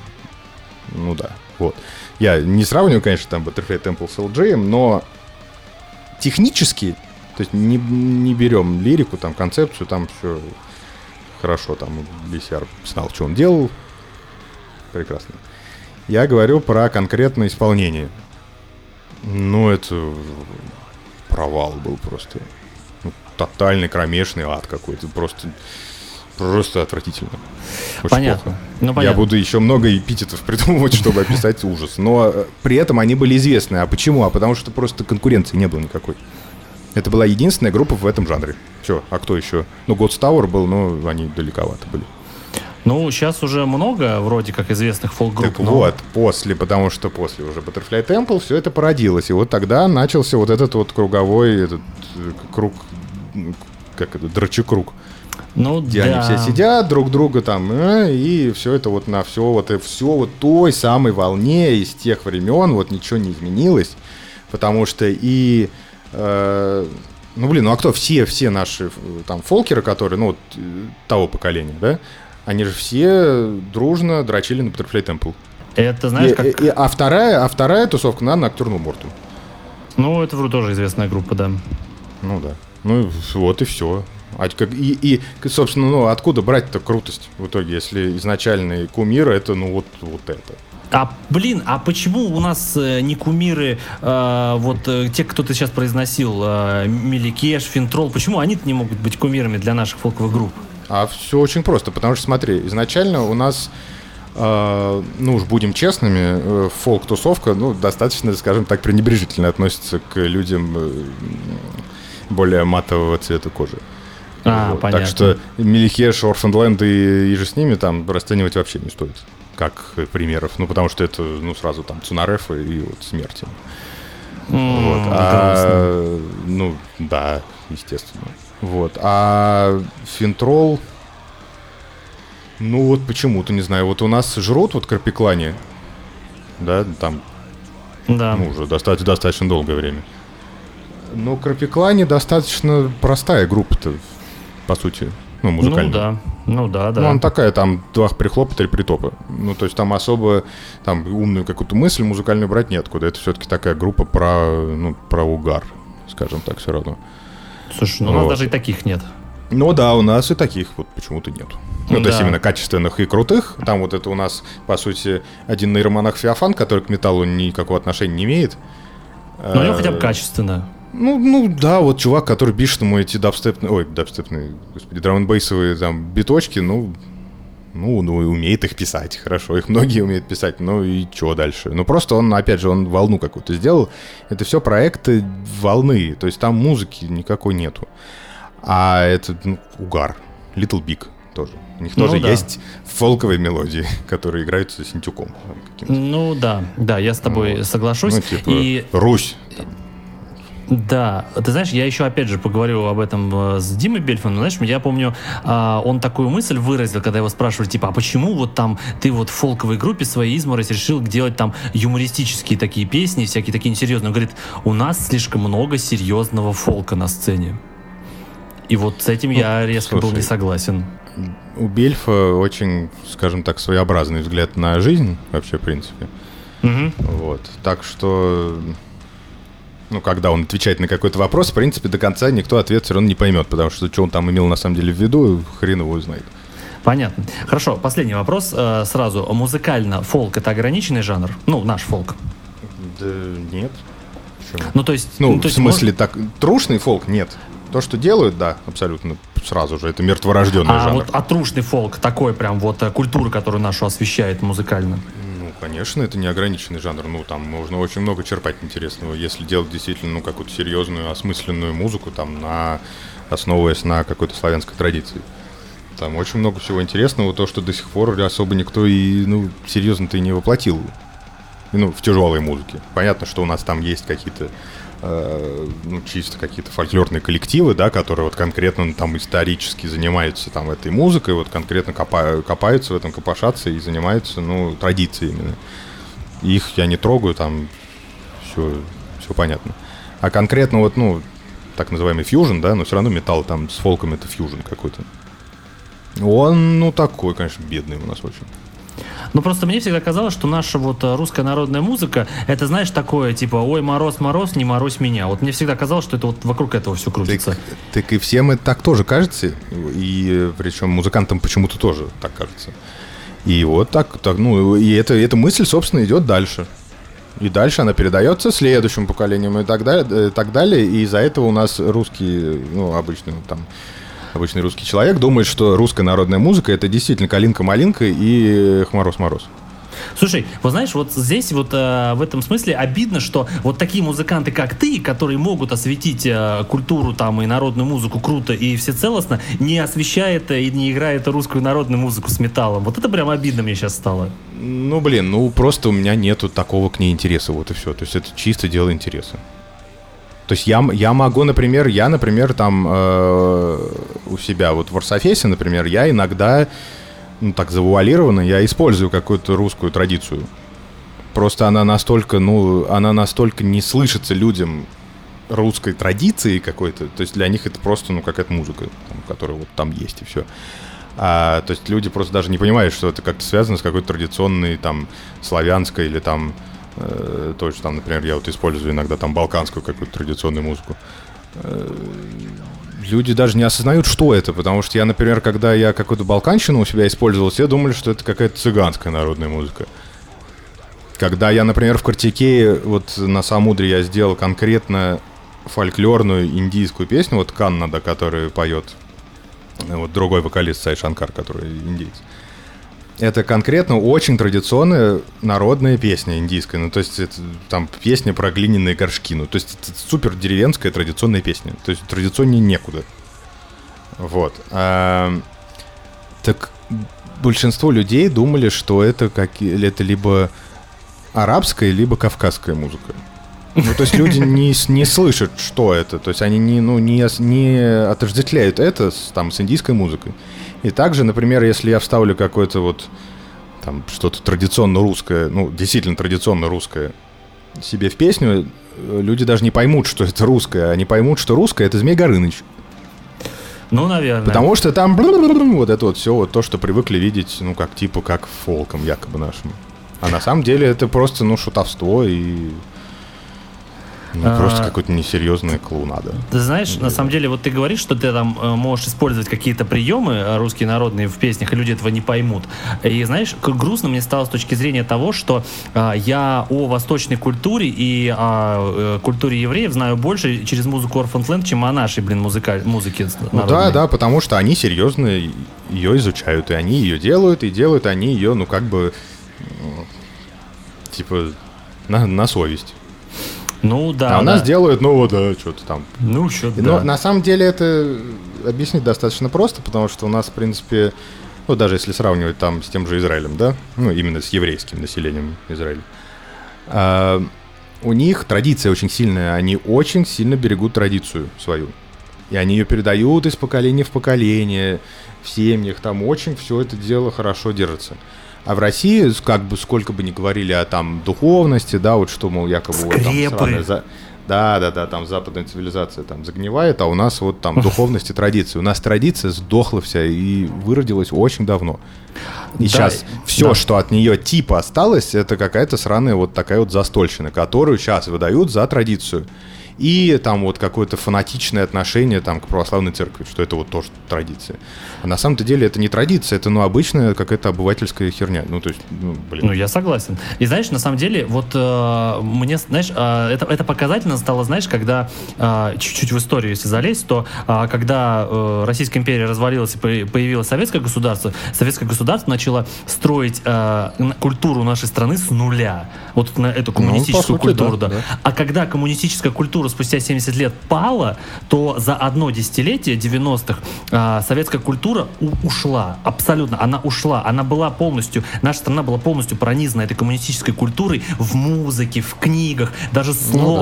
Да, вот. Я не сравниваю, конечно, там Butterfly Temple с LG, но технически, то есть не берем лирику, там, концепцию, там все хорошо, там Бисяр знал, что он делал, прекрасно. Я говорю про конкретное исполнение. Это провал был просто. Тотальный кромешный ад какой-то, просто отвратительно. Очень понятно. Плохо. Я буду еще много эпитетов придумывать, чтобы описать ужас. Но при этом они были известны. А почему? Потому что просто конкуренции не было никакой. Это была единственная группа в этом жанре. Все, а кто еще? God's Tower был, но они далековато были. Сейчас уже много вроде как известных фолк-групп. Так потому что после уже Butterfly Temple все это породилось. И вот тогда начался вот этот вот круговой круг, дрочекруг. Где они все сидят, друг друга там, и все это вот на все той самой волне из тех времен, вот ничего не изменилось, потому что а кто все наши там фолкеры, которые, того поколения, да, они же все дружно дрочили на Butterfly Temple. Это, знаешь, а вторая тусовка на Nocturnal Mortum. Это вроде тоже известная группа, да. Да. Вот и все. Собственно, откуда брать-то крутость в итоге, если изначальный кумир это, вот это? А почему у нас не кумиры, те, кто ты сейчас произносил, Миликеш, Финтрол, почему они-то не могут быть кумирами для наших фолковых групп? А все очень просто, потому что, смотри, изначально у нас, уж будем честными, фолк-тусовка, достаточно, скажем так, пренебрежительно относится к людям более матового цвета кожи. Понятно. Так что Миликеш, Орфенленд и же с ними там расценивать вообще не стоит, как примеров. Потому что это, сразу там Цунареф и смерти. Да, естественно. А Финтрол, почему-то, не знаю, у нас жрут Карпиклане, да, там, уже достаточно долгое время. Но Карпиклане достаточно простая группа-то, по сути, музыкальная. Да. Она такая, там, 2 прихлопа, 3 притопа. То есть там особо там умную какую-то мысль музыкальную брать неоткуда. Это все-таки такая группа про угар, скажем так, все равно. Слушай, у нас даже и таких нет. Да, у нас и таких почему-то нет. То есть именно качественных и крутых. Там это у нас, по сути, один нейромонах Феофан, который к металлу никакого отношения не имеет. Но у него хотя бы качественно. Да, чувак, который пишет ему эти дабстепные, драм-н-бейсовые там биточки, умеет их писать, хорошо, их многие умеют писать, и что дальше? Просто он, опять же, он волну какую-то сделал, это все проекты волны, то есть там музыки никакой нету, а это, угар, Little Big тоже. У них тоже есть фолковые мелодии, которые играются синтюком. Да, я с тобой соглашусь. Русь. Да, ты знаешь, я еще опять же поговорю об этом с Димой Бельфманом. Знаешь, я помню, он такую мысль выразил, когда его спрашивали, а почему там ты в фолковой группе своей «Изморозь» решил делать там юмористические такие песни, всякие такие несерьезные. Он говорит, у нас слишком много серьезного фолка на сцене. И с этим я резко был не согласен. У Бельфа очень, скажем так, своеобразный взгляд на жизнь вообще, в принципе. Так что... когда он отвечает на какой-то вопрос, в принципе, до конца никто ответ все равно не поймет, потому что он там имел на самом деле в виду, хрен его знает. Понятно. Хорошо, последний вопрос сразу. Музыкально фолк — это ограниченный жанр? Наш фолк. Да нет. Почему? Ну, то есть... в смысле, так, трушный фолк нет. То, что делают, да, абсолютно сразу же. Это мертворожденный жанр. А трушный фолк, такой прям вот культура, которую нашу освещает музыкально. Ну, конечно, это не ограниченный жанр. Ну, там можно очень много черпать интересного, если делать действительно, какую-то серьезную, осмысленную музыку, там, основываясь на какой-то славянской традиции. Там очень много всего интересного, то, что до сих пор особо никто и, серьезно-то и не воплотил. В тяжелой музыке. Понятно, что у нас там есть какие-то чисто какие-то фольклорные коллективы, да, которые вот конкретно там исторически занимаются там этой музыкой, вот конкретно копаются в этом, копошатся и занимаются, традициями. Их я не трогаю, там все понятно. А конкретно вот, так называемый фьюжн, да, но все равно металл там с фолком это фьюжн какой-то. Он, такой, конечно, бедный у нас очень. Просто мне всегда казалось, что наша вот русская народная музыка, это, знаешь, такое, типа, ой, мороз, мороз, не морозь меня. Вот мне всегда казалось, что это вот вокруг этого все крутится. Так и всем это так тоже кажется, и причем музыкантам почему-то тоже так кажется. И вот так и эта мысль, собственно, идет дальше. И дальше она передается следующему поколениям и так далее. И из-за этого у нас русские, обычный русский человек думает, что русская народная музыка — это действительно калинка-малинка и хмороз-мороз. Слушай, вот знаешь, вот здесь вот в этом смысле обидно, что вот такие музыканты, как ты, которые могут осветить культуру там и народную музыку круто и всецелостно, не освещает и не играет русскую народную музыку с металлом. Вот это прям обидно мне сейчас стало. Просто у меня нету такого к ней интереса, вот и все. То есть это чисто дело интереса. То есть я могу, например, там у себя вот в Орсофесе, например, я иногда, так завуалированно, я использую какую-то русскую традицию. Просто она настолько не слышится людям русской традиции какой-то. То есть для них это просто, какая-то музыка, которая вот там есть и все. То есть люди просто даже не понимают, что это как-то связано с какой-то традиционной там славянской или там тоже там, например, я вот использую иногда там балканскую какую-то традиционную музыку. Люди даже не осознают, что это, потому что я, например, когда я какую-то балканщину у себя использовал, все думали, что это какая-то цыганская народная музыка. Когда я, например, в Картикее, вот на Самудре я сделал конкретно фольклорную индийскую песню, вот Каннада, которую поет вот другой вокалист Сай Шанкар, который индиец. Это конкретно очень традиционная народная песня индийская. То есть это там песня про глиняные горшки. То есть это супер деревенская традиционная песня. То есть традиционнее некуда. Вот. Так большинство людей думали, что это либо арабская, либо кавказская музыка. То есть люди не слышат, что это. То есть они не отождествляют это с индийской музыкой. И также, например, если я вставлю какое-то вот там что-то традиционно русское, действительно традиционно русское себе в песню, люди даже не поймут, что это русское, они поймут, что русское — это Змей Горыныч. Наверное. Потому что там вот это вот все, вот то, что привыкли видеть, как фолком якобы нашим. А на самом деле это просто, шутовство и... просто какой-то несерьезная клоунада. Ты знаешь, на самом деле, вот ты говоришь, что ты там можешь использовать какие-то приемы русские народные в песнях, и люди этого не поймут. И знаешь, грустно мне стало с точки зрения того, что я о восточной культуре и о культуре евреев знаю больше через музыку Orphaned Land, чем о нашей, музыке народной. Да, потому что они серьезно ее изучают, и они ее делают, и делают они ее, на совесть. Да. А у нас делают, что-то там. Что-то, Но на самом деле это объяснить достаточно просто, потому что у нас, в принципе, даже если сравнивать там с тем же Израилем, да, именно с еврейским населением Израиля, у них традиция очень сильная, они очень сильно берегут традицию свою. И они ее передают из поколения в поколение, в семьях, там очень все это дело хорошо держится. А в России, сколько бы ни говорили о духовности, да, вот что, мол, якобы скрепы. Там западная цивилизация там загнивает, а у нас вот там духовность и традиция. У нас традиция сдохла вся и выродилась очень давно. И сейчас все, что от нее осталось, это какая-то сраная вот такая вот застольщина, которую сейчас выдают за традицию. и там вот какое-то фанатичное отношение там к православной церкви, что это вот тоже традиция. А на самом-то деле это не традиция, это, обычная какая-то обывательская херня. Ну, то есть, блин. Ну, я согласен. И знаешь, на самом деле, вот мне, знаешь, это показательно стало, знаешь, когда чуть-чуть в историю, если залезть, то когда Российская империя развалилась и появилось советское государство начало строить культуру нашей страны с нуля. Вот на эту коммунистическую культуру, да. А когда коммунистическая культура спустя 70 лет пала, то за одно десятилетие 90-х советская культура ушла. Абсолютно. Она ушла. Наша страна была полностью пронизана этой коммунистической культурой в музыке, в книгах. Даже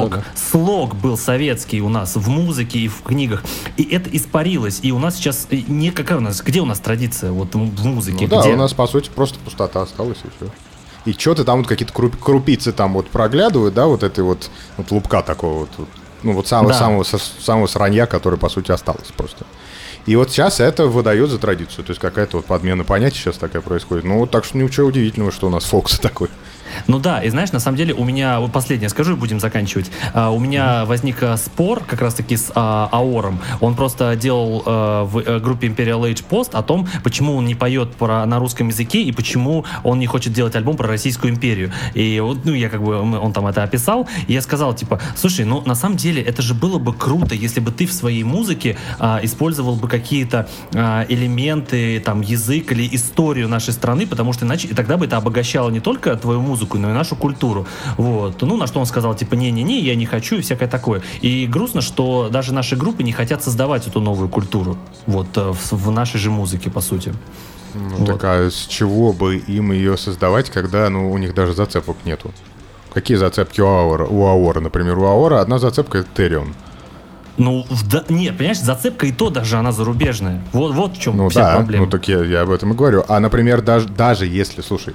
слог был советский у нас в музыке и в книгах. И это испарилось. И у нас сейчас где у нас традиция вот в музыке? Да, у нас, по сути, просто пустота осталась, и все. И что-то там вот какие-то крупицы там вот проглядывают, да, вот этой вот лупка такого вот. Ну, вот самого сранья, который, по сути, осталось просто. И вот сейчас это выдает за традицию. То есть какая-то вот подмена понятий сейчас такая происходит. Ну, вот так что ничего удивительного, что у нас фокус такой. Ну да, и знаешь, на самом деле у меня, вот последнее скажу и будем заканчивать. У меня возник спор как раз-таки с Аором. Он просто делал в группе Imperial Age пост о том, почему он не поет на русском языке и почему он не хочет делать альбом про Российскую империю. И вот, он там это описал, и я сказал, типа, слушай, на самом деле это же было бы круто, если бы ты в своей музыке использовал бы какие-то элементы, там, язык или историю нашей страны, потому что иначе, и тогда бы это обогащало не только твою музыку, но и нашу культуру. Вот. На что он сказал, типа, не-не-не, я не хочу, и всякое такое. И грустно, что даже наши группы не хотят создавать эту новую культуру. Вот, в нашей же музыке, по сути. Вот. Так а с чего бы им ее создавать, когда, у них даже зацепок нету? Какие зацепки у Аора? Например, у Аора одна зацепка — это Therion. Нет, понимаешь, зацепка и то даже она зарубежная. Вот в чем вся проблема. Так я об этом и говорю. А, например, даже если, слушай,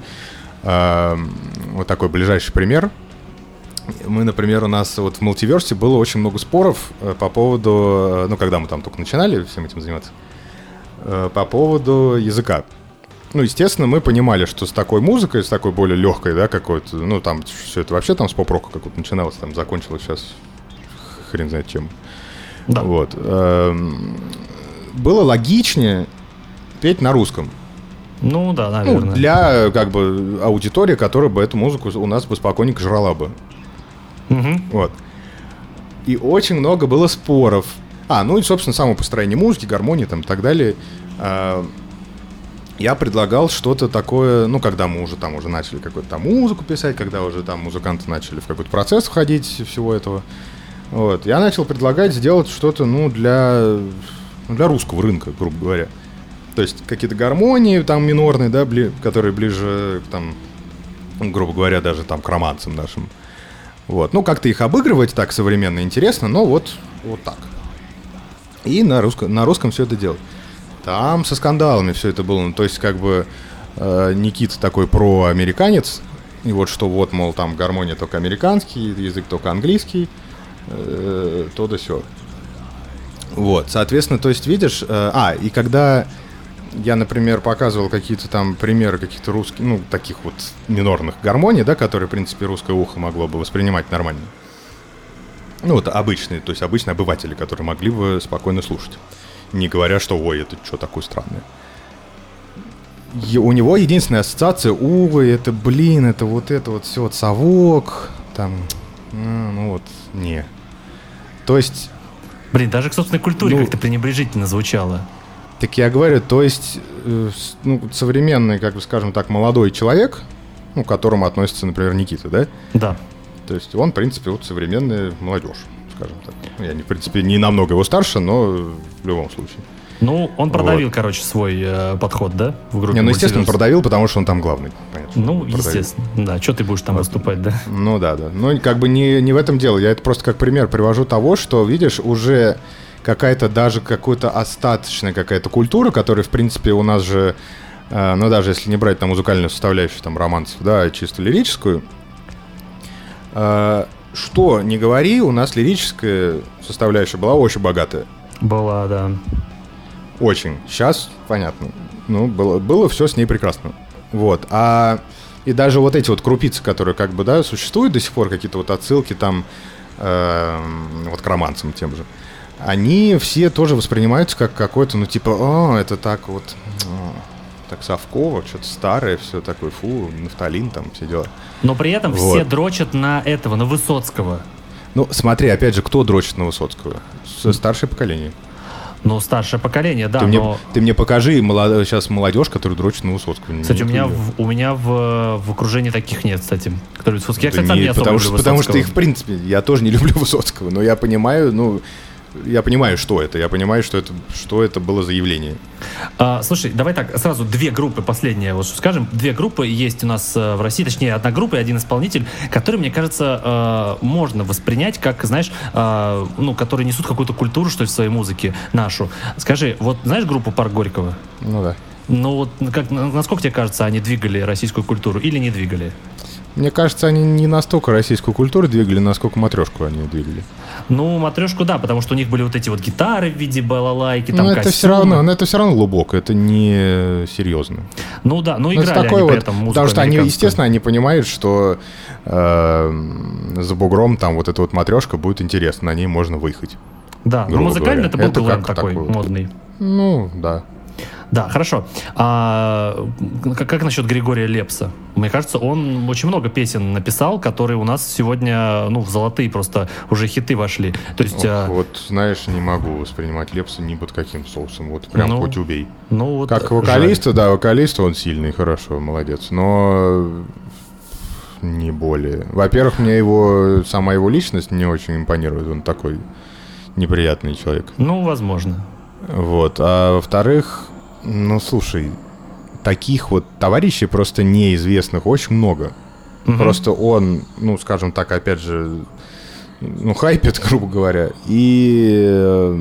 вот такой ближайший пример. Мы, например, у нас вот в Multiverse было очень много споров по поводу, когда мы там только начинали всем этим заниматься, по поводу языка. Естественно, мы понимали, что с такой музыкой, с такой более легкой, да, какой-то, там все это вообще там с поп-рока какого-то начиналось, там закончилось сейчас хрен знает чем. Да. Вот. Было логичнее петь на русском. Да, наверное. Для, аудитории, которая бы эту музыку у нас бы спокойненько жрала бы. Угу. Вот. И очень много было споров. И, собственно, само построение музыки, гармонии там и так далее. Я предлагал что-то такое, когда мы уже начали какую-то там музыку писать, когда уже там музыканты начали в какой-то процесс входить всего этого. Вот. Я начал предлагать сделать что-то, для русского рынка, грубо говоря. То есть какие-то гармонии там минорные, да, которые ближе там, грубо говоря, даже там к романсам нашим. Вот. Как-то их обыгрывать так современно интересно, но вот так. И на русском все это делать. Там со скандалами все это было. То есть Никита такой проамериканец. И вот что мол, там гармония только американский, язык только английский, то да сё. Вот, соответственно, то есть видишь... и когда... Я, например, показывал какие-то там примеры каких-то русских, таких вот минорных гармоний, да, которые, в принципе, русское ухо могло бы воспринимать нормально. Обычные, то есть обычные обыватели, которые могли бы спокойно слушать. Не говоря, что, ой, это что такое странное. У него единственная ассоциация, ой, это, это вот все, совок, там, не. То есть... даже к собственной культуре как-то пренебрежительно звучало. Так я говорю, то есть, современный, скажем так, молодой человек, к которому относится, например, Никита, да? Да. То есть он, в принципе, современная молодежь, скажем так. Я, в принципе, не намного его старше, но в любом случае. Он продавил, свой подход, да, в группе? Естественно, продавил, потому что он там главный, понятно. Естественно, да. Что ты будешь там выступать, да? Да. Не в этом дело. Я это просто как пример привожу того, что, видишь, уже... какая-то остаточная какая-то культура, которая, в принципе, у нас же, даже если не брать там музыкальную составляющую, там, романсов, да, чисто лирическую, что не говори, у нас лирическая составляющая была очень богатая. Была, да. Очень. Сейчас, понятно. Было все с ней прекрасно. Вот. И даже вот эти вот крупицы, которые существуют до сих пор, какие-то вот отсылки там вот к романсам тем же, они все тоже воспринимаются как какой-то, ну, типа, это так вот, так совково, что-то старое, все такое, фу, нафталин, там, все дела. Но при этом Вот. все дрочат на Высоцкого. Ну, смотри, опять же, кто дрочит на Высоцкого? Старшее поколение. Ну, старшее поколение, да, Ты мне покажи сейчас молодежь, которая дрочит на Высоцкого. Кстати, у меня в окружении таких нет, кстати, которые Высоцкий. Я, кстати, сам не особо люблю Высоцкого. Потому что их, в принципе, я тоже не люблю Высоцкого, но я понимаю, что это. Я понимаю, что это было за явление. Слушай, давай так, сразу две группы, последние, вот скажем, две группы есть у нас в России, точнее, одна группа и один исполнитель, который, мне кажется, можно воспринять как, знаешь, которые несут какую-то культуру, что ли, в своей музыке нашу. Скажи, вот знаешь группу «Парк Горького»? Ну да. Ну вот, насколько тебе кажется, они двигали российскую культуру или не двигали? Мне кажется, они не настолько российскую культуру двигали, насколько матрешку они двигали. Ну, матрешку, да, потому что у них были вот эти вот гитары в виде балалайки, там это все равно глубоко, это не серьезно. Ну да, играли они при этом музыку. Потому что они, естественно, они понимают, что за бугром там вот эта вот матрешка будет интересна, на ней можно выехать. Да, но музыкально это был ГЛМ такой модный. Ну, да. Да, хорошо. Как насчет Григория Лепса? Мне кажется, он очень много песен написал, которые у нас сегодня, в золотые просто уже хиты вошли. То есть, вот, знаешь, не могу воспринимать Лепса ни под каким соусом. Вот прям хоть убей. Вот как вокалиста, да, вокалист он сильный, хорошо, молодец. Но не более. Во-первых, мне сама его личность не очень импонирует. Он такой неприятный человек. Возможно. Вот. А во-вторых, слушай, таких вот товарищей просто неизвестных очень много. Угу. Просто он, скажем так, опять же, хайпит, грубо говоря, и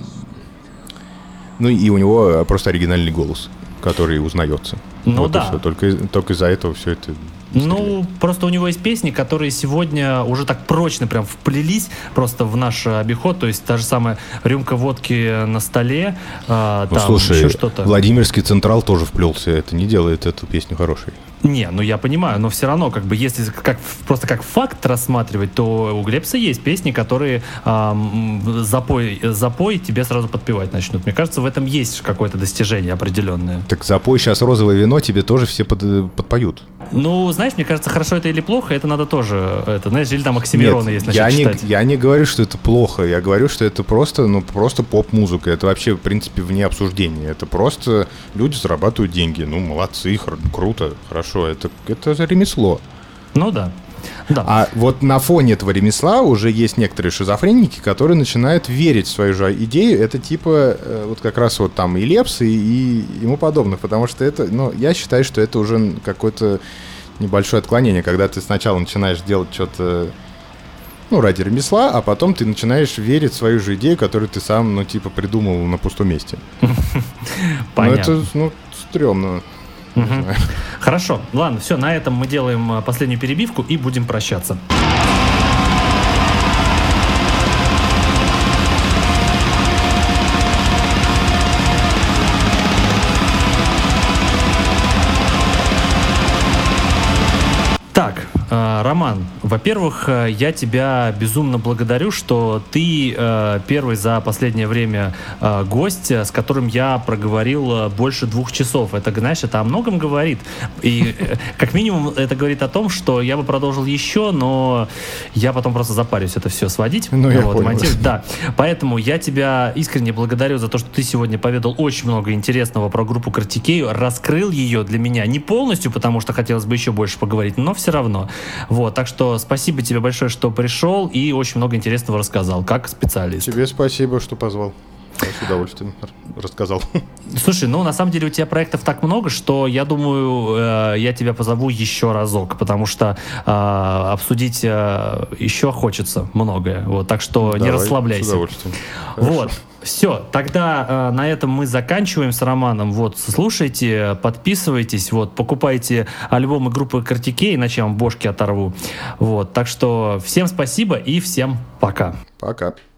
у него просто оригинальный голос, который узнается. Да. Только из-за этого все это... Просто у него есть песни, которые сегодня уже так прочно прям вплелись просто в наш обиход. То есть та же самая «Рюмка водки на столе», слушай, еще что-то. Владимирский Централ тоже вплелся. Это не делает эту песню хорошей. Я понимаю, но все равно, если просто как факт рассматривать, то у Глебса есть песни, которые запой тебе сразу подпевать начнут. Мне кажется, в этом есть какое-то достижение определенное. Так запой сейчас «Розовое вино» тебе тоже все подпоют. Знаешь, мне кажется, хорошо это или плохо, это надо тоже, или там Оксимирона, если начать читать. Я не говорю, что это плохо, я говорю, что это просто поп-музыка. Это вообще, в принципе, вне обсуждения. Это просто люди зарабатывают деньги. Молодцы, круто, хорошо. Это ремесло. Да. А вот на фоне этого ремесла уже есть некоторые шизофреники, которые начинают верить в свою же идею. Это типа вот как раз вот там и Лепс, и ему подобных. Потому что это, я считаю, что это уже какое-то небольшое отклонение, когда ты сначала начинаешь делать что-то ради ремесла, а потом ты начинаешь верить в свою же идею, которую ты сам, придумал на пустом месте. Понятно. Это, стрёмно. Хорошо, ладно, все, на этом мы делаем последнюю перебивку и будем прощаться. Так, Роман, во-первых, я тебя безумно благодарю, что ты первый за последнее время гость, с которым я проговорил больше 2 часов. Это, знаешь, это о многом говорит. И как минимум это говорит о том, что я бы продолжил еще, но я потом просто запарюсь это все сводить. Я понял. Да. Поэтому я тебя искренне благодарю за то, что ты сегодня поведал очень много интересного про группу Картикею, раскрыл ее для меня не полностью, потому что хотелось бы еще больше поговорить, но все равно. Вот, так что спасибо тебе большое, что пришел и очень много интересного рассказал, как специалист. Тебе спасибо, что позвал. Я с удовольствием рассказал. Слушай, на самом деле у тебя проектов так много, что я думаю, я тебя позову еще разок, потому что обсудить еще хочется многое. Вот, так что не расслабляйся. С удовольствием. Вот. Все, тогда на этом мы заканчиваем с Романом. Вот, слушайте, подписывайтесь, покупайте альбомы группы Картикей, иначе я вам бошки оторву. Вот, так что всем спасибо и всем пока. Пока.